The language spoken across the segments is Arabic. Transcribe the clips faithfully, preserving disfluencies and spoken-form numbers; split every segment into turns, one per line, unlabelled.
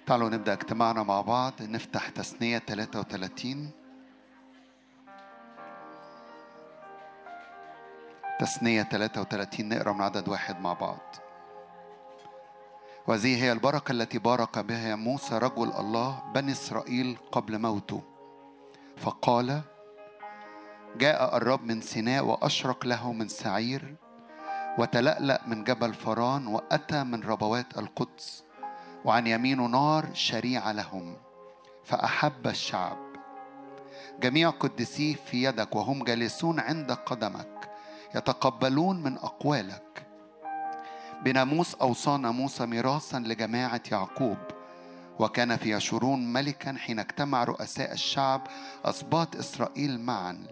تعالوا نبدأ اجتماعنا مع بعض. نفتح تثنية ثلاثة وثلاثين. تثنية ثلاثة وثلاثين نقرأ من عدد واحد مع بعض. وهذه هي البركة التي بارك بها موسى رجل الله بني إسرائيل قبل موته، فقال: جاء الرب من سيناء وأشرق له من سعير، وتلألأ من جبل فران، وأتى من ربوات القدس، وعن يمينه نار شريعة لهم، فأحب الشعب. جميع قدسيه في يدك، وهم جالسون عند قدمك يتقبلون من أقوالك. بناموس أوصانا موسى ميراثا لجماعة يعقوب. وكان في يشورون ملكا حين اجتمع رؤساء الشعب أسباط إسرائيل معا،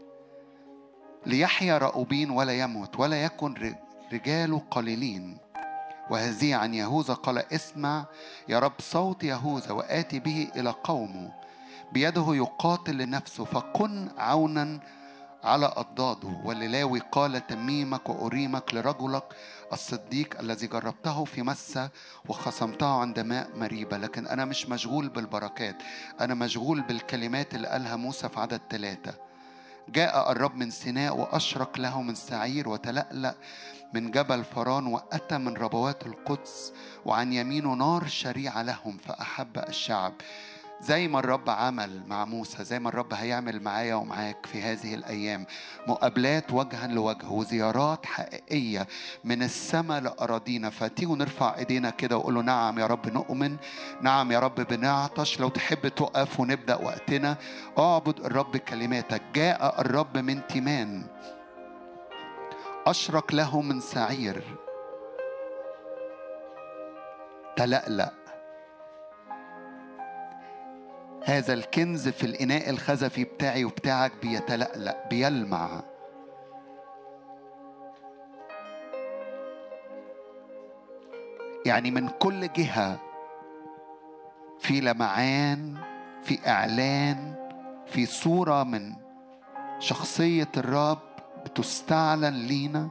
ليحيى رأوبين ولا يموت ولا يكن رجال قليلين. وهذه عن يهوذا قال: اسمع يا رب صوت يهوذا، وآتي به إلى قومه، بيده يقاتل لنفسه، فكن عونا على أضداده. وللاوي قال: تميمك وأريمك لرجلك الصديق الذي جربته في مسة وخصمته عند ماء مريبة. لكن أنا مش مشغول بالبركات، أنا مشغول بالكلمات اللي قالها موسى في عدد ثلاثة. جاء الرب من سيناء وأشرق له من سعير، وتلألأ من جبل فران، وأتى من ربوات القدس، وعن يمينه نار شريعة لهم، فأحب الشعب. زي ما الرب عمل مع موسى، زي ما الرب هيعمل معايا ومعاك في هذه الأيام، مقابلات وجها لوجه وزيارات حقيقية من السماء لأراضينا. فتيجوا نرفع إيدينا كده وقولوا: نعم يا رب نؤمن، نعم يا رب بنعطش. لو تحب تقف ونبدأ وقتنا. اعبد الرب كلماتك. جاء الرب من تيمان، أشرق له من سعير، تلألأ. هذا الكنز في الإناء الخزفي بتاعي وبتاعك بيتلألأ، بيلمع. يعني من كل جهة في لمعان، في إعلان، في صورة من شخصية الرب بتستعلن لينا.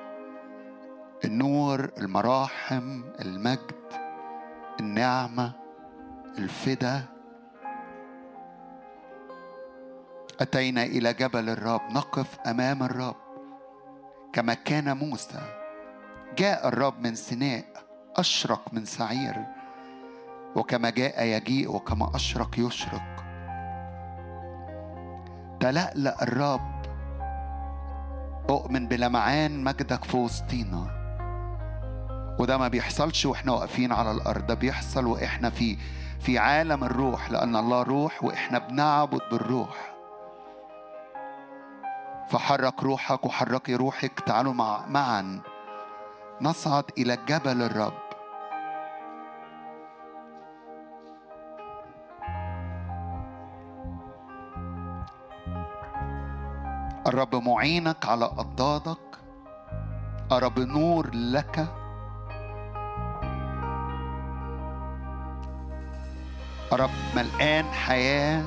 النور، المراحم، المجد، النعمة، الفدا. أتينا إلى جبل الرب، نقف أمام الرب كما كان موسى. جاء الرب من سيناء، أشرق من سعير، وكما جاء يجيء وكما أشرق يشرق. تلألأ الرب. أؤمن بلمعان مجدك في وسطينا، وده ما بيحصلش وإحنا واقفين على الأرض، ده بيحصل وإحنا في في عالم الروح، لأن الله روح وإحنا بنعبد بالروح. فحرك روحك وحركي روحك. تعالوا مع معا نصعد إلى جبل الرب. الرب معينك على أضدادك، الرب نور لك. الرب ملآن حياة.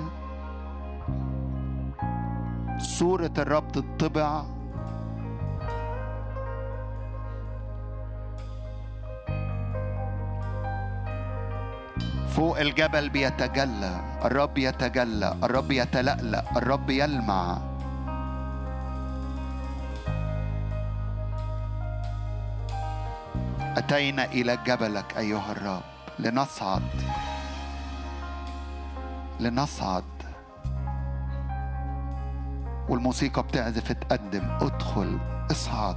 صورة الرب تطبع. فوق الجبل بيتجلى الرب، يتجلى الرب، يتلألأ الرب، يلمع. أتينا إلى جبلك أيها الرب لنصعد، لنصعد. والموسيقى بتعزف تقدم: ادخل، اصعد،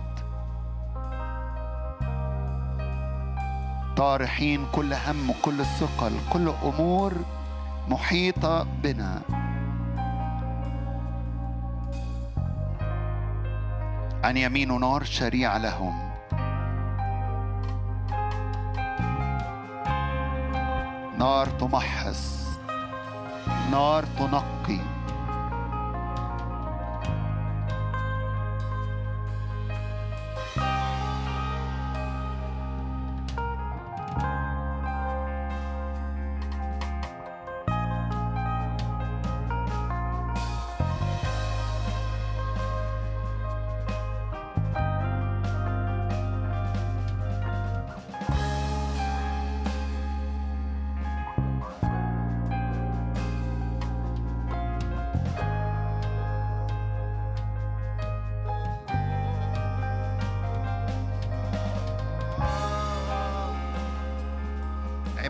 طارحين كل هم وكل الثقل، كل أمور محيطة بنا. عن يمين نار شريعة لهم، نار تمحص، نار تنقي.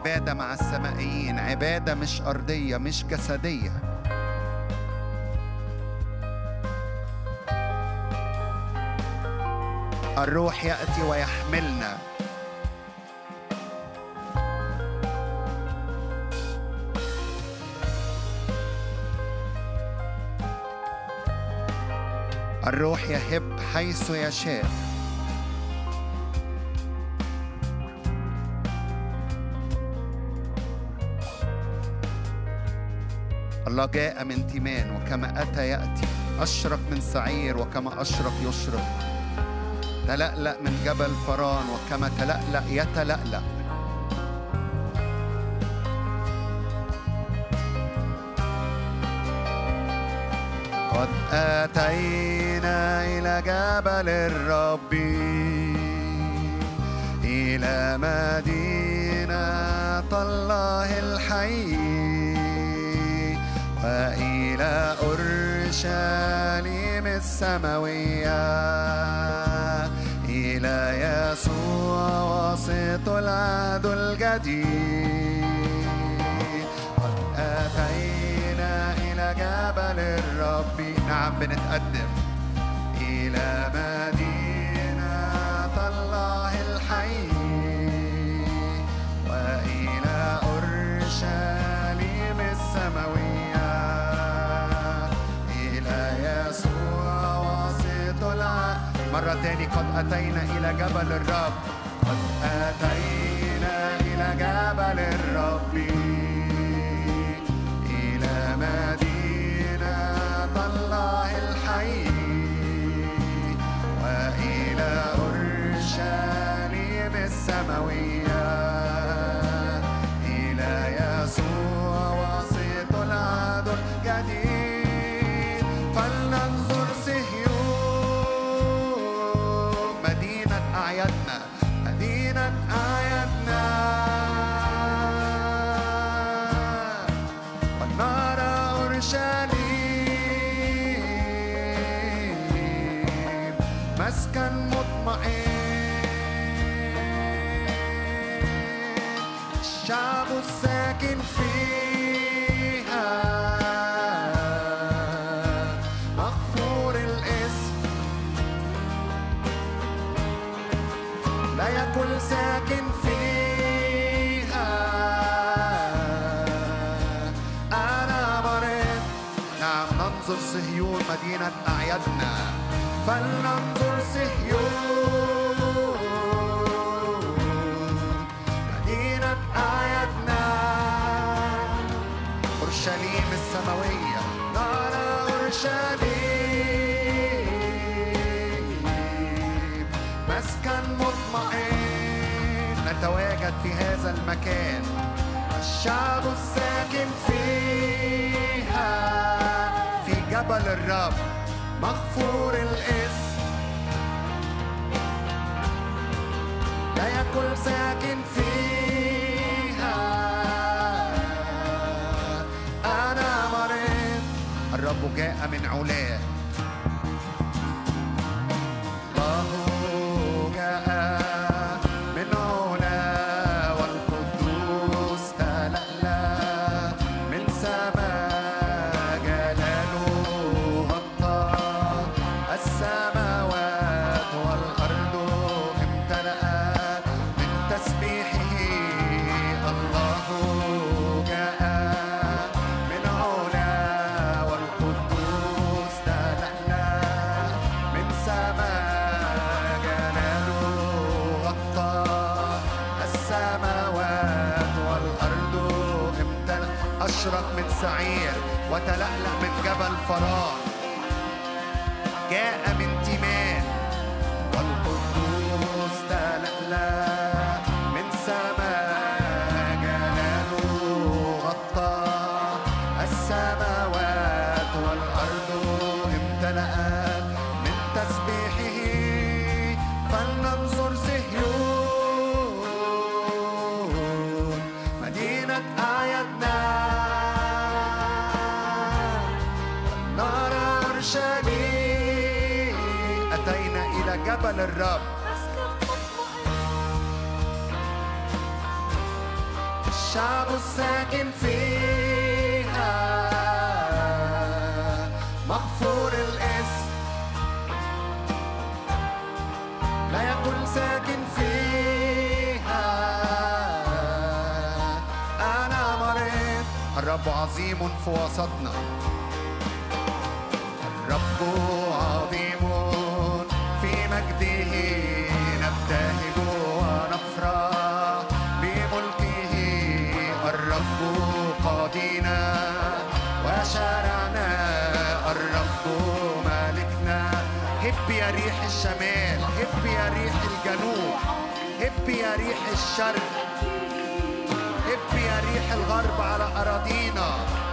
عبادة مع السمائيين، عبادة مش أرضية مش جسدية. الروح يأتي ويحملنا. الروح يهب حيث يشاء. الله جاء من تيمان وكما أتى يأتي، أشرق من سعير وكما أشرق يشرق، تلألأ من جبل فران وكما تلألأ يتلألأ. قد أتينا إلى جبل الرب، إلى مدينة الله الحي، وإلى أورشليم السماوية، إلى يسوع واسط العهد الجديد. قد أتينا إلى جبل الرب. نعم بنتقدم إلى مدينة الله الحي، وإلى أورشليم السماوية، إلى يسوع واسط العهد. مرة تاني، قد أتينا إلى جبل الرب، قد أتينا إلى جبل الرب، إلى مدينة الله الحي، وإلى أورشليم السماوية، إلى يسوع واسط العهد الجديد. فلننظر صهيون مدينة أعيادنا، مدينة أعيادنا، ونرى أورشليم مسكن مطمئن، الشعب الساكن فيها مغفور الاسم، لا يكن ساكن فيها أنا مريض. نعم ننظر صهيون مدينة أعيادنا، فلننظر صهيون مدينة أعيادنا، أورشليم السماوية، نرى أورشليم مسكن مطمئن. نتواجد في هذا المكان، الشعب الساكن فيها في جبل الرب مغفور الاسم، لا يكن ساكن فيها أنا مريض. الرب جاء من علاه، الله جاء من علاه، والقدوس تلألأ من سماء، جلاله غطى السماوات، والأرض امتلأت من تسبيحه. الله جاء من علاه، والقدوس تلألأ من سماء، جلاله غطى السماوات، والأرض امتلأت. أشرق من سعير وتلألأ من جبل فران، جاء من تيمان، والقدوس تلألأ من سماء، جلاله غطى السماوات، والأرض امتلأت من تسبيحه. فلننظر صهيون مدينة أعيادنا، نرى أورشليم. أتينا إلى جبل الرب، الشعب الساكن فيها مغفور الاسم، لا يكن ساكن فيها. أنا مريض، الرب عظيم في وسطنا، الرب عظيم في مجده، نبتهج ونفرح بملكه. الرب قاضينا وشارعنا، الرب مالكنا. هب يا ريح الشمال، هب يا ريح الجنوب، هب يا ريح الشرق، هب يا ريح الغرب على أراضينا.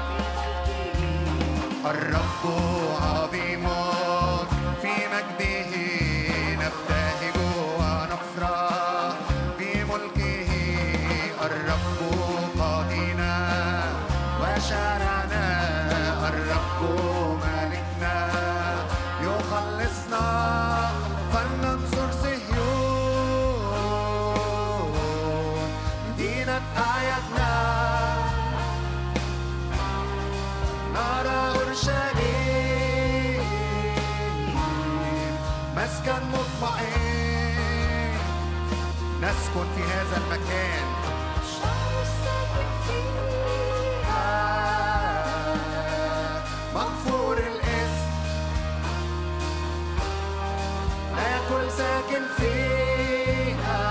الرب عظيم في مجده، نبتهج ونفرح بملكه. الرب قاضينا وشارعنا، الرب مالكنا يخلصنا. فلننظر صهيون مدينة أعيادنا، نرى أورشليم مسكن مطمئن، نسكن في هذا المكان. مغفور الاسم، لا يكن ساكن فيها.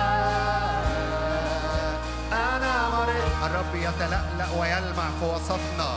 أنا مريض، الرب يتلألأ ويلمع في وسطنا.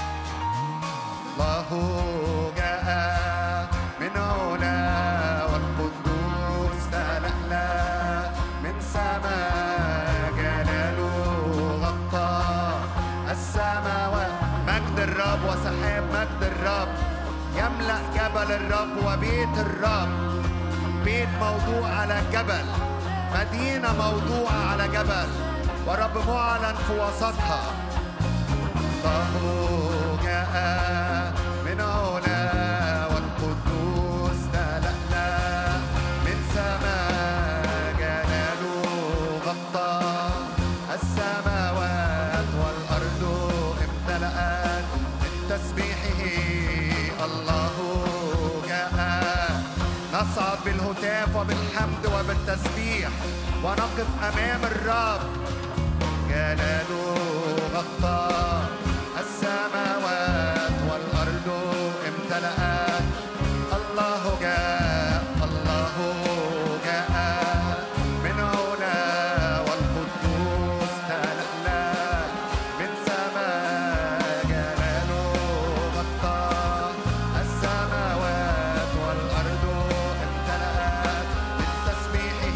الله جاء من علا، والقدوس تلألأ من سماء، جلاله غطى السماوات. مجد الرب وسحاب مجد الرب يملأ جبل الرب وبيت الرب. بيت موضوع على جبل، مدينة موضوعة على جبل، ورب معلن في وسطها. الله جاء من علا، والقدوس تلألأ من سماء، جلاله غطى السماوات، والأرض امتلأت من تسبيحه. الله جاء، نصعد بالهتاف وبالحمد وبالتسبيح ونقف أمام الرب. جلاله غطى السماوات، والأرض امتلأت. الله جاء، الله جاء من علا، والقدوس تلألأ من سماء، جلاله غطى السماوات، والأرض امتلأت من تسبيحه.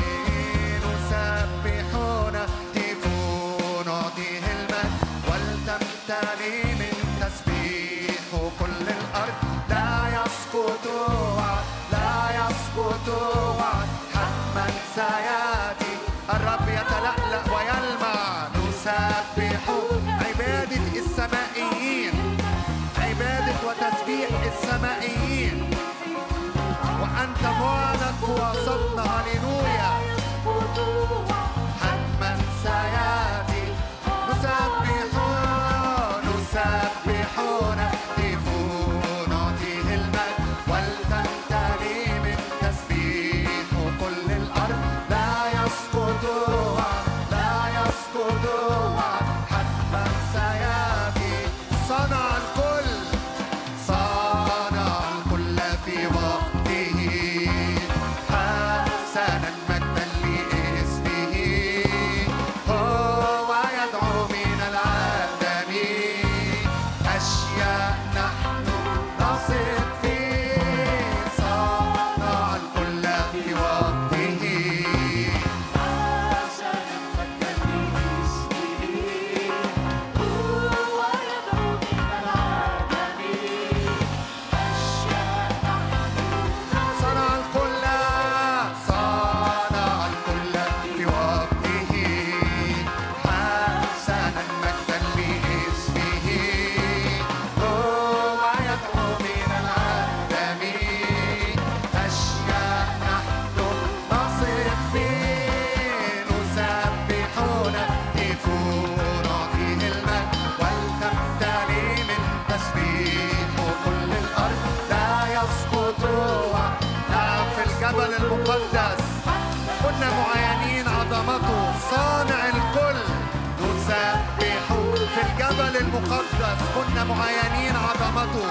نسبحون هتفوا نعطيه المجد، ولتمتلئ من تسبيحه كل الأرض. لا يسقط وعد، لا يسقط وعد، حتما سيأتي. الرب يتلألأ ويلمع. نسبح عبادة السمائيين، عبادة وتسبيح السمائيين، وأنت معلن في وسطنا. هللويا. حتما سيأتي. نسبحون نسبحون هتفوا نعطيه المجد، ولتمتلئ من تسبيحه كل الأرض. لا يسقط وعد، لا يسقط وعد، حتما سيأتي. صنع الكل، صنع الكل في وقته، حسنا الجبل المقدس كنا معاينين عظمته.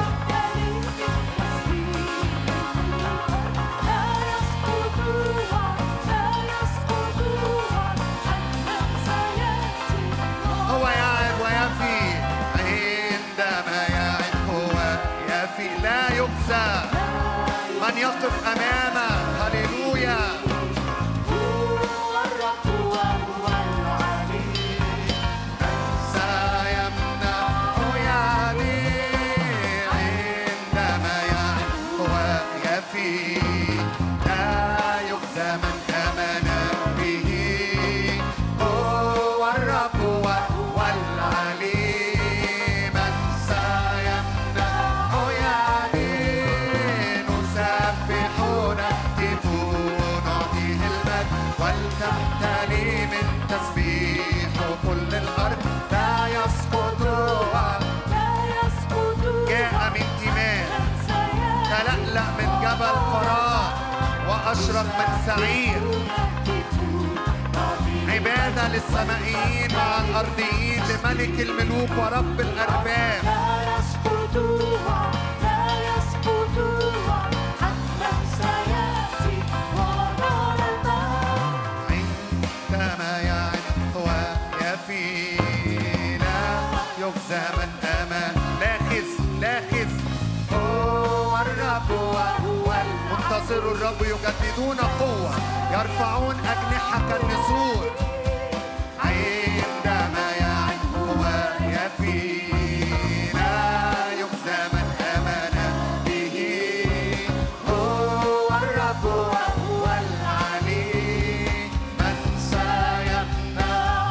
هو يعد ويفي، عندما يعد هو يفي لا يخزى. من يقف أمامه هللويا. أشرق من سعير، عبادة للسمائيين مع الأرضيين لملك الملوك ورب الأرباب. لا يسقطوها لا يسقطوها حتى سيأتي ونرى الماء. عندما يعد هو يفي لا يخزى من أمان. لا خزي لا خزي، هو الرب وهو منتصر الرب. يجددون قوة، يرفعون أجنحة كالنسور. عندما يعد هو يفي لا يخزى من آمن به. هو الرب وهو العلي، من سيمنع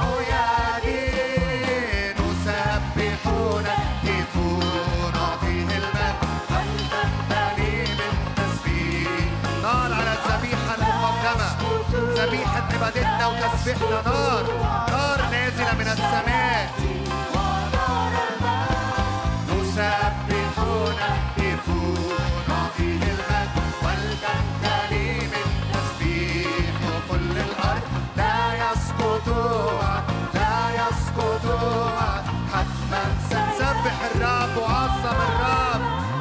يدي. نسبح نهتف نعطيه المجد ولتمتلي بالتسبيح. نار على الذبيحة المقدمة، ذبيحة عبادتنا وتسبيحنا. نار نار نازلة من السماء. نسبح نهتف نعطيه المجد ولتمتلي بالتسبيح. وكل الأرض لا يسقطها لا يسقطها حتما سنسبح الرب وعظم الرب.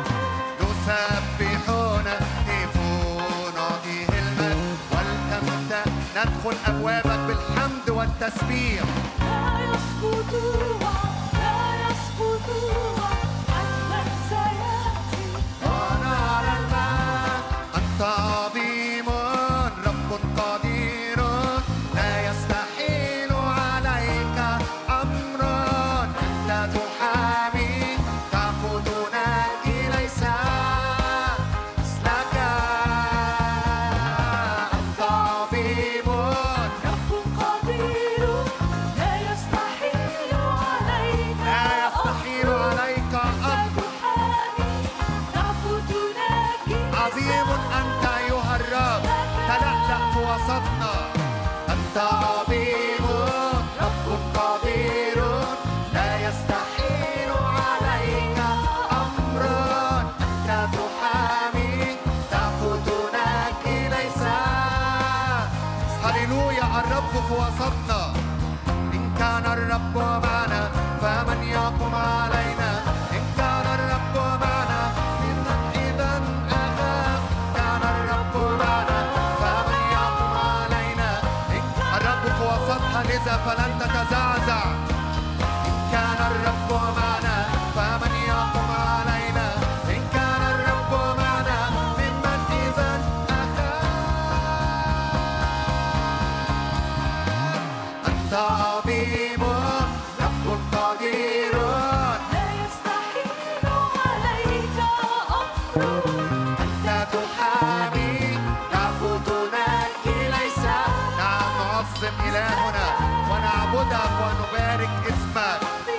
نسبح نهتف نعطيه المجد ولتمتلي. ندخل أبوابك بالحمد والتسبيح. لا يسقطها لا يسقطها حتما سيأتي ونرى المجد. أنت عظيم رب قدير، لا يستحيل عليك أمر. أنت تحامي تعبدنا ليس مثلك. أنت عظيم رب قدير، لا يستحيل عليك لا يستحيل عليك أمر. عظيم أنت أيها الرب، تلألأ في وسطنا. أنت عظيم رب قدير، لا يستحيل عليك أمر. أنت تحامي تعبدنا ليس. هللويا. الرب في وسطنا. إن كان الرب معنا فمن يقوم علينا. إن كان الرب معنا فمن إذا أخاف. كان الرب معنا فمن يقوم علينا. الرب في وسطها لذا فلن تتزعزع. إن كان الرب معنا فمن يقوم علينا. إن كان الرب معنا ممن إذا أخاف. أنت عظيم رب قدير، لا يستحيل عليك أمر. أنت تحامي تعبدنا ليس. نعم نعظم إلهنا ونعبدك ونبارك اسمك.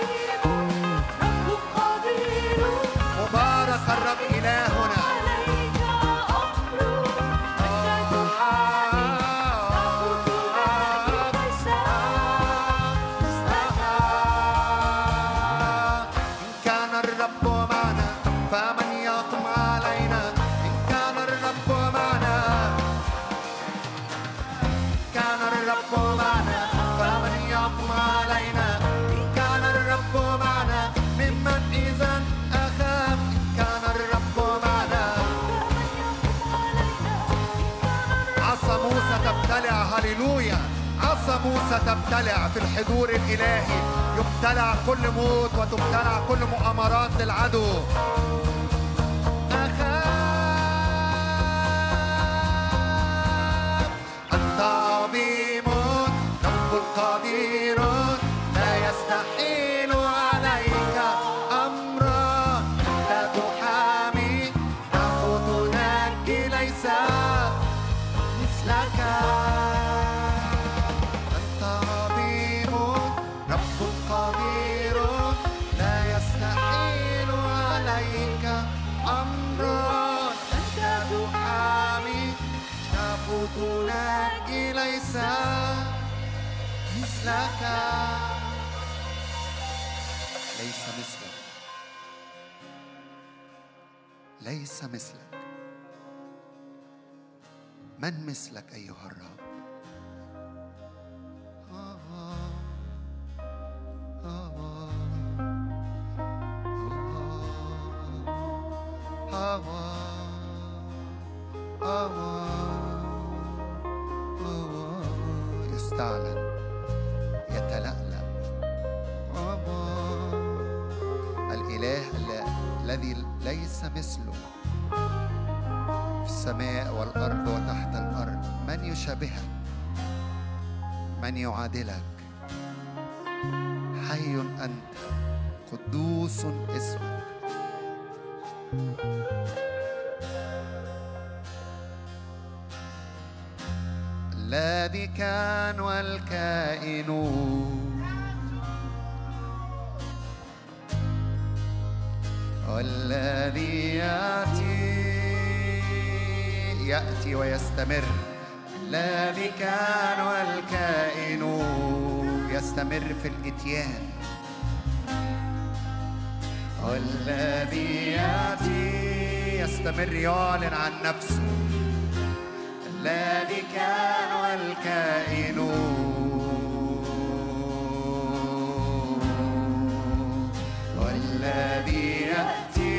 رب قدير، مبارك الرب إلهنا. عليك أمر. أنت تحامي تعبدنا ليس مثلك. إن كان الرب معنا فمن يقوم علينا. إن كان الرب معنا كان الرب معنا فمن يقوم علينا. إن كان الرب معنا هللويا. عصا موسى تبتلع في الحضور الإلهي، يبتلع كل موت وتبتلع كل مؤامرات للعدو. أخاف أنت عظيم رب قدير، لا يستحيل عليك أمرا. أنت تحامي تعفو تنجي، ليس مثلك. أنت عظيم رب قدير، لا يستحيل عليك أمرا. أنت تحامي تعفو تنجي، ليس مثلك. ليس مثلك، ليس مثلك. من مثلك أيها الرب؟ آه آه آه آه آه يستعلن، يتلألأ. الإله الذي ليس مثله في السماء والأرض وتحت الأرض. من يشابهك؟ من يعادلك؟ حي أنت، قدوس اسمك. الذي كان والكائن، والذي يأتي يأتي ويستمر. الذي كان والكائن يستمر في الإتيان، والذي يأتي يستمر يعلن عن نفسه. الذي كان والكائن، والذي يأتي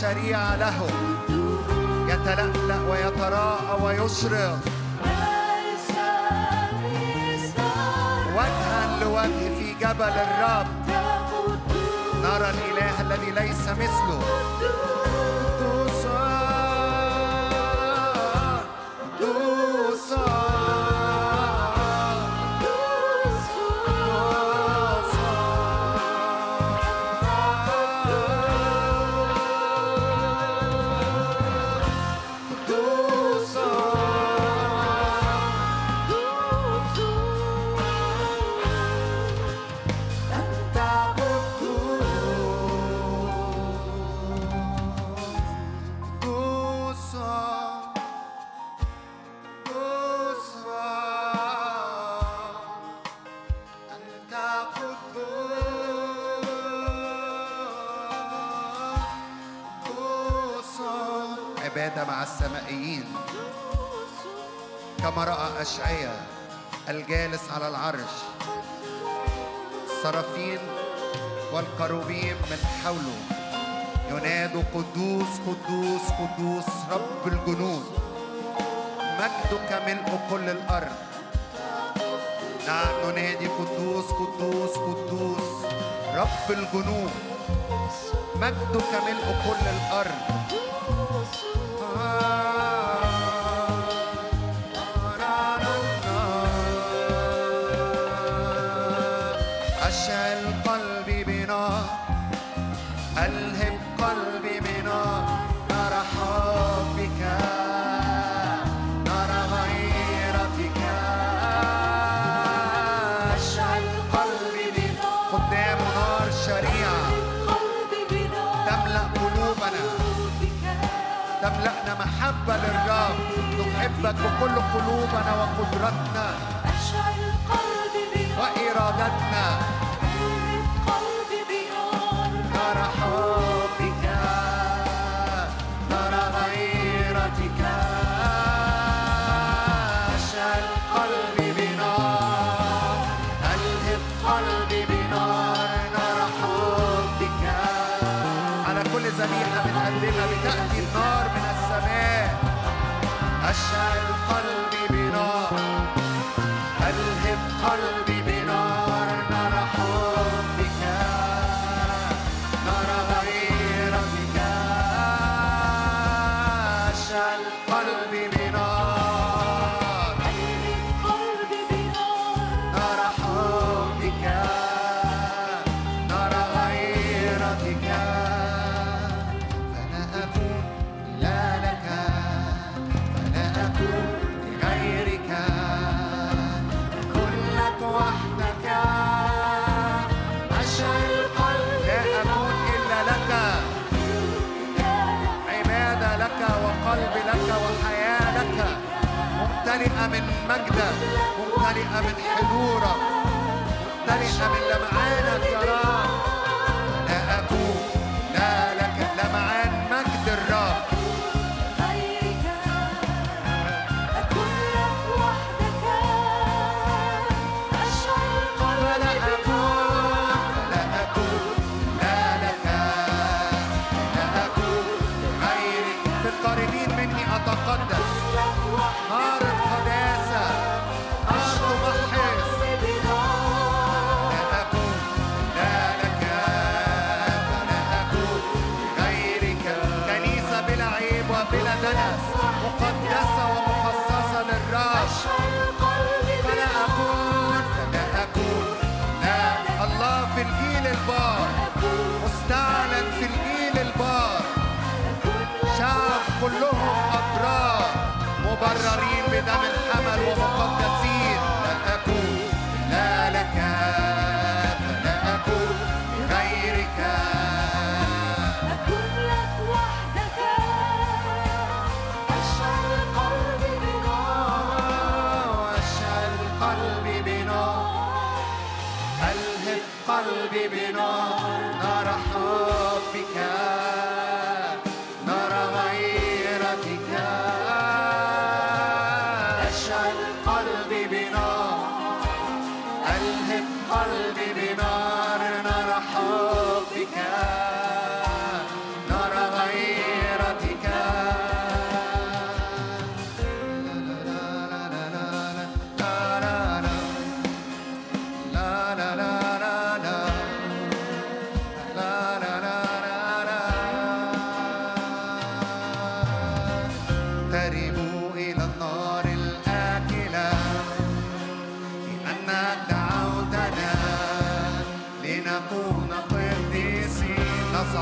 شريعة له، يتلألأ ويتراءى ويشرق وجها لوجه في جبل الرب. نرى الإله الذي ليس مثله. مع السمائيين كما رأى أشعياء الجالس على العرش، السرافين والكروبيم من حوله ينادوا قدوس قدوس قدوس رب الجنود، مجدك ملء كل الأرض. نعم ننادي قدوس قدوس قدوس رب الجنود، مجدك ملء كل الأرض. أشعل قلبي بنار، ألهب قلبي بنار، نرى حبك، نرى غيرتك. أشعل قلبي بنار، قدام نار شريعة تملأ قلوبنا، تملأنا محبة للرب، نحبك بكل قلوبنا وقدرتنا وإرادتنا. نرى حبك، نرى غيرتك. أشعل قلبي بنار، ألهب قلبي بنار، نرى حبك. على كل ذبيحة بنقدمها بتأتي النار من السماء. أشعل قلبي بنار، ألهب قلبي بنار، نرى حبك، نرى غيرتك. أشعل قلبي بنار، ألهب قلبي بنار، نرى حبك، نرى غيرتك. فلا أكون لا لك، فلا أكون لغيرك، كلك وحدك. أشعل قلبي، لا أكون إلا لك، عبادة لك وقلبي لك وحياة لك، ممتلئة من مجدك، ممتلئة من حضورك، ممتلئة من لمعانك يا رب. لا أكون لا لك، لمعان مجد الرب. القريبين مني أتقدس، نار القداسة، نار تمحص. لا أكون لا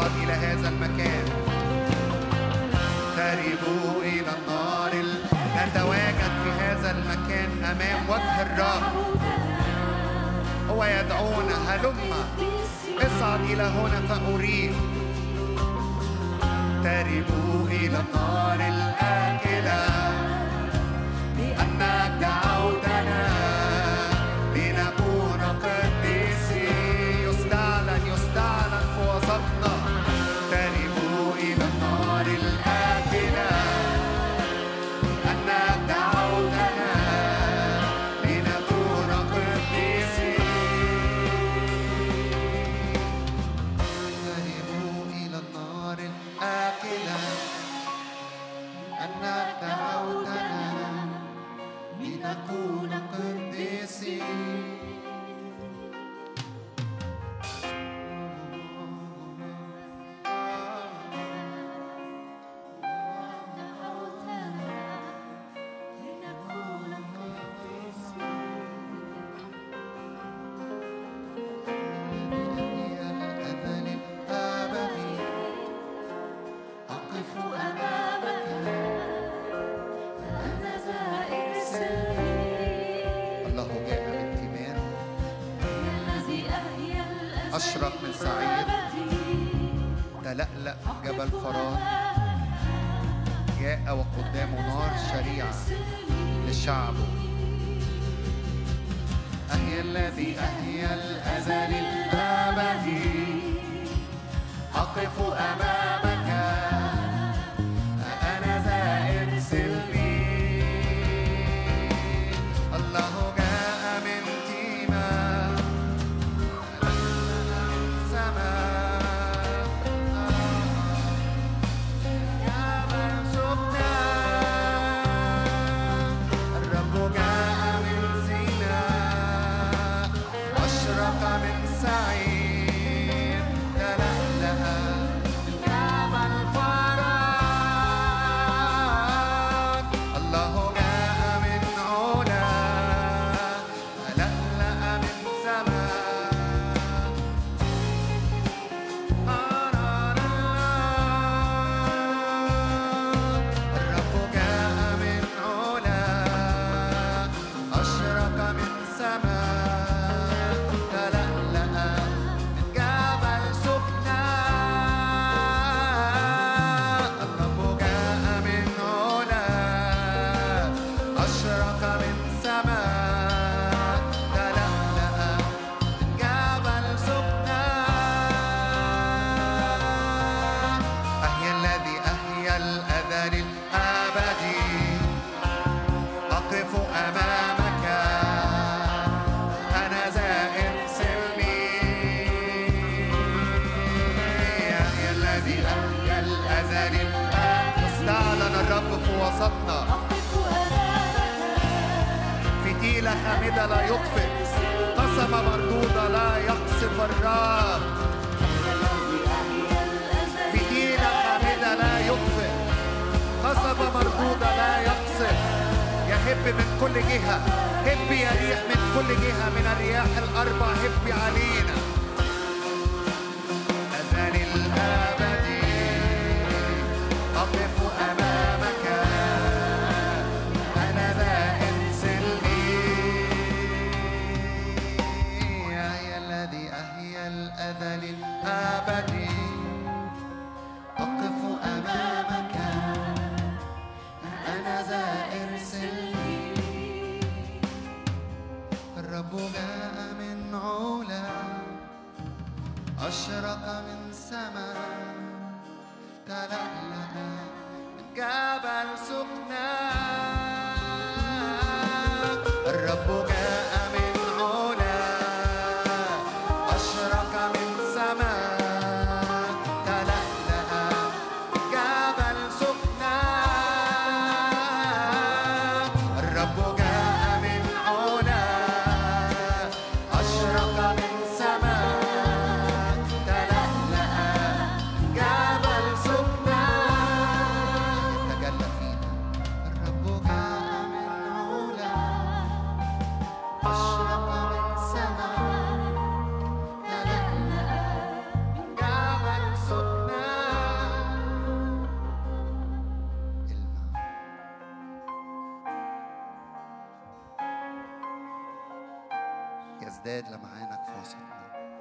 اصعد إلى هذا المكان. اقتربوا إلى النار. نتواجد في هذا المكان أمام وجه الرب. هو يدعونا هلم اصعد إلى هنا فأريك. اقتربوا إلى النار الآكلة لأنك دعوتنا لنكون قديسين. يستعلن يستعلن في وسطنا. اقتربوا إلى النار الآكلة لأنك دعوتنا لنكون قديسين. اقتربوا إلى النار الآكلة لأنك دعوتنا لنكون قديسين. أشرق من سعير، تلألأ جبل فرات، جاء وقدامه نار شريعة لشعبه. أهي الذي أهي الأزل الأبدي، أقف أمامك أنا ذا ارسلني. الله جاء من تيماء وسطنا. فتيلة خامدة لا يطفئ، قسمة مردودة لا يقصف الرب. فتيلة خامدة لا يطفئ، قسمة مردودة لا يقصف. يهب من كل جهة، هب يا ريح من كل جهة، من الرياح الأربع هب علينا. أزل الأبدي أقف أمامك أنا ذا ارسلني. يا الذي أحيا الأزل الأبدي أقف أمامك أنا ذا ارسلني. الرب جاء من علا، أشرق من سماء. امتداد لمعانك في وسطنا.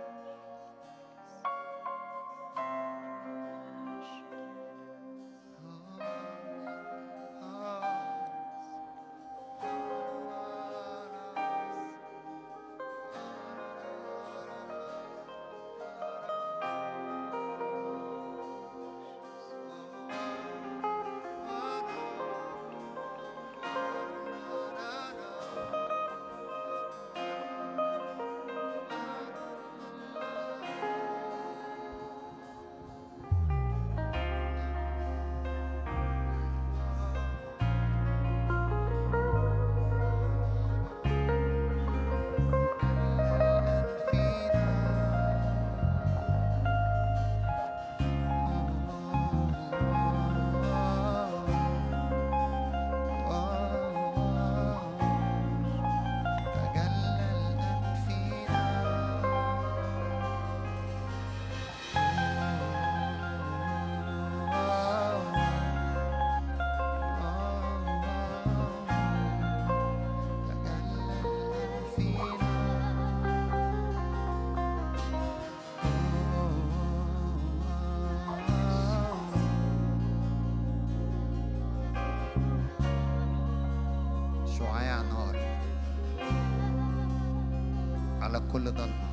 كل ضلمة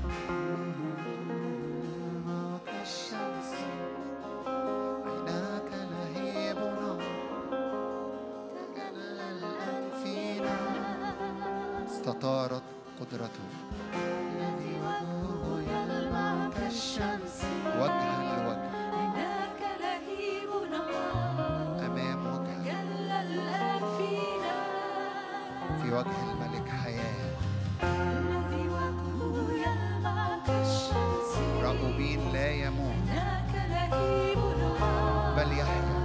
كالشمس عيناك لهيبنا تجلى الآن فينا استطارت قدرته الذي وجهه يلمع كالشمس وجها لوجه عيناك لهيبنا أمام وجهه تجلى الآن فينا في وجه الملك حياة رأوبين لا يموت بل يحيا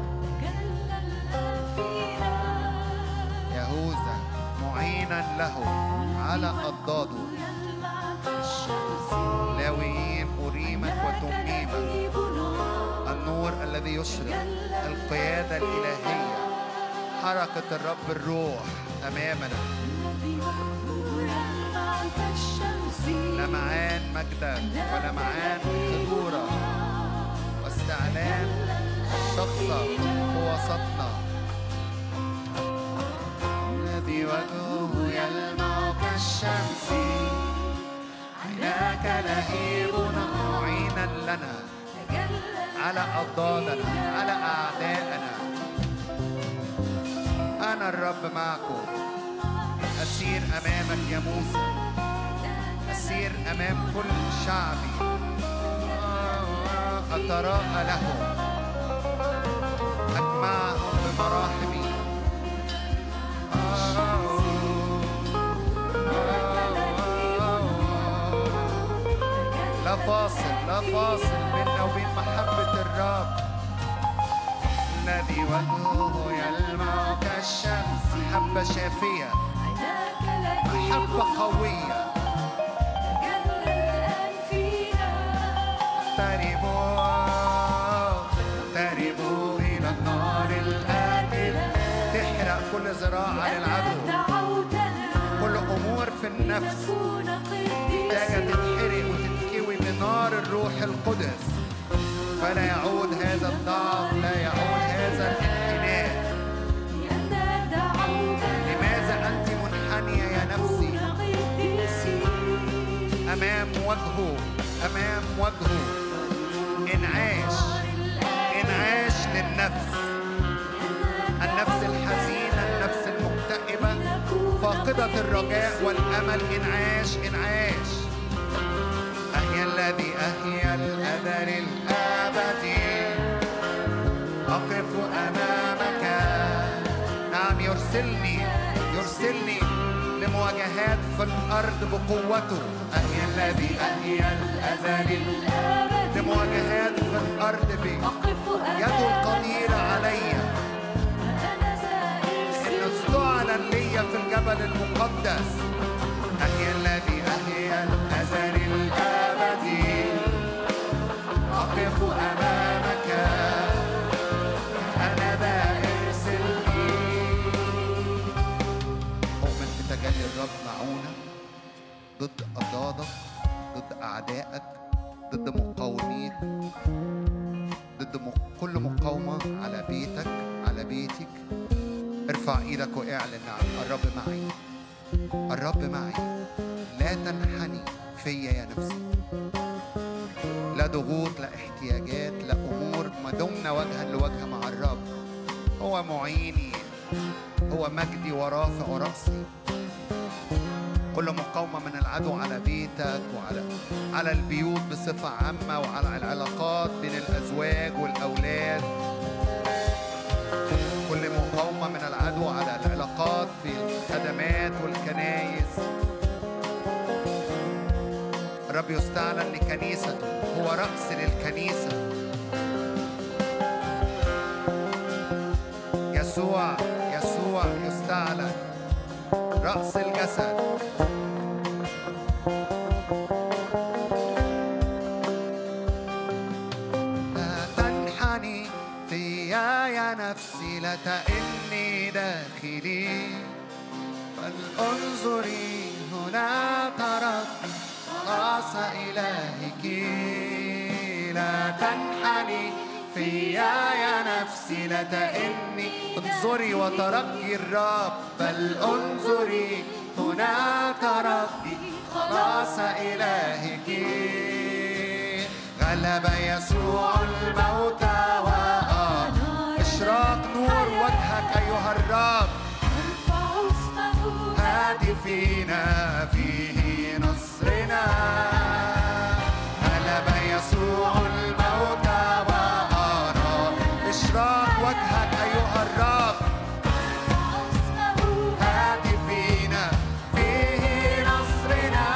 يهوذا معينا له على أضداده لاويين أوريمك وتميمك النور الذي يشرق القيادة الإلهية حركة الرب الروح أمامنا لمعان مجدك ولمعان حضورك واستعلان شخصك في وسطنا الذي وجهه يلمع كالشمس عيناك لهيبنا معينا لنا على أضدادنا على أعدائنا. أنا الرب معكم أسير أمامك يا موسى أسير أمام كل شعبي أتراءى لهم أجمعهم بمراحمي لا فاصل لا فاصل بيننا وبين محبة الرب الذي وجهه يلمع كالشمس محبة شافية محبة قوية اقتربوا اقتربوا إلى النار الآكل تحرق كل ذراع للعدو كل أمور في النفس محتاجة تتحرق وتتكوي بنار الروح القدس فلا يعود هذا الضعف لا يعود هذا الانحناء. لماذا أنت منحنية يا نفسي أمام وجهه أمام وجهه انعاش انعاش للنفس النفس الحزينة النفس المكتئبة فاقدة الرجاء والأمل انعاش انعاش أحيا الذي أحيا الأزل الأبدي أقف أمامك نعم يرسلني يرسلني لمواجهات في الأرض بقوته أحيا الذي أحيا الأزل الأبدي لمواجهات في الأرض بي يده القديرة علي إنه استعلن لي في الجبل المقدس أحيا الذي أحيا الأزل الأبدي أقف أمامك أنا ذا ارسلني. أؤمن بتجلي الرب معونة ضد ضد كل مقاومة على بيتك، على بيتك. ارفع ايدك واعلن: نعم الرب معي، الرب معي. لا تنحني فيا يا نفسي. لا ضغوط، لا احتياجات، لا أمور. ما دمنا وجها لوجه مع الرب. هو معيني، هو مجدي ورافع رأسي. كل مقاومة من العدو على بيتك وعلى على البيوت بصفة عامة، وعلى العلاقات بين الأزواج والأولاد. كل مقاومة من العدو على العلاقات في الخدمات والكنائس. الرب يستعلن لكنيسته، هو رأس للكنيسة. يسوع يسوع يستعلن رأس الجسد. لا تنحني فيا يا نفسي، لا تئني داخلي، بل انظري هنا تركت خلاص إلهك. لا تنحني فيا يا نفسي، لا تئني. انظري وتركي الرب، بل انظري هنا تركي خلاص إلهك. غلب يسوع الموت وقام. اشراق نور وجهك أيها الرب. ارفع اسمه هاتفين فيه نصرنا. غلب يسوع الموت وقام. اشراق وجهك أيها الرب. هاتفين فيه نصرنا.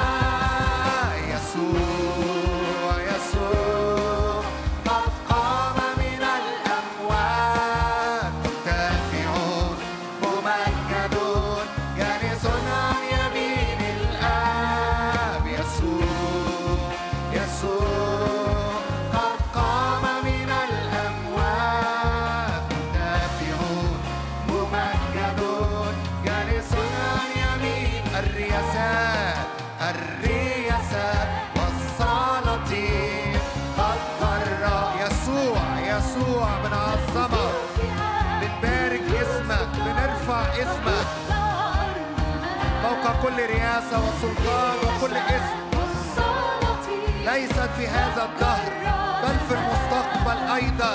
يسوع يسوع قد قام من الأموات. مرتفعون ممجدون جالس عن يمين الآب. يسوع يسوع قد قام من الأموات. مرتفعون ممجدون جالس عن يمين. الرياسات الرياسات والسلاطين قد قرر. يسوع يسوع بنعظمك، بنبارك اسمك، بنرفع اسمك فوق كل رياسة وسلطان وكل اسم، ليست في هذا الدهر بل في المستقبل أيضا.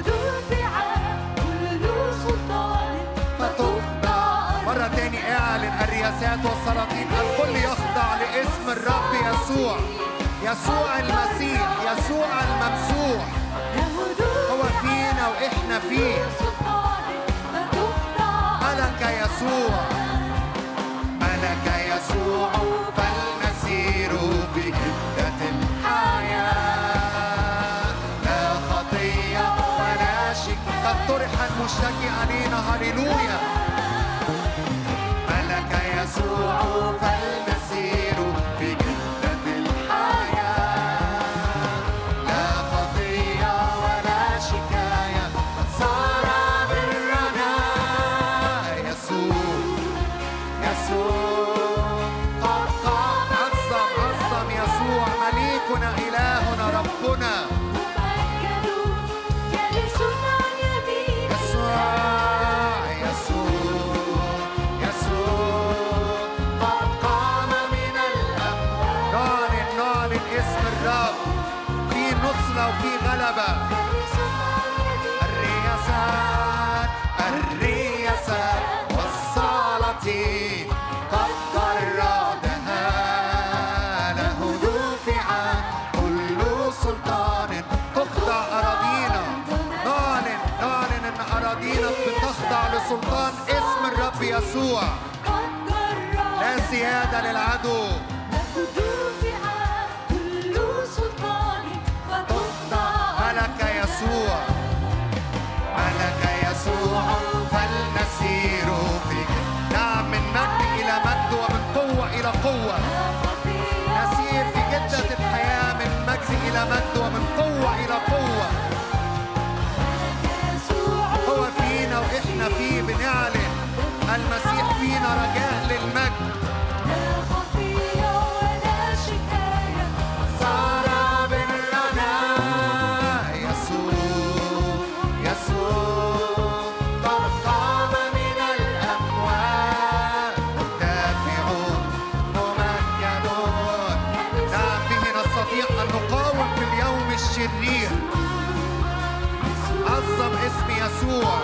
فتخضع مرة تاني. اعلن الرياسات والسلاطين، الكل يخضع لاسم الرب يسوع. يسوع المسيح، يسوع الممسوح، هو فينا وإحنا فيه. ملك يسوع، ملك يسوع، فلنسير بجدة الحياة. لا خطية ولا شك، قد طرح المشتكي علينا. هللويا. ملك يسوع فلنسير بجدة الحياة. لا خطية ولا شكاية، قد صار برنا. يسوع يسوع قد قام. عظم عظم يسوع مليكنا إلهنا ربنا. يسوع يسوع يسوع قد قام من الأموات. نعلن نعلن اسم الرب. في نصرة وفي غلبة. الرياسات الرياسات والسلاطين قد جردها. له دفعا كل سلطان. تخضع أراضينا. نعلن نعلن أن أراضينا بتخضع لسلطان اسم الرب يسوع. لا سيادة للعدو. ملك يسوع، ملك يسوع فلنسير فيك. نعم، من مجد إلى مجد ومن قوة إلى قوة. نسير في جدة الحياة من مجد إلى مجد ومن قوة إلى قوة. هو فينا وإحنا فيه. بنعلن المسيح فينا رجاء للمجد. يسوع.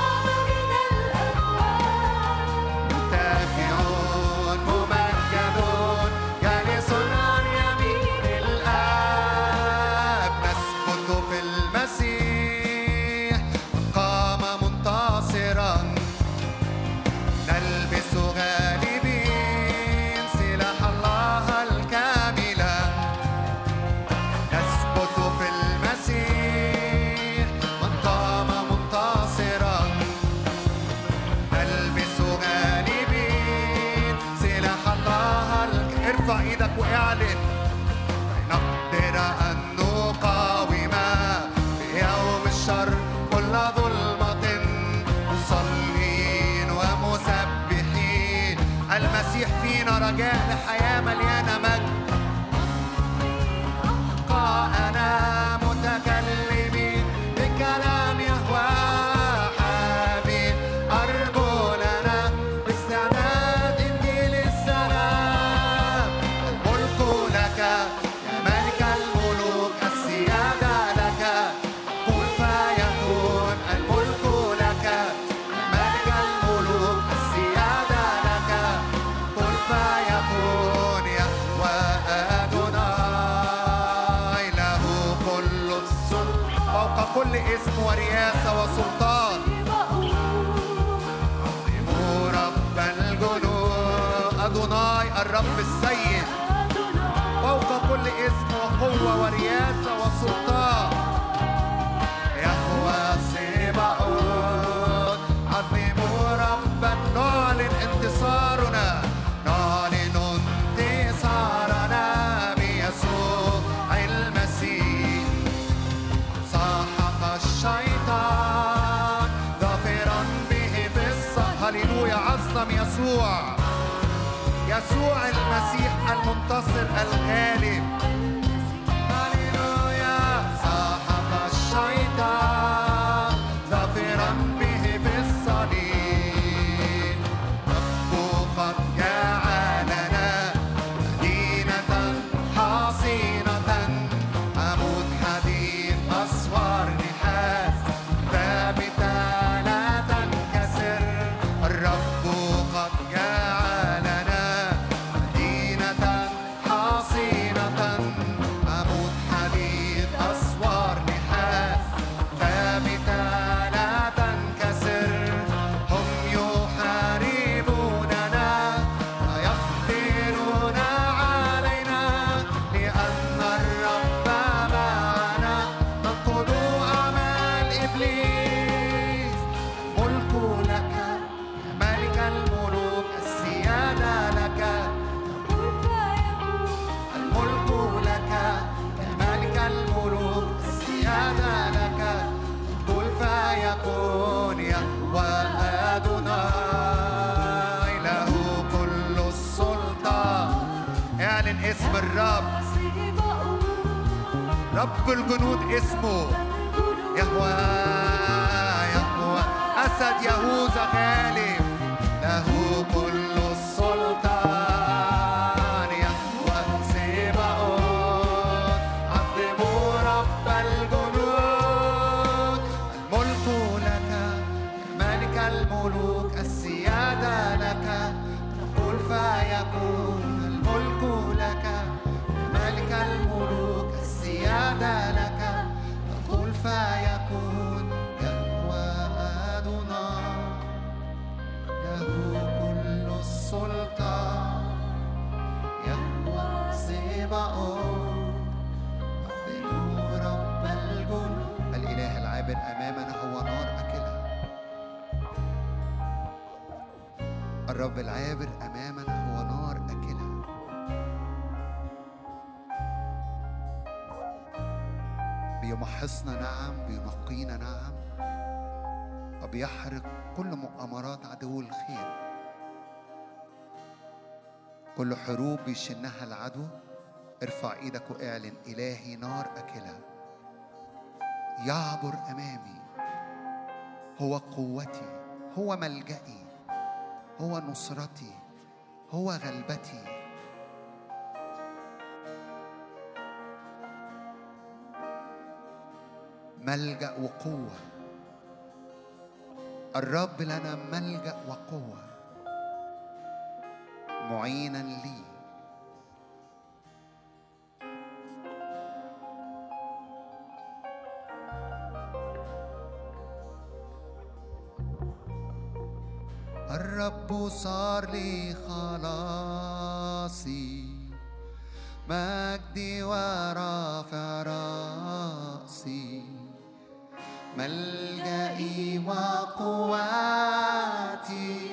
رجاء لحياة مليانة مجد. أنا متكلمين بكلام يهوى حامين أرجلنا باستعداد إنجيل السلام. الملك لك يا ملك الملوك، السيادة لك، قل فيكون. الملك لك يا ملك الملوك، السيادة لك، قل فيكون. يهوى أدوناي له كل السلطان، فوق كل اسم ورياسة وسلطان. عظموا رب الجنود، أدوناي الرب السيد، فوق كل اسم وقوة ورياسة وسلطان. يهوى سباؤوت، عظموا ربا. نعلن انتصارنا، نعلن انتصارنا بيسوع المسيح. سحق الشيطان ظافرا به في الصف. هللويا، عظم يسوع، يسوع المسيح المنتصر الغالب. هللويا، سحق الشيطان ظافرا به في الصليب. رب قد جعلنا مدينة حصينة، عمود حديد أسوار نحاس ثابتة لا تنكسر. الرب قد جعلنا مدينة حصينة، عمود حديد أسوار نحاس ثابتة لا تنكسر. هم يحاربوننا ويقدرون علينا، لأن الرب معنا ننقض أعمال إبليس. الملك لك يا ملك الملوك، السيادة لك، الملك لك يا ملك الملوك، السيادة لك، قل فيكون. يهوى أدوناي له كل السلطان. اعلن اسم الرب، رب الجنود اسمه يهوى. يهوى أسد يهوذا غالب، له كل السلطان. يهوى سباؤوت، عظموا رب الجنود. الملك لك يا ملك الملوك، السيادة لك، قل فيكون. الملك لك يا ملك الملوك، السيادة لك، قل فيكون. يهوى أدوناي له كل السلطان. يهوى سباؤوت، عظموا رب الجنود. الإله العابر أمامنا هو نار أكلة. الرب العابر أمامنا هو نار أكلة. بيمحصنا نعم، بينقينا نعم، وبيحرق كل مؤامرات عدو الخير. كل حروب بيشنها العدو، ارفع ايدك واعلن: إلهي نار أكلة يعبر أمامي، هو قوتي، هو ملجئي، هو نصرتي، هو غلبتي. ملجأ وقوة. الرب لنا ملجأ وقوة، معينا لي. الرب صار لي خلاصي، مجدي ورافع رأسي، ملجئي وقوتي،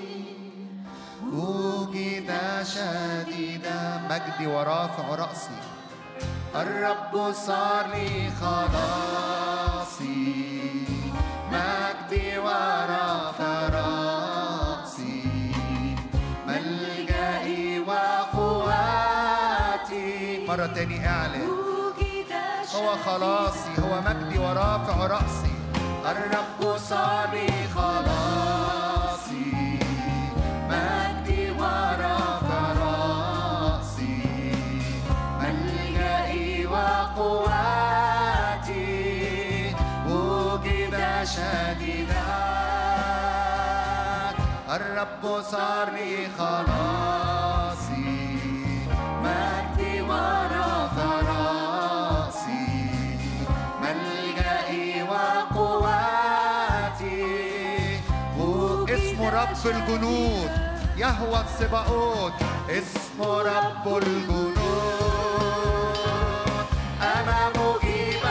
وجد شديدا. مجدي ورافع رأسي، الرب صار لي خلاصي، مجدي ورافع رأسي، ملجئي وقوتي. مرة تاني اعلن، هو خلاصي، هو مجدي ورافع رأسي. الرب صار لي خلاصي، مجدي ورافع رأسي، ملجئي وقوتي، وجد شديدا. الرب صار لي خلاصي، مجدي ورافع رأسي، ملجئي وقوتي. اسم رب الجنود يهوى الصباؤوت، اسم رب الجنود أنا مجيب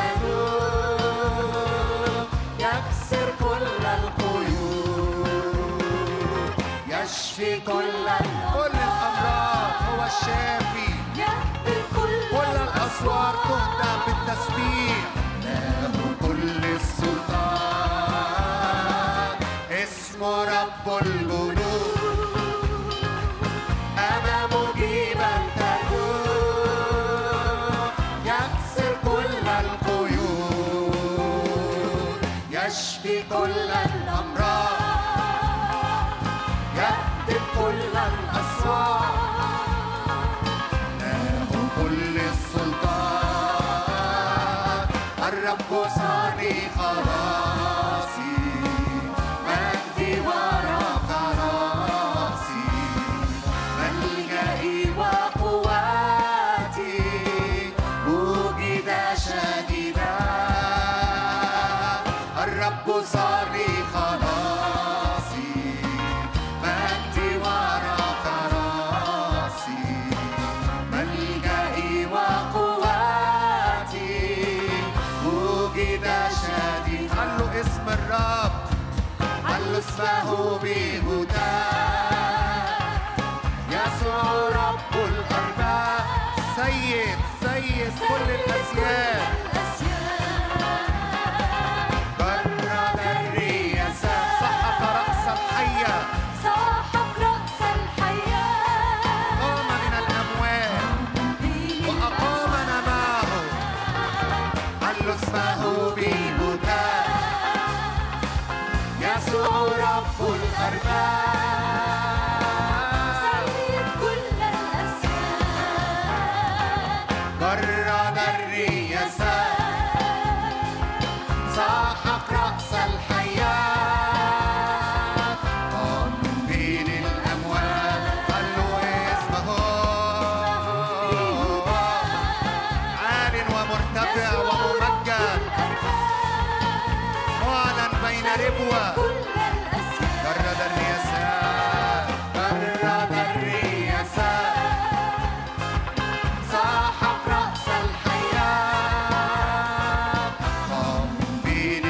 الكذوب، يكسر كل القيود، يشفي كل الأمراض، هو الشافي. كل الأسوار تهدى بالتسبيح، له كل السلطان. اسم رب الجنود أنا مجيب الكذوب، يكسر كل القيود، يشفي كل الأمراض، يهدم كل الأسوار، له كل السلطان. الرب صار لي خلاصي، مجدي ورافع رأسي، ملجئي وقوتي، وجد شديدا. الرب صار لي خلاصي، مجدي ورافع رأسي، ملجئي وقوتي، وجد شديد. علوا اسم الرب، علوا اسمه بهتاف، يسوع رب الأرباب، سيد سيد كل الأسياد. جرد الرياسة، سحق رأس الحية، قام من الأموات وأقامنا معه. علوا اسمه بهتاف، يسوع رب الأرباب، سيد كل الأسياد. جرد الرياسة، سحق رأس الحياة، قام من بين الأموات. علوا اسمه، عال ومرتفع وممجد، معلن بين ربوة. جرد الرياسات، جرد الرياسات، سحق رأس الحياة، قام من بين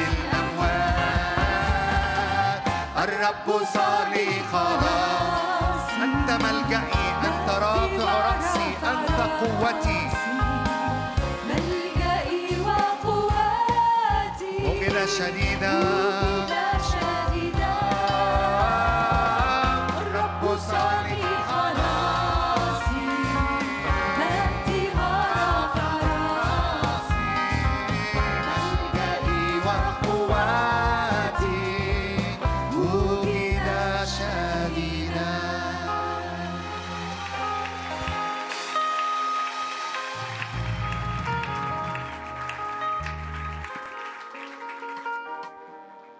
الأموات. الرب صار لي خلاص، أنت ملجئي، أنت رافع رأسي، أنت قوتي،
ملجئي وقوتي،
وجد شديدا. الرب صار لي خلاصي،
مجدي ورافع رأسي،
ملجئي وقوتي، وجد شديدا.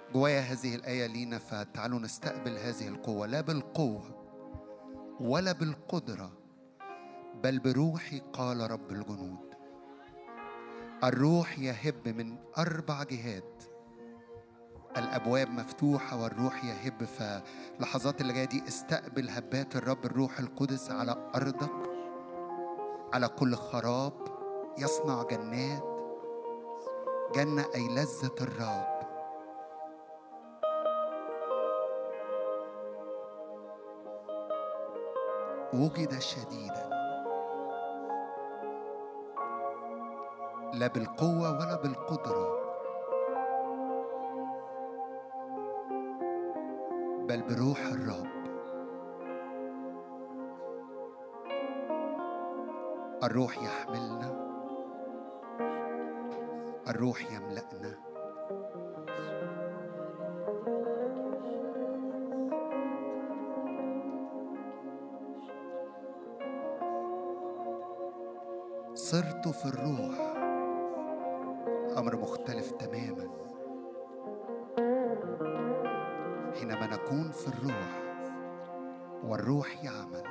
جوايا هذه الآية لينا، فتعالوا نستقبل هذه القوة. لا بالقوة ولا بالقدرة بل بروحي قال رب الجنود. الروح يهب من أربع جهات، الأبواب مفتوحة والروح يهب. فلحظات اللي جاية دي استقبل هبات الرب الروح القدس على أرضك، على كل خراب يصنع جنات. جنة أي لذة الرب. وجد شديدا، لا بالقوة ولا بالقدرة بل بروح الرب. الروح يحملنا، الروح يملأنا. صرت في الروح، أمر مختلف تماما حينما نكون في الروح والروح يعمل.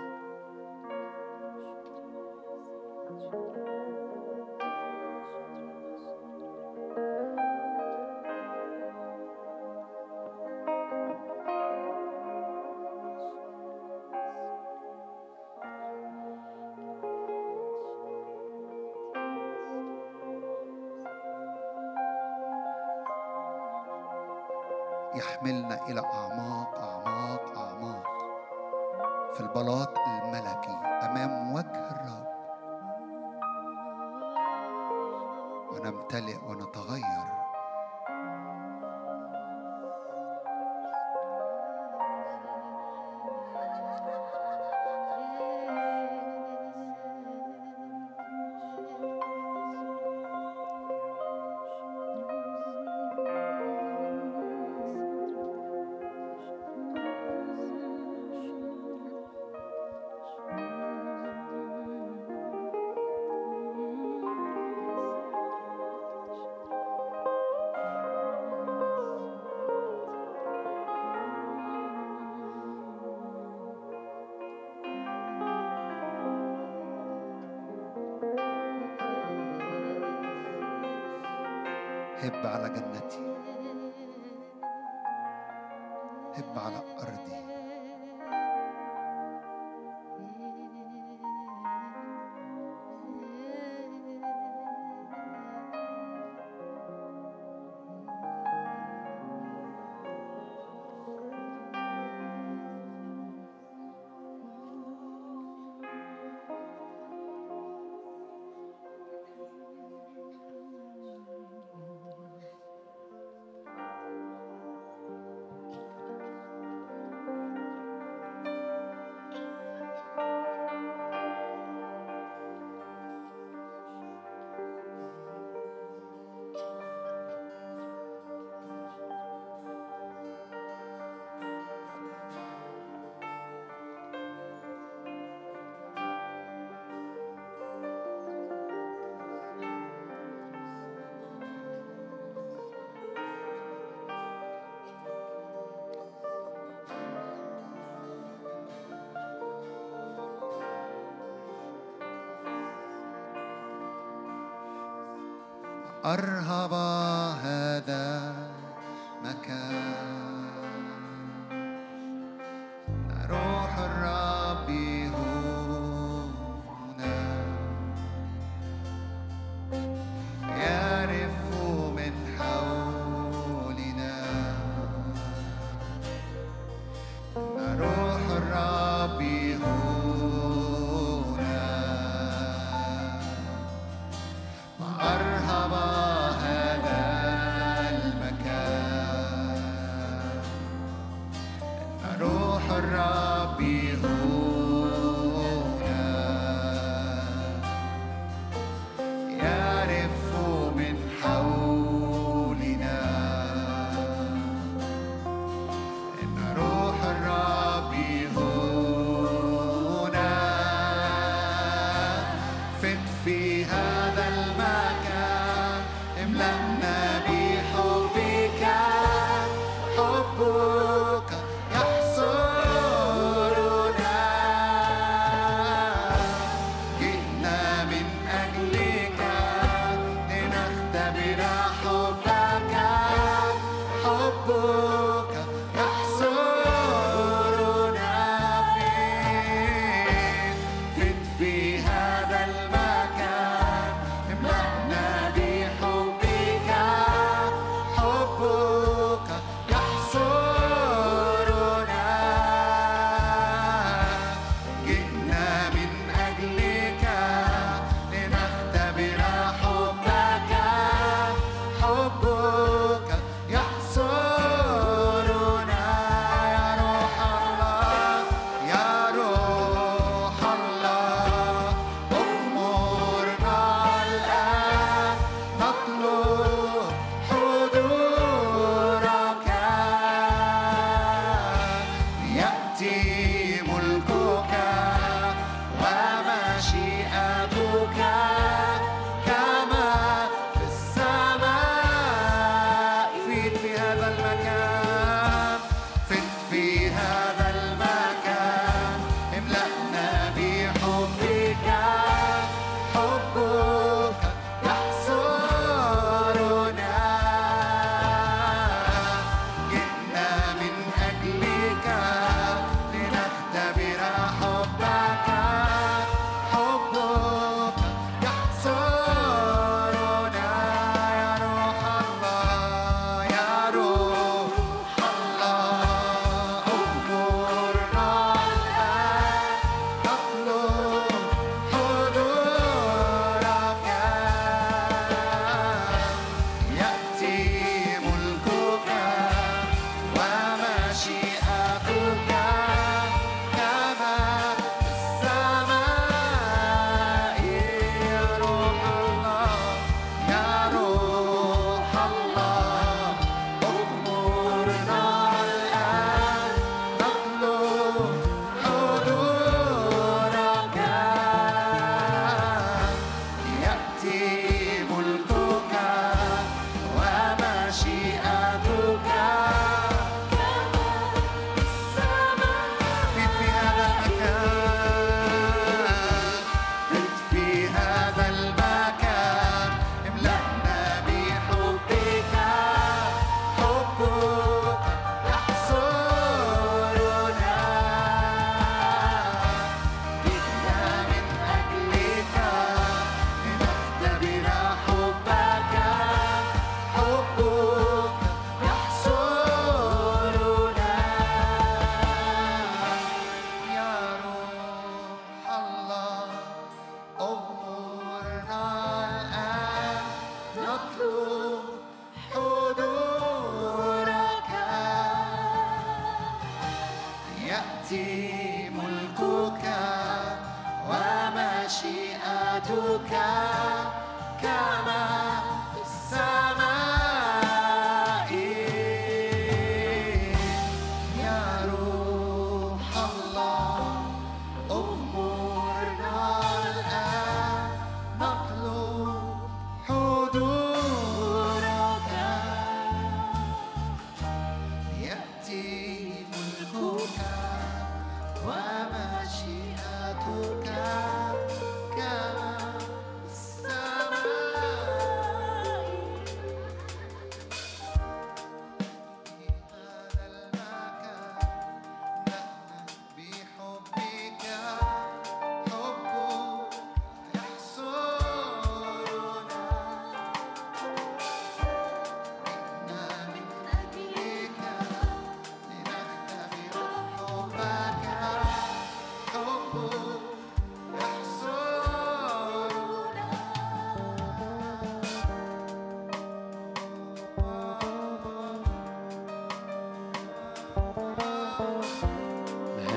يحملنا إلى أعماق أعماق أعماق في البلاط الملكي أمام وجه الرب، ونمتلئ ونتغير. هب على جنتي، هب على أرضي. أرهب هذا مكان، روح الرب هنا يرف من حولنا. روح الرب هنا أرهب هذا المكان. روح الرب هنا يرف من حولنا. إن روح الرب هنا فت في هذا المكان. املأنا بحبك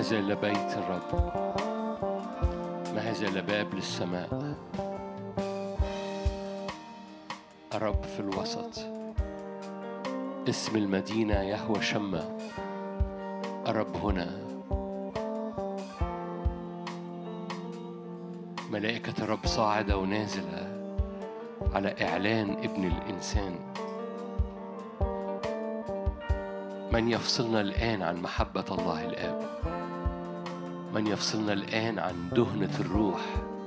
هذا إلا بيت الرب، ما هذا إلا باب للسماء. الرب في الوسط، اسم المدينة يهوى شمة. الرب هنا، ملائكة الرب صاعدة ونازلة على إعلان ابن الإنسان. من يفصلنا الآن عن محبة الله الآب؟ من يفصلنا الآن عن دهنة الروح؟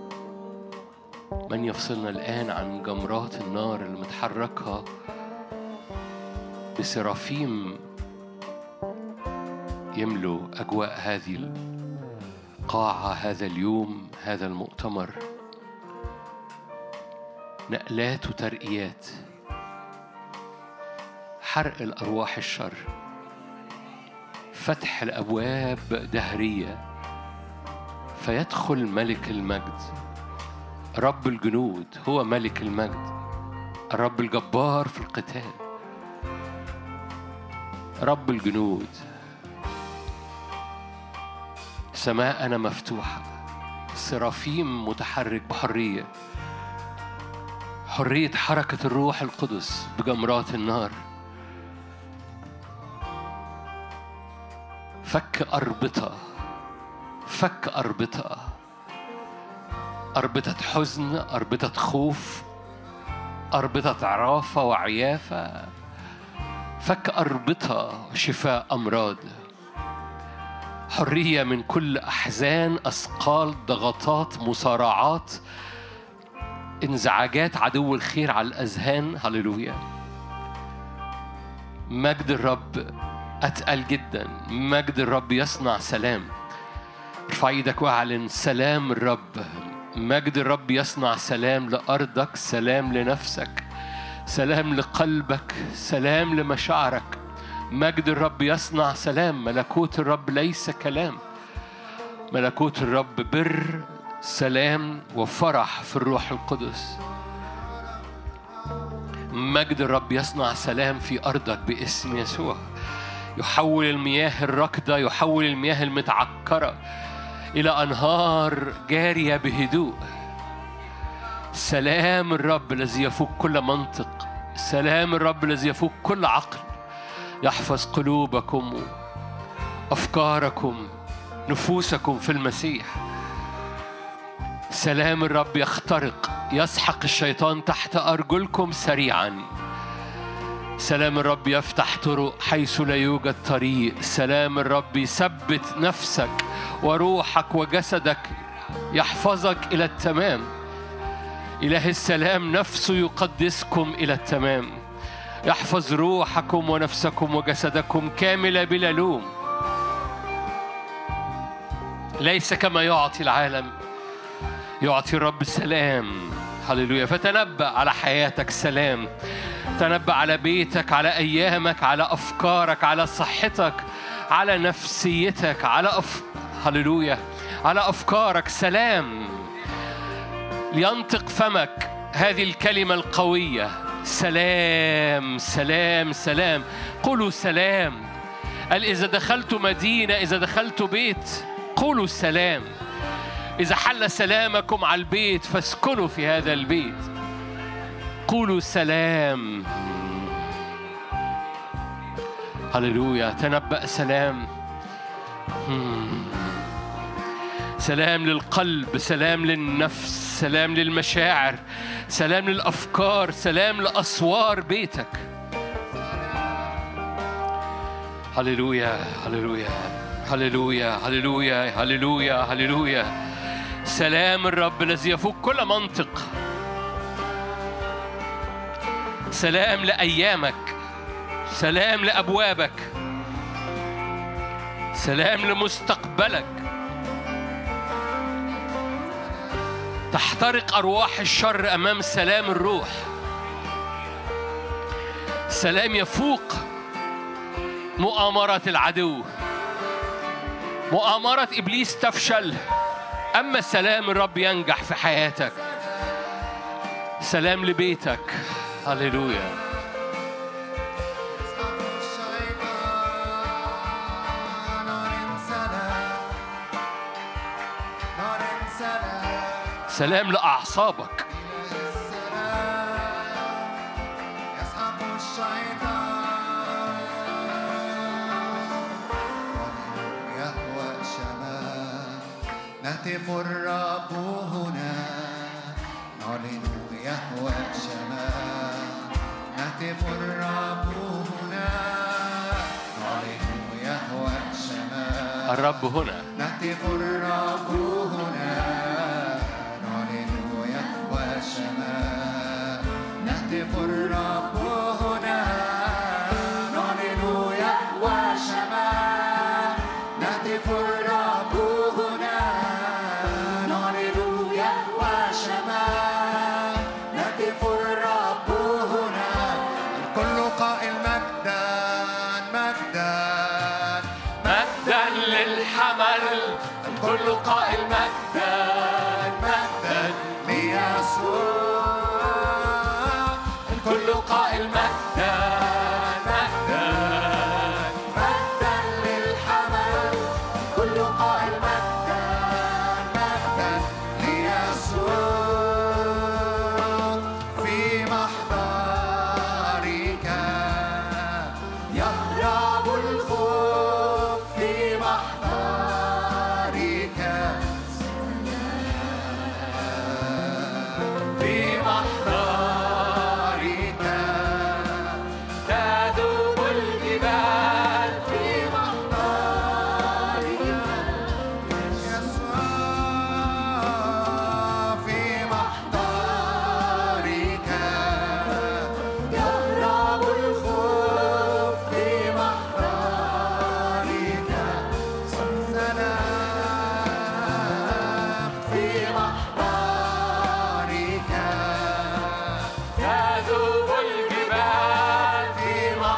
من يفصلنا الآن عن جمرات النار اللي متحركها بسرافيم يملوا أجواء هذه القاعة، هذا اليوم، هذا المؤتمر؟ نقلات وترقيات، حرق الأرواح الشر، فتح الأبواب دهرية فيدخل ملك المجد. رب الجنود هو ملك المجد، الرب الجبار في القتال، رب الجنود. سماءنا مفتوحة، سرافيم متحرك بحرية، حرية حركة الروح القدس بجمرات النار. فك أربطة، فك أربطة، أربطة حزن، أربطة خوف، أربطة عرافة وعيافة. فك أربطة، شفاء أمراض، حرية من كل أحزان، أثقال، ضغطات، مصارعات، انزعاجات عدو الخير على الأذهان. هللويا. مجد الرب أتقل جدا، مجد الرب يصنع سلام. ارفع ايدك واعلن سلام الرب. مجد الرب يصنع سلام لأرضك، سلام لنفسك، سلام لقلبك، سلام لمشاعرك. مجد الرب يصنع سلام. ملكوت الرب ليس كلام، ملكوت الرب بر، سلام وفرح في الروح القدس. مجد الرب يصنع سلام في أرضك باسم يسوع. يحول المياه الراكدة، يحول المياه المتعكرة إلى أنهار جارية بهدوء. سلام الرب الذي يفوق كل منطق، سلام الرب الذي يفوق كل عقل يحفظ قلوبكم أفكاركم نفوسكم في المسيح. سلام الرب يخترق، يسحق الشيطان تحت أرجلكم سريعا. سلام الرب يفتح طرق حيث لا يوجد طريق. سلام الرب يثبت نفسك وروحك وجسدك، يحفظك إلى التمام. إله السلام نفسه يقدسكم إلى التمام، يحفظ روحكم ونفسكم وجسدكم كاملة بلا لوم. ليس كما يعطي العالم، يعطي الرب سلام. هللويا. فتنبأ على حياتك سلام، تنبأ على بيتك، على أيامك، على أفكارك، على صحتك، على نفسيتك، على أف... هللويا، على أفكارك سلام. لينطق فمك هذه الكلمة القوية: سلام سلام سلام. قولوا سلام. قال إذا دخلت مدينة، إذا دخلت بيت، قولوا سلام. إذا حل سلامكم على البيت فاسكنوا في هذا البيت. قولوا سلام. هللويا. تنبأ سلام. سلام للقلب، سلام للنفس، سلام للمشاعر، سلام للأفكار، سلام لأسوار بيتك. هللويا هللويا هللويا هللويا هللويا هللويا. سلام الرب الذي يفوق كل منطق. سلام لأيامك، سلام لأبوابك، سلام لمستقبلك. تحترق أرواح الشر أمام سلام الروح. سلام يفوق مؤامرة العدو، مؤامرة إبليس تفشل، أما سلام الرب ينجح في حياتك. سلام لبيتك. هللويا. سلام لأعصابك.
يسحق الشيطان يهوى الشمال نهتف الرب هنا نعلن يهوى الشمال نهتف الرب هنا نعلن يهوى الشمال
الرب هنا
نهتف الرب هنا نعلن يهوى الشمال نهتف الرب هنا نعلن يهوى الشمال نهتف الرب هنا نعلن يهوى الشمال نهتف الرب هنا الكل قائل مجدا مجدا
مجدا للحمل، الكل قائل مجدا مجدا
ليسوع
الكل قائل مجدا مجدا
مجدا للحمل الكل قائل مجدا مجدا ليسوع في محضرك يهرب الخوف في محضرك في محضرك
تذوب الجبال
في محضرك يسوع في محضرك يهرب الخوف في محضرك سلام في محضرك
تذوب الجبال
في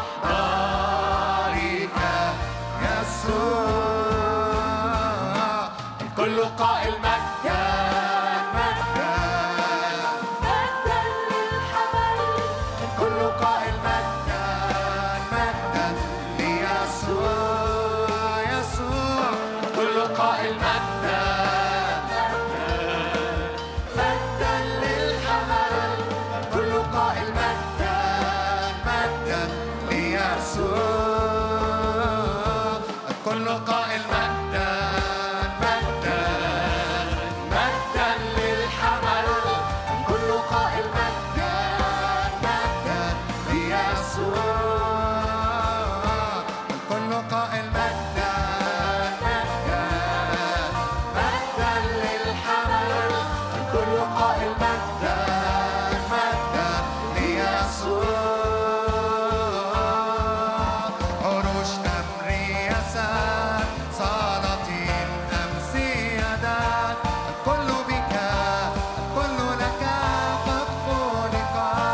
محضرك يسوع
الكل قائل مجدا
مجدا
مجدا للحمل
الكل قائل مجدا مجدا ليسوع يسوع
الكل قائل مجدا
مجدا للحمل الكل قائل مجدا مجدا ليسوع الكل قائل مجدا مجدا
مجدا للحمل
الكل قائل مجدا مجدا ليسوع الكل قائل مجدا مجدا مجدا للحمل الكل قائل مجدا مجدا ليسوع عروش تمر يسار سلاطين أمسيادات الكل بك الكل لك قد خلق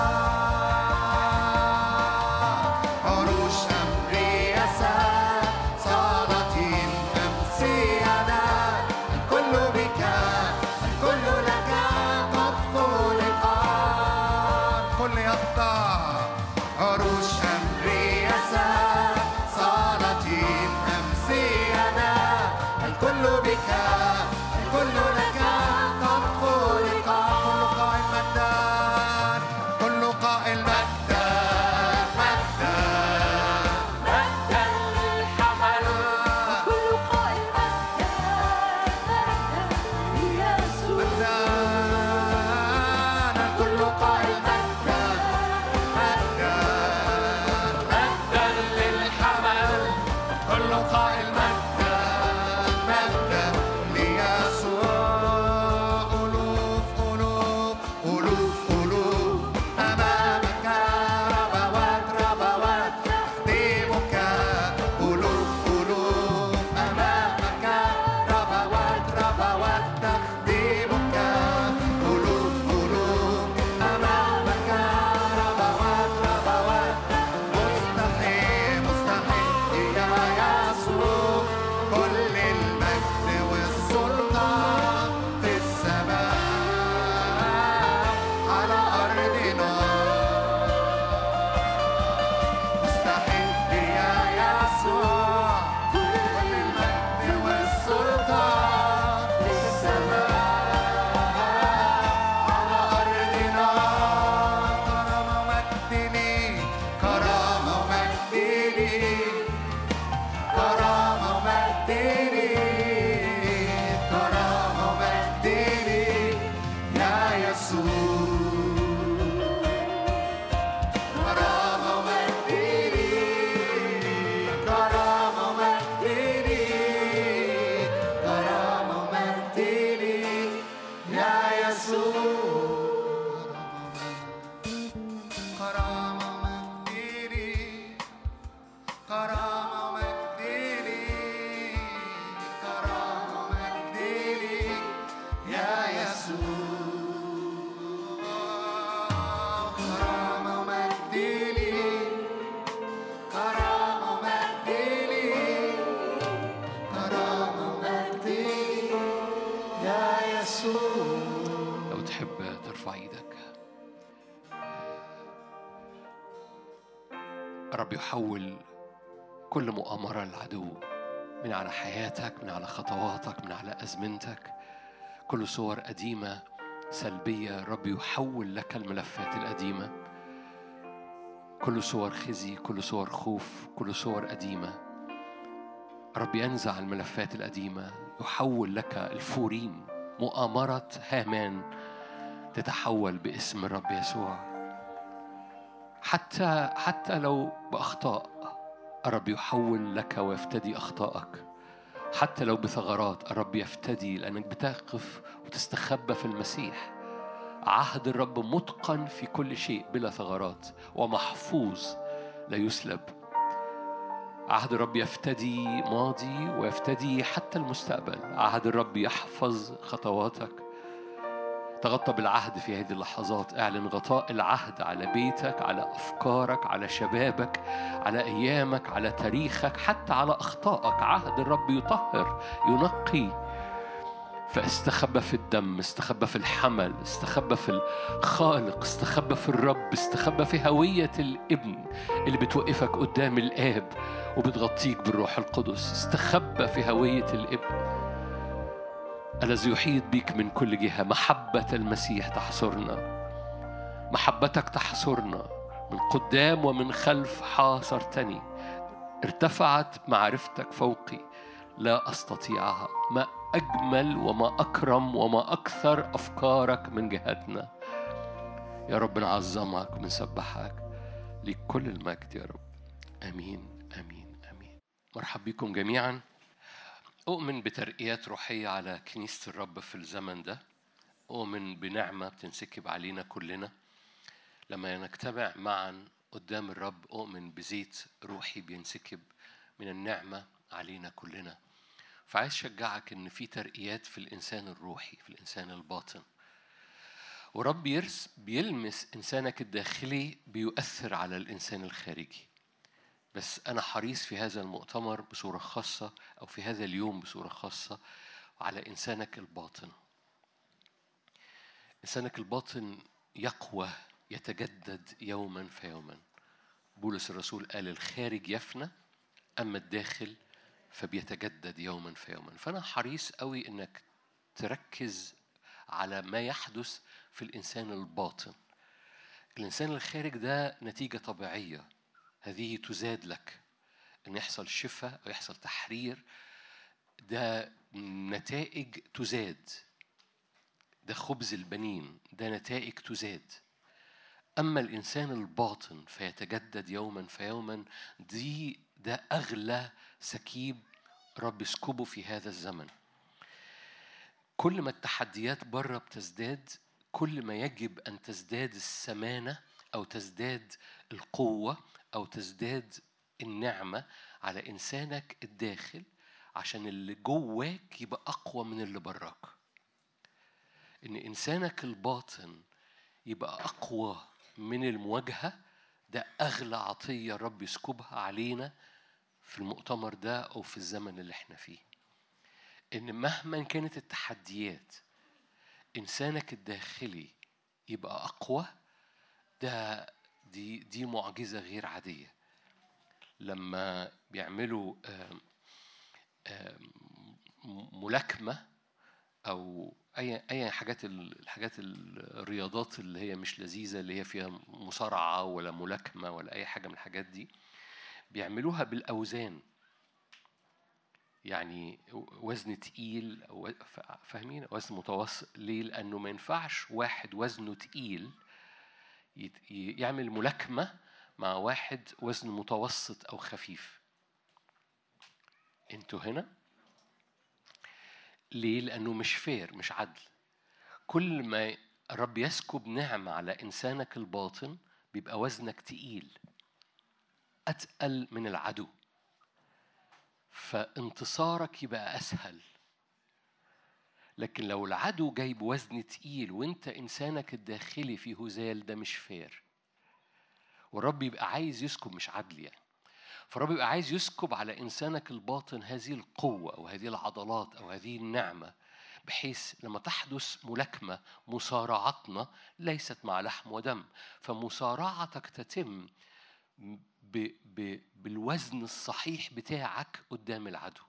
عروش أمر يسار سلاطين أمسيادات الكل بك الكل لك قد خلق الكل يخضع عروش أمر يسار سلاطين أمسيادات الكل بك الكل لك قد خلق كل قائل مجدا كل قائل مجدا
مجدا للحمل
كل قائل مجدا مجدا ليسوع
مجدا الكل قائل مجدا مجدا
مجدا للحمل
كل قائل مجدا مجدا ليسوع ألوف ألوف ألوف ألوف أمامك ربوات ربوات تخدمك ألوف ألوف أمامك ربوات ربوات تخدمك ألوف ألوف أمامك ربوات ربوات مستحيل مستحيل يا يسوع كرامة ومجد ليك، كرامة ومجد ليك يا يسوع، كرامة ومجد ليك، كرامة ومجد ليك، كرامة ومجد ليك يا يسوع.
لو تحب ترفع ايدك. رب يحول كل مؤامرة العدو من على حياتك، من على خطواتك، من على أزمنتك، كل صور قديمة سلبية رب يحول لك الملفات القديمة، كل صور خزي، كل صور خوف، كل صور قديمة رب ينزع الملفات القديمة، يحول لك الفوريم، مؤامرة هامان تتحول باسم الرب يسوع. حتى حتى لو بأخطاء الرب يحول لك ويفتدي أخطائك، حتى لو بثغرات الرب يفتدي، لأنك بتقف وتستخبى في المسيح. عهد الرب متقن في كل شيء بلا ثغرات ومحفوظ لا يسلب. عهد الرب يفتدي ماضي ويفتدي حتى المستقبل. عهد الرب يحفظ خطواتك. تغطى بالعهد في هذه اللحظات. اعلن غطاء العهد على بيتك، على أفكارك، على شبابك، على أيامك، على تاريخك، حتى على أخطائك. عهد الرب يطهر ينقي. فاستخبى في الدم، استخبى في الحمل، استخبى في الخالق، استخبى في الرب، استخبى في هوية الابن اللي بتوقفك قدام الآب وبتغطيك بالروح القدس. استخبى في هوية الابن الذي يحيط بك من كل جهة. محبة المسيح تحصرنا، محبتك تحصرنا من قدام ومن خلف. حاصرتني، ارتفعت معرفتك فوقي، لا أستطيعها. ما أجمل وما أكرم وما أكثر أفكارك من جهتنا يا رب. نعظمك ونسبحك، لك كل المجد يا رب. آمين آمين آمين. مرحب بكم جميعا. أؤمن بترقيات روحية على كنيسة الرب في الزمن ده. أؤمن بنعمة بتنسكب علينا كلنا لما نجتمع معا قدام الرب. أؤمن بزيت روحي بينسكب من النعمة علينا كلنا. فعايز أشجعك إن في ترقيات في الإنسان الروحي، في الإنسان الباطن، ورب يرس بيلمس إنسانك الداخلي بيؤثر على الإنسان الخارجي. بس أنا حريص في هذا المؤتمر بصورة خاصة، أو في هذا اليوم بصورة خاصة، على إنسانك الباطن. إنسانك الباطن يقوى، يتجدد يوما فيوما. بولس الرسول قال الخارج يفنى أما الداخل فبيتجدد يوما فيوما. فأنا حريص قوي إنك تركز على ما يحدث في الإنسان الباطن. الإنسان الخارج ده نتيجة طبيعية، هذه تزاد لك. إن يحصل شفاء أو يحصل تحرير، ده نتائج تزاد. ده خبز البنين، ده نتائج تزاد. أما الإنسان الباطن فيتجدد يوما فيوما، دي ده أغلى سكيب رب يسكبه في هذا الزمن. كل ما التحديات بره بتزداد، كل ما يجب أن تزداد السمانة أو تزداد القوة أو تزداد النعمة على إنسانك الداخل، عشان اللي جواك يبقى أقوى من اللي براك. إن إنسانك الباطن يبقى أقوى من المواجهة، ده أغلى عطية رب يسكبها علينا في المؤتمر ده أو في الزمن اللي احنا فيه. إن مهما كانت التحديات، إنسانك الداخلي يبقى أقوى. ده دي دي معجزة غير عادية. لما بيعملوا آم آم ملاكمة أو أي أي حاجات الحاجات الرياضات اللي هي مش لذيذة، اللي هي فيها مصارعة ولا ملاكمة ولا أي حاجة من الحاجات دي، بيعملوها بالأوزان. يعني وزن تقيل، فاهمين؟ وزن متوسط. ليه؟ لأنه ما ينفعش واحد وزنه تقيل يعمل ملاكمة مع واحد وزن متوسط أو خفيف. انتوا هنا ليه؟ لأنه مش فير، مش عدل. كل ما الرب يسكب نعمة على إنسانك الباطن بيبقى وزنك تقيل، أتقل من العدو. فانتصارك يبقى أسهل. لكن لو العدو جايب وزن تقيل وانت إنسانك الداخلي في هزال، ده مش فير. والرب يبقى عايز يسكب، مش عدل يعني، فالرب يبقى عايز يسكب على إنسانك الباطن هذه القوة أو هذه العضلات أو هذه النعمة، بحيث لما تحدث ملاكمة، مصارعتنا ليست مع لحم ودم، فمصارعتك تتم ب ب بالوزن الصحيح بتاعك قدام العدو.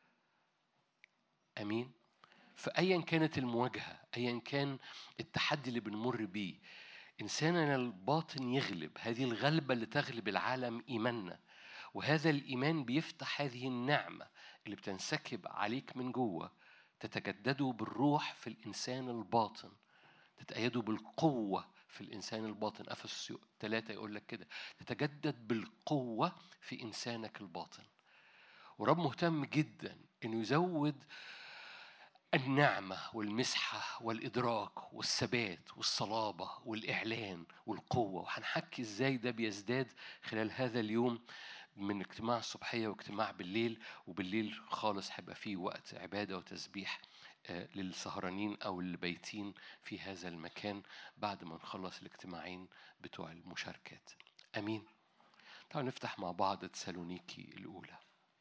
أمين. فأيا كانت المواجهة، أيا كان التحدي اللي بنمر بيه، إنساننا الباطن يغلب. هذه الغلبة اللي تغلب العالم إيماننا، وهذا الإيمان بيفتح هذه النعمة اللي بتنسكب عليك من جوه، تتجددوا بالروح في الإنسان الباطن، تتأيدوا بالقوة في الإنسان الباطن. أفسس ثلاثة يقول لك كده، تتجدد بالقوة في إنسانك الباطن. ورب مهتم جدا إنه يزود النعمة والمسحة والإدراك والثبات والصلابة والإعلان والقوة. وهنحكي إزاي ده بيزداد خلال هذا اليوم من اجتماع الصبحية واجتماع بالليل. وبالليل خالص هيبقى فيه وقت عبادة وتسبيح للسهرانين أو البيتين في هذا المكان بعد ما نخلص الاجتماعين بتوع المشاركات. أمين. تعالوا نفتح مع بعض تسالونيكي الأولى.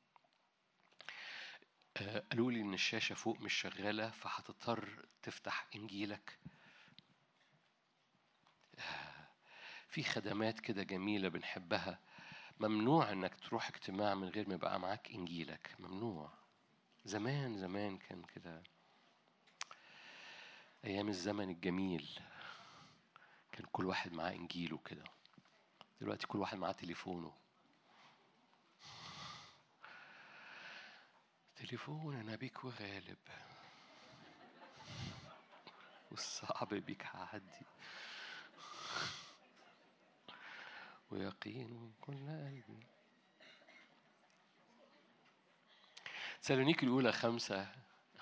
قالوا لي إن الشاشة فوق مش شغالة، فهتضطر تفتح إنجيلك. في خدمات كده جميلة بنحبها. ممنوع إنك تروح اجتماع من غير ما يبقى معاك إنجيلك، ممنوع. زمان زمان كان كده، أيام الزمن الجميل كان كل واحد معاه إنجيله كده. دلوقتي كل واحد معاه تليفونه. تليفون أنا بيك وغالب، والصعب بيك هعدي، ويقين كل قلبي. تسالونيكي الأولى خمسة.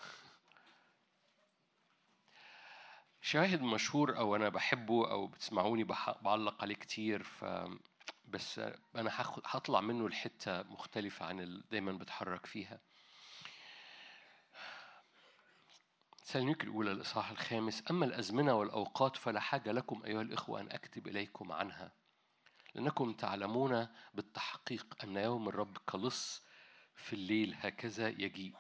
شاهد مشهور أو أنا بحبه أو بتسمعوني بعلق عليه كتير، ف بس أنا هطلع منه الحتة مختلفة عن اللي دايما بتحرك فيها. تسالونيكي الأولى الإصحاح الخامس. أما الأزمنة والأوقات فلا حاجة لكم أيها الإخوة أن أكتب إليكم عنها، لأنكم تعلمون بالتحقيق أن يوم الرب كلص في الليل هكذا يجيء.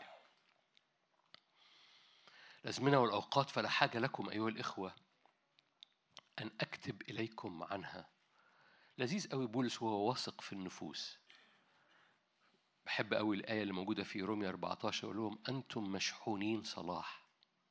الأزمنة والأوقات فلا حاجة لكم أيها الإخوة أن أكتب إليكم عنها. لذيذ قوي بولس وهو واثق في النفوس. بحب قوي الآية اللي موجودة في رومية أربعة عشر، يقول لهم أنتم مشحونين صلاح.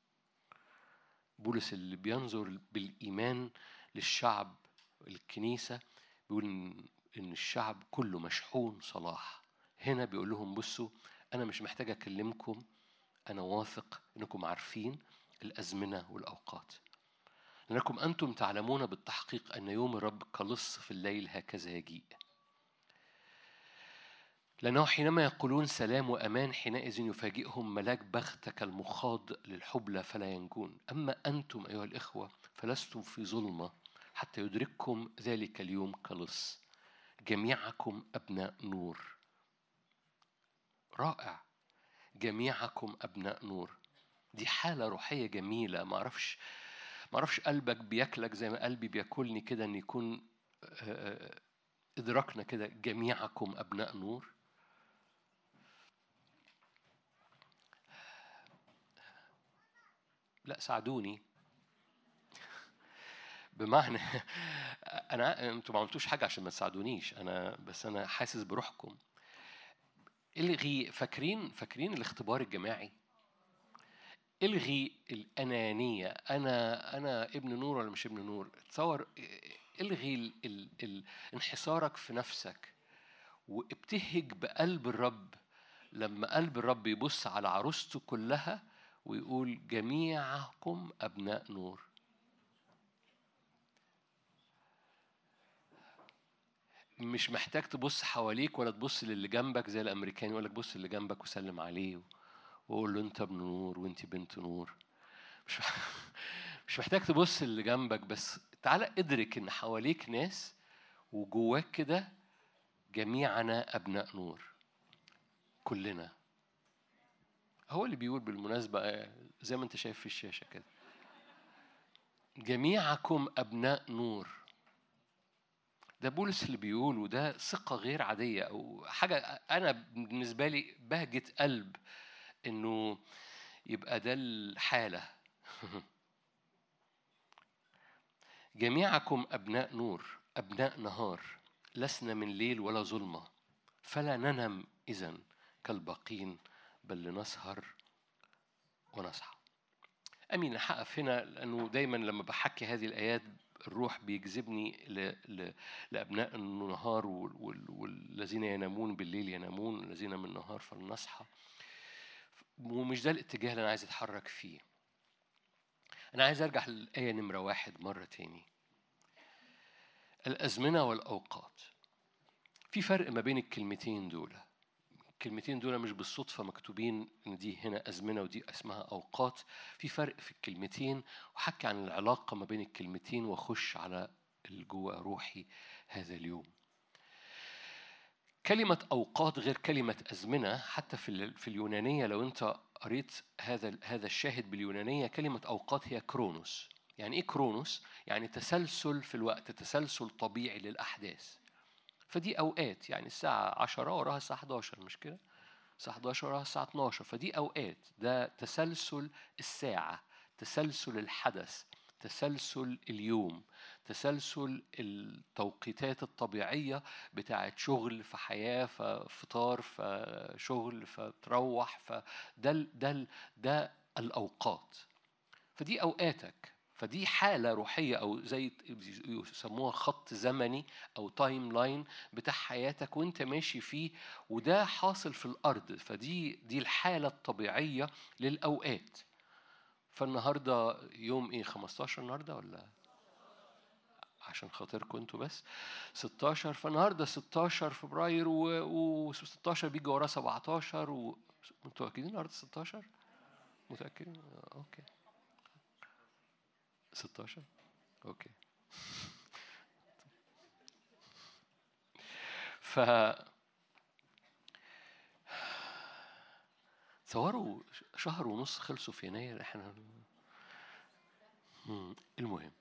بولس اللي بينظر بالإيمان للشعب الكنيسة بيقول إن الشعب كله مشحون صلاح. هنا بيقول لهم بصوا، أنا مش محتاج أكلمكم، أنا واثق إنكم عارفين الأزمنة والأوقات، لأنكم أنتم تعلمون بالتحقيق أن يوم الرب كلص في الليل هكذا يجيء. لأنه حينما يقولون سلام وأمان حينئذ يفاجئهم ملاك بختك المخاض للحبلى فلا ينجون. أما أنتم أيها الإخوة فلستم في ظلمة حتى يدرككم ذلك اليوم كلص، جميعكم أبناء نور. رائع، جميعكم أبناء نور. دي حالة روحية جميلة. ما أعرفش ما أعرفش قلبك بياكلك زي ما قلبي بياكلني كده، أن يكون إدراكنا كده جميعكم أبناء نور. لا ساعدوني، بمعنى أنا أنتوا ما عملتوش حاجة عشان ما تساعدونيش أنا، بس أنا حاسس بروحكم. الغي فاكرين فاكرين الاختبار الجماعي. الغي الأنانية، أنا أنا ابن نور ولا مش ابن نور. تصور، الغي ال ال ال انحصارك في نفسك وابتهج بقلب الرب لما قلب الرب يبص على عروسته كلها ويقول جميعكم أبناء نور. مش محتاج تبص حواليك ولا تبص للي جنبك زي الأمريكان يقولك بص اللي جنبك وسلم عليه وقول له أنت ابن نور وأنت بنت نور. مش مش محتاج تبص اللي جنبك، بس تعالى ادرك إن حواليك ناس وجواك كده جميعنا أبناء نور. كلنا. هو اللي بيقول بالمناسبة زي ما انت شايف في الشاشة كده، جميعكم أبناء نور. ده بولس اللي بيقول، وده ثقة غير عادية، أو حاجة أنا بالنسبة لي بهجة قلب إنه يبقى ده الحالة. جميعكم أبناء نور أبناء نهار، لسنا من ليل ولا ظلمة، فلا ننم إذن كالباقين، بل لنسهر ونصحى. أمين. أحقف هنا لأنه دايما لما بحكي هذه الآيات الروح بيجذبني ل... ل... لأبناء النهار وال... وال... والذين ينامون بالليل ينامون، الذين من النهار فلنصحى. ومش ده الاتجاه اللي أنا عايز أتحرك فيه. أنا عايز أرجع للآية نمرة واحد مرة تاني. الأزمنة والأوقات. في فرق ما بين الكلمتين دول. الكلمتين دول مش بالصدفة مكتوبين إن دي هنا أزمنة ودي اسمها أوقات. في فرق في الكلمتين، وحكي عن العلاقة ما بين الكلمتين وخش على الجوه روحي هذا اليوم. كلمة أوقات غير كلمة أزمنة. حتى في في اليونانية لو أنت قريت هذا هذا الشاهد باليونانية، كلمة أوقات هي كرونوس. يعني إيه كرونوس؟ يعني تسلسل في الوقت، تسلسل طبيعي للأحداث. فدي أوقات، يعني الساعة عشرة وراها الساعة إحدى عشر، مش كده؟ الساعة إحدى عشر وراها الساعة اثنا عشر، فدي أوقات. ده تسلسل الساعة، تسلسل الحدث، تسلسل اليوم، تسلسل التوقيتات الطبيعية بتاعت شغل في حياة، ففطار، فشغل، فتروح، فده ده ده الأوقات. فدي أوقاتك. فدي حالة روحية أو زي يسموها خط زمني أو تايم لاين بتاع حياتك وانت ماشي فيه، وده حاصل في الأرض. فدي دي الحالة الطبيعية للأوقات. فالنهاردة يوم إيه؟ خمستاشر النهاردة ولا عشان خاطركم انتوا بس ستاشر؟ فالنهاردة ستاشر فبراير و16 بيجي وراه سبعتاشر و... متأكدين النهاردة ستاشر؟ متأكدين؟ أوكي ستاشر. اوكي. ف تصوروا شهر ونص خلصوا في يناير. احنا المهم،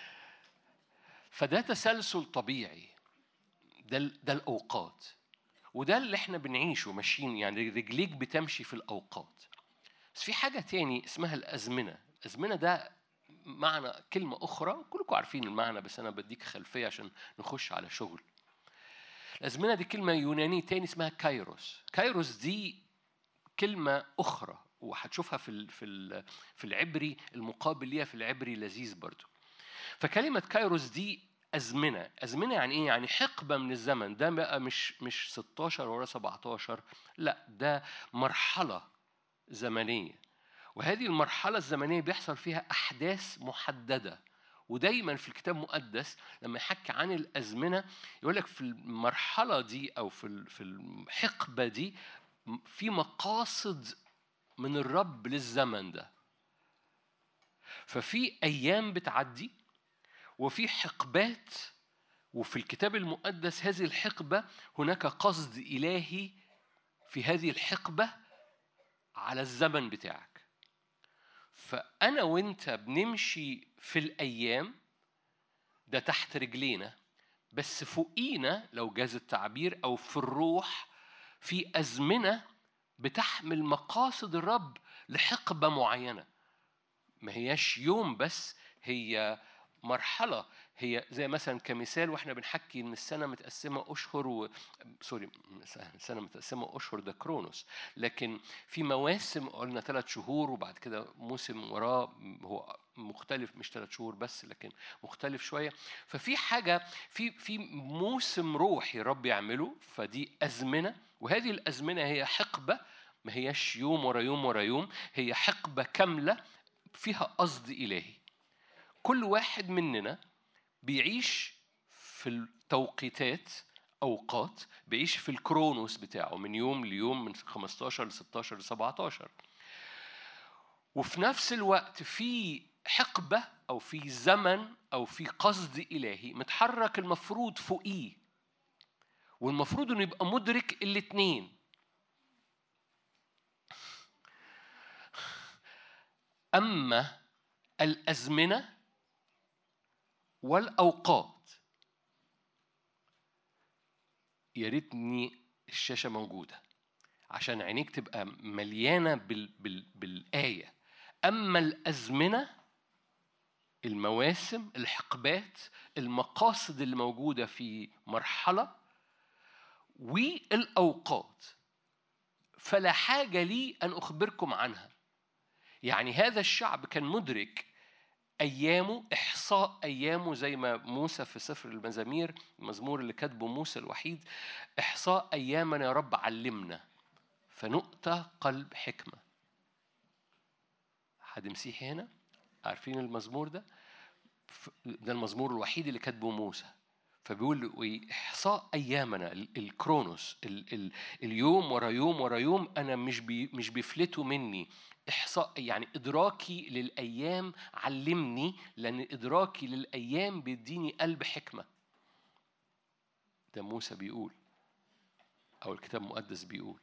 فده تسلسل طبيعي. ده ده الاوقات، وده اللي احنا بنعيشه ماشيين. يعني رجليك بتمشي في الاوقات. بس في حاجه تاني اسمها الازمنه. الازمنه ده معنى كلمة أخرى، كلكم عارفين المعنى بس أنا بديك خلفية عشان نخش على شغل. الأزمنة دي كلمة يونانية تاني اسمها كايروس. كايروس دي كلمة أخرى، وهتشوفها في في في العبري المقابل ليها في العبري لذيذ برضو. فكلمة كايروس دي أزمنة. أزمنة يعني إيه؟ يعني حقبة من الزمن. ده بقى مش مش ستاشر ولا سبعتاشر، لا، ده مرحلة زمنية. وهذه المرحلة الزمنية بيحصل فيها أحداث محددة. ودايما في الكتاب المقدس لما يحكي عن الأزمنة يقول لك في المرحلة دي أو في في الحقبة دي في مقاصد من الرب للزمن ده. ففي أيام بتعدي وفي حقبات، وفي الكتاب المقدس هذه الحقبة هناك قصد إلهي في هذه الحقبة على الزمن بتاعك. فأنا وإنت بنمشي في الأيام ده تحت رجلينا، بس فوقينا لو جاز التعبير أو في الروح في أزمنة بتحمل مقاصد الرب لحقبة معينة. ما هياش يوم بس، هي مرحلة. هي زي مثلا كمثال واحنا بنحكي ان السنة متقسمة اشهر و... سوري السنة متقسمة اشهر ده كرونوس، لكن في مواسم قلنا ثلاث شهور وبعد كده موسم وراه هو مختلف، مش ثلاث شهور بس لكن مختلف شوية. ففي حاجة في في موسم روحي رب يعمله، فدي أزمنة. وهذه الأزمنة هي حقبة، ما هياش يوم ورا يوم ورا يوم، هي حقبة كاملة فيها قصد إلهي. كل واحد مننا بيعيش في التوقيتات أوقات، بيعيش في الكرونوس بتاعه من يوم ليوم، من خمستاشر ل ستاشر ل سبعتاشر. وفي نفس الوقت في حقبة أو في زمن أو في قصد إلهي متحرك المفروض فوقيه، والمفروض أنه يبقى مدرك الاتنين. أما الأزمنة والأوقات. يا ريتني الشاشة موجودة عشان عينيك تبقى مليانة بال بال بالآية. أما الأزمنة، المواسم، الحقبات، المقاصد اللي موجودة في مرحلة، والأوقات، فلا حاجة لي أن أخبركم عنها. يعني هذا الشعب كان مدرك أيامه، إحصاء أيامه، زي ما موسى في سفر المزامير، المزمور اللي كاتبه موسى الوحيد، إحصاء أيامنا يا رب علمنا فنؤتى قلب حكمة. حد مسيحي هنا؟ عارفين المزمور ده؟ ده المزمور الوحيد اللي كاتبه موسى. فبيقول إحصاء أيامنا، الكرونوس، ال ال اليوم ورا يوم ورا يوم، أنا مش بي مش بيفلتوا مني. إحصاء يعني إدراكي للأيام علمني، لأن إدراكي للأيام بيديني قلب حكمة. ده موسى بيقول، أو الكتاب المقدس بيقول.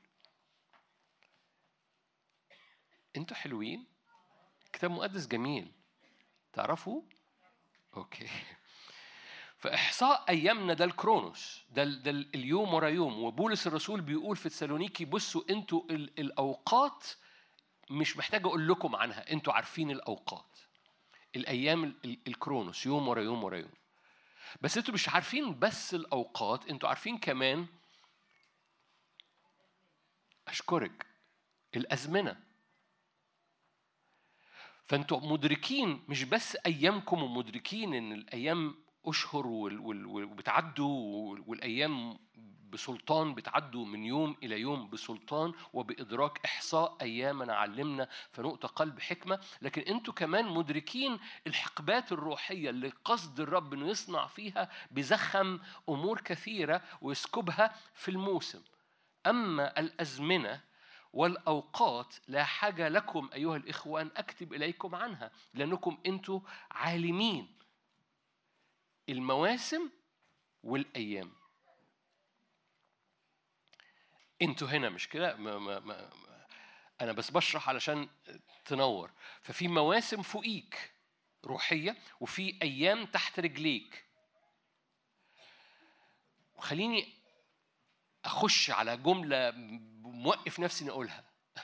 أنتوا حلوين؟ الكتاب المقدس جميل، تعرفوا؟ أوكي. فإحصاء أيامنا ده الكرونوس، ده, ده اليوم ورا يوم. وبولس الرسول بيقول في تسالونيكي، بصوا أنتوا الأوقات مش محتاج أقول لكم عنها، أنتوا عارفين الأوقات، الأيام الكرونوس، يوم ورا يوم ورا يوم. بس أنتوا مش عارفين بس الأوقات، أنتوا عارفين كمان، أشكرك، الأزمنة. فأنتوا مدركين مش بس أيامكم، ومدركين إن الأيام أشهر وبتعدوا، والأيام بسلطان بتعدوا من يوم إلى يوم بسلطان وبإدراك. إحصاء أيامنا علمنا فنؤتى قلب حكمة. لكن أنتوا كمان مدركين الحقبات الروحية اللي قصد الرب إنه يصنع فيها، بزخم أمور كثيرة ويسكبها في الموسم. أما الأزمنة والأوقات لا حاجة لكم أيها الإخوة أن أكتب إليكم عنها، لأنكم أنتوا عالمين المواسم والأيام. أنتوا هنا مش كده؟ ما ما ما أنا بس بشرح علشان تنور. ففي مواسم فوقيك روحية، وفي أيام تحت رجليك. وخليني أخش على جملة موقف نفسي نقولها.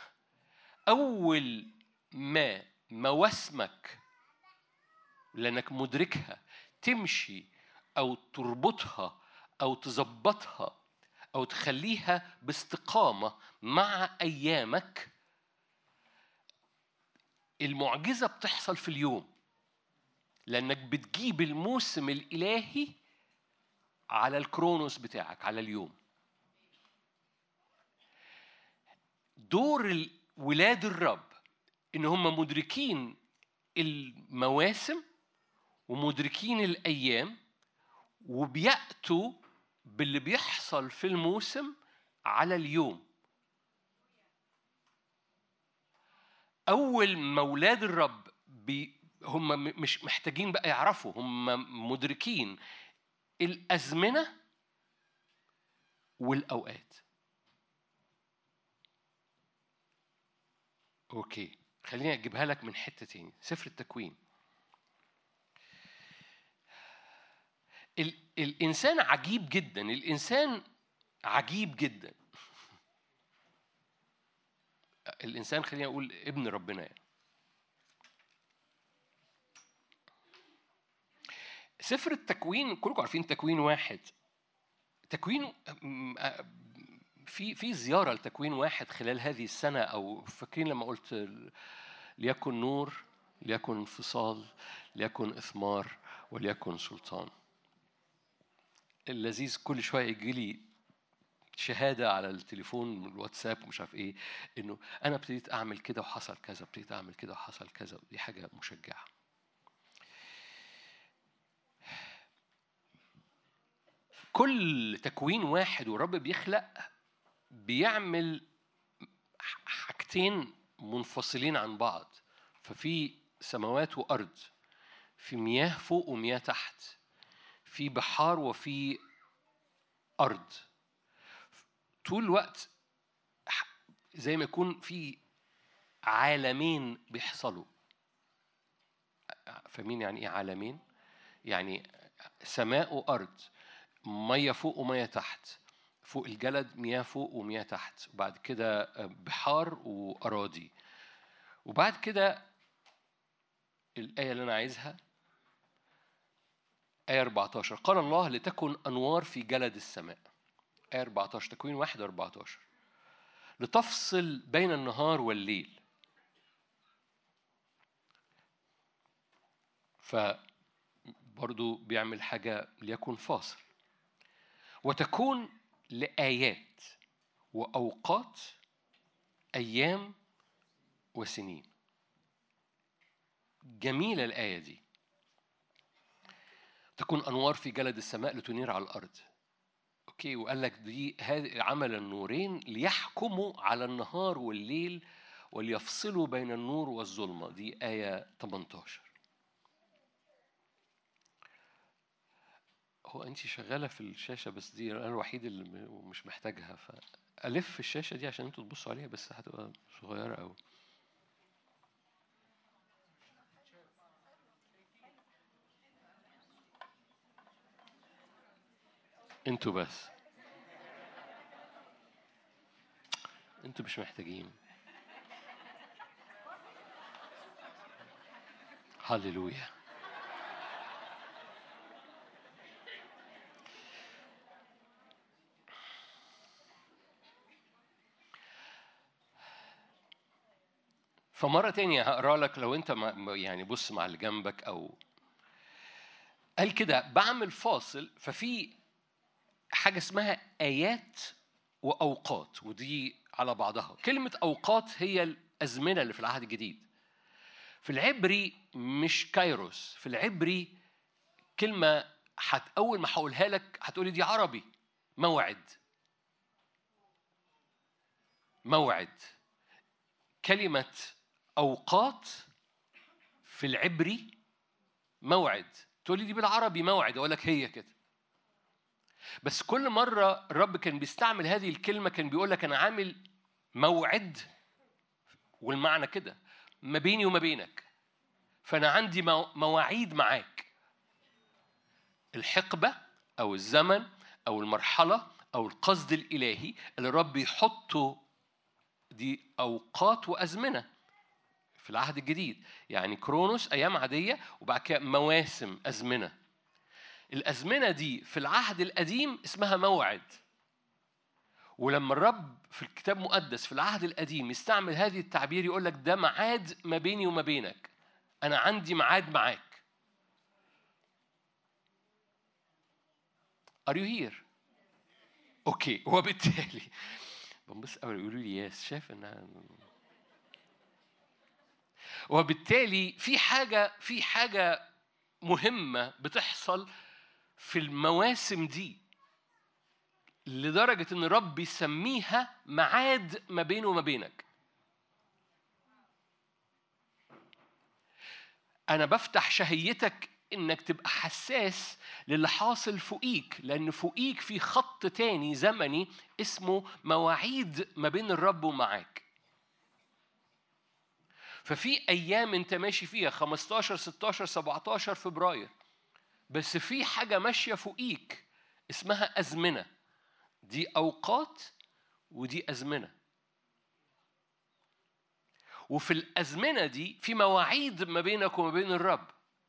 أول ما مواسمك لأنك مدركها تمشي أو تربطها أو تزبطها أو تخليها باستقامة مع أيامك، المعجزة بتحصل في اليوم، لأنك بتجيب الموسم الإلهي على الكرونوس بتاعك، على اليوم. دور ولاد الرب إن هم مدركين المواسم ومدركين الأيام، وبيأتوا باللي بيحصل في الموسم على اليوم. أول ما ولاد الرب بي هم مش محتاجين بقى يعرفوا، هم مدركين الأزمنة والأوقات. أوكي، خليني أجيبها لك من حتة تاني. سفر التكوين. ال الإنسان عجيب جدا، الإنسان عجيب جدا. الإنسان خليني أقول ابن ربنا يعني. سفر التكوين كلكم عارفين تكوين واحد. تكوين في في زيارة لتكوين واحد خلال هذه السنة، أو فاكرين لما قلت ليكن نور، ليكن انفصال، ليكن إثمار، وليكن سلطان. اللذيذ كل شوية يجي لي شهادة على التليفون، الواتساب، ومش عارف إيه، إنه أنا ابتديت أعمل كده وحصل كذا، ابتديت أعمل كده وحصل كذا. دي حاجة مشجعة. كل تكوين واحد والرب بيخلق بيعمل حاجتين منفصلين عن بعض. ففي سماوات وأرض، في مياه فوق ومياه تحت، في بحار وفي أرض. طول الوقت زي ما يكون في عالمين بيحصلوا. فاهمين يعني إيه عالمين؟ يعني سماء وأرض، مية فوق ومية تحت، فوق الجلد مياه فوق ومياه تحت، وبعد كده بحار وأراضي. وبعد كده الآية اللي أنا عايزها آية أربعة عشر، قال الله لتكن أنوار في جلد السماء. آية أربعة عشر، تكوين واحد أربعة عشر، لتفصل بين النهار والليل. فبرضو بيعمل حاجة ليكن فاصل. وتكون لآيات وأوقات، أيام وسنين. جميلة الآية دي. تكون أنوار في جلد السماء لتنير على الأرض. أوكي، وقال لك دي هذه عمل النورين ليحكموا على النهار والليل وليفصلوا بين النور والظلمة. دي آية ثمانية عشر. هو أنت شغالة في الشاشة بس دي أنا الوحيد اللي مش محتاجها، فألف الشاشة دي عشان أنتوا تبصوا عليها، بس هتبقى صغيرة أوي. أنتوا بس، أنتوا مش محتاجين. هاليلويا. فمرة تانية هقرأ لك، لو أنت يعني بص مع اللي جنبك، أو قال كده بعمل فاصل. ففي حاجة اسمها آيات وأوقات، ودي على بعضها. كلمة أوقات هي الأزمنة اللي في العهد الجديد. في العبري مش كايروس، في العبري كلمة حت أول ما هقولها لك هتقولي دي عربي. موعد. موعد. كلمة أوقات في العبري موعد. تقولي دي بالعربي موعد، أقول لك هي كده. بس كل مرة الرب كان بيستعمل هذه الكلمة كان بيقول لك أنا عامل موعد، والمعنى كده ما بيني وما بينك. فأنا عندي مواعيد معاك. الحقبة أو الزمن أو المرحلة أو القصد الإلهي اللي الرب يحطه، دي أوقات وأزمنة في العهد الجديد. يعني كرونوس أيام عادية، وبعد كده مواسم، أزمنة. الأزمنة دي في العهد القديم اسمها موعد. ولما الرب في الكتاب المقدس في العهد القديم يستعمل هذه التعبير يقول لك ده ميعاد ما بيني وما بينك. أنا عندي ميعاد معاك. Are you here؟ أوكي. وبالتالي بنبص أول يقولوا لي ياس، شايف إنها، وبالتالي في حاجة في حاجة مهمة بتحصل في المواسم دي، لدرجة إن الرب يسميها ميعاد ما بينه وما بينك. أنا بفتح شهيتك إنك تبقى حساس للي حاصل فوقيك، لأن فوقيك في خط تاني زمني اسمه مواعيد ما بين الرب ومعاك. ففي أيام أنت ماشي فيها خمستاشر ستاشر سبعتاشر فبراير، بس في حاجة ماشية فوقيك اسمها أزمنة. دي أوقات ودي أزمنة. وفي الأزمنة دي في مواعيد ما بينك وما بين الرب.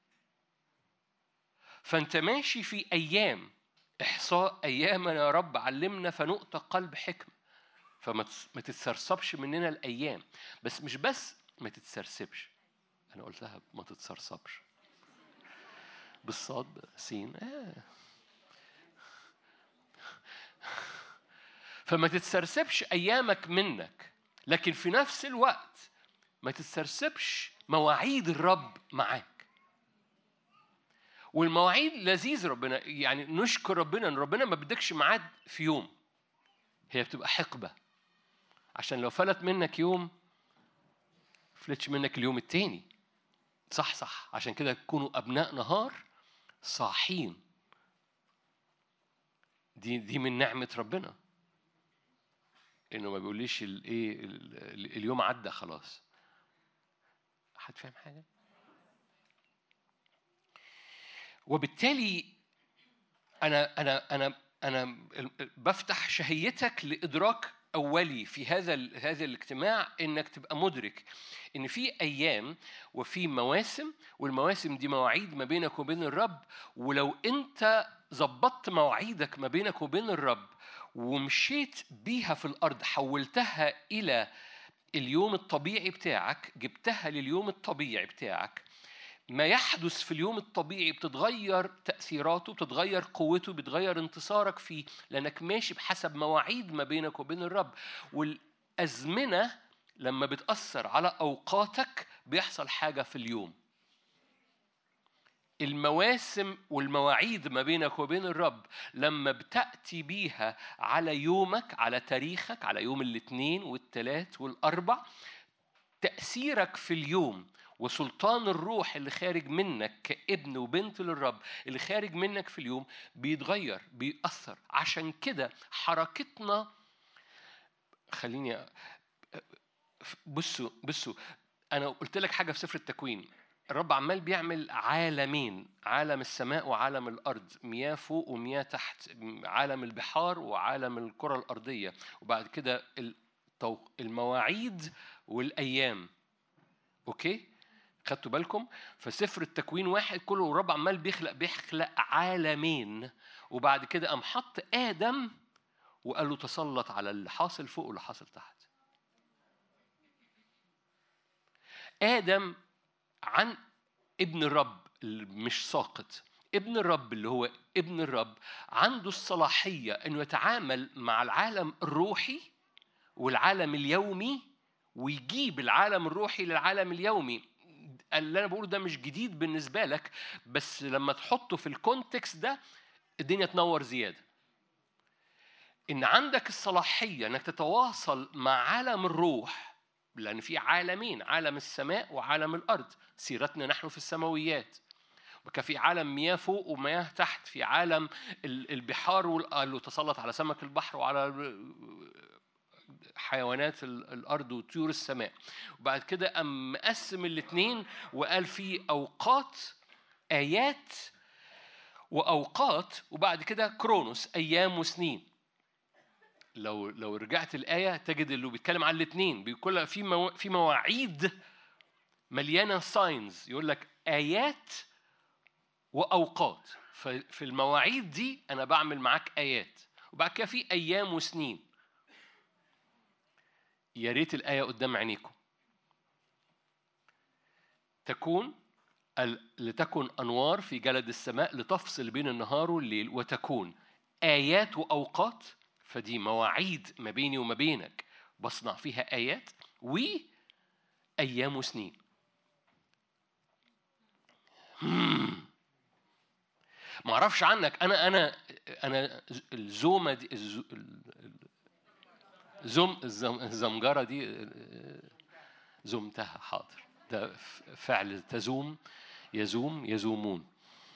فأنت ماشي في أيام إحصاء أيامنا يا رب علمنا فنؤتى قلب حكمة. فما تتسرسبش مننا الأيام. بس مش بس ما تتسرسبش، أنا قلتها ما تتسرسبش بالصاد سين آه. فما تتسرسبش أيامك منك، لكن في نفس الوقت ما تتسرسبش مواعيد الرب معاك. والمواعيد لذيذ ربنا، يعني نشكر ربنا ان ربنا ما بدكش ميعاد في يوم، هي بتبقى حقبة، عشان لو فلت منك يوم فلتش منك اليوم التاني. صح صح. عشان كده تكونوا أبناء نهار صاحين. دي دي من نعمة ربنا، إنه ما بيقوليش الإيه اليوم عدى خلاص. حد فاهم حاجة؟ وبالتالي أنا أنا أنا أنا بفتح شهيتك لإدراك أولي في هذا هذا الاجتماع، إنك تبقى مدرك إن في أيام وفي مواسم، والمواسم دي مواعيد ما بينك وبين الرب. ولو أنت ظبطت مواعيدك ما بينك وبين الرب ومشيت بيها في الأرض، حولتها إلى اليوم الطبيعي بتاعك، جبتها لليوم الطبيعي بتاعك، ما يحدث في اليوم الطبيعي بتتغير تأثيراته، بتتغير قوته، بتغير انتصارك فيه، لأنك ماشي بحسب مواعيد ما بينك وبين الرب. والأزمنة لما بتأثر على أوقاتك بيحصل حاجة في اليوم. المواسم والمواعيد ما بينك وبين الرب لما بتأتي بيها على يومك، على تاريخك، على يوم الاثنين والثلاث والأربع، تأثيرك في اليوم وسلطان الروح اللي خارج منك كابن وبنت للرب اللي خارج منك في اليوم بيتغير، بيأثر. عشان كده حركتنا، خليني بصوا بصوا أنا قلت لك حاجة في سفر التكوين، الرب عمال بيعمل عالمين، عالم السماء وعالم الأرض، مياه فوق ومياه تحت، عالم البحار وعالم الكرة الأرضية، وبعد كده المواعيد والأيام. أوكي؟ خدتوا بالكم؟ فسفر التكوين واحد كله الرب عمال بيخلق بيخلق عالمين، وبعد كده قام حط آدم وقال له تسلط على اللي حاصل فوق واللي حاصل تحت. آدم عن ابن الرب اللي مش ساقط، ابن الرب اللي هو ابن الرب عنده الصلاحية أنه يتعامل مع العالم الروحي والعالم اليومي، ويجيب العالم الروحي للعالم اليومي. اللي أنا بقوله ده مش جديد بالنسبة لك، بس لما تحطه في الكونتكست ده الدنيا تنور زيادة. إن عندك الصلاحية أنك تتواصل مع عالم الروح، لأن في عالمين، عالم السماء وعالم الأرض، سيرتنا نحن في السماويات. وكان في عالم مياه فوق ومياه تحت، في عالم البحار والأرض، تسلط على سمك البحر وعلى حيوانات الأرض وطيور السماء. وبعد كده قام مقسم الاثنين وقال في أوقات آيات وأوقات، وبعد كده كرونوس أيام وسنين. لو لو رجعت الآية تجد اللي بيتكلم عن الاثنين، بيقول في مو في مواعيد مليانة ساينز، يقول لك آيات وأوقات. ففي المواعيد دي أنا بعمل معاك آيات، وبعد كده في أيام وسنين. يا ريت الآية قدام عينيكم. تكون لتكن أنوار في جلد السماء لتفصل بين النهار والليل، وتكون آيات وأوقات. فدي مواعيد ما بيني وما بينك بصنع فيها آيات، وأيام وسنين. ما أعرفش عنك، أنا أنا أنا الزومة دي زوم الزمجرة دي زومتها. حاضر، ده فعل تزوم، يزوم، يزومون.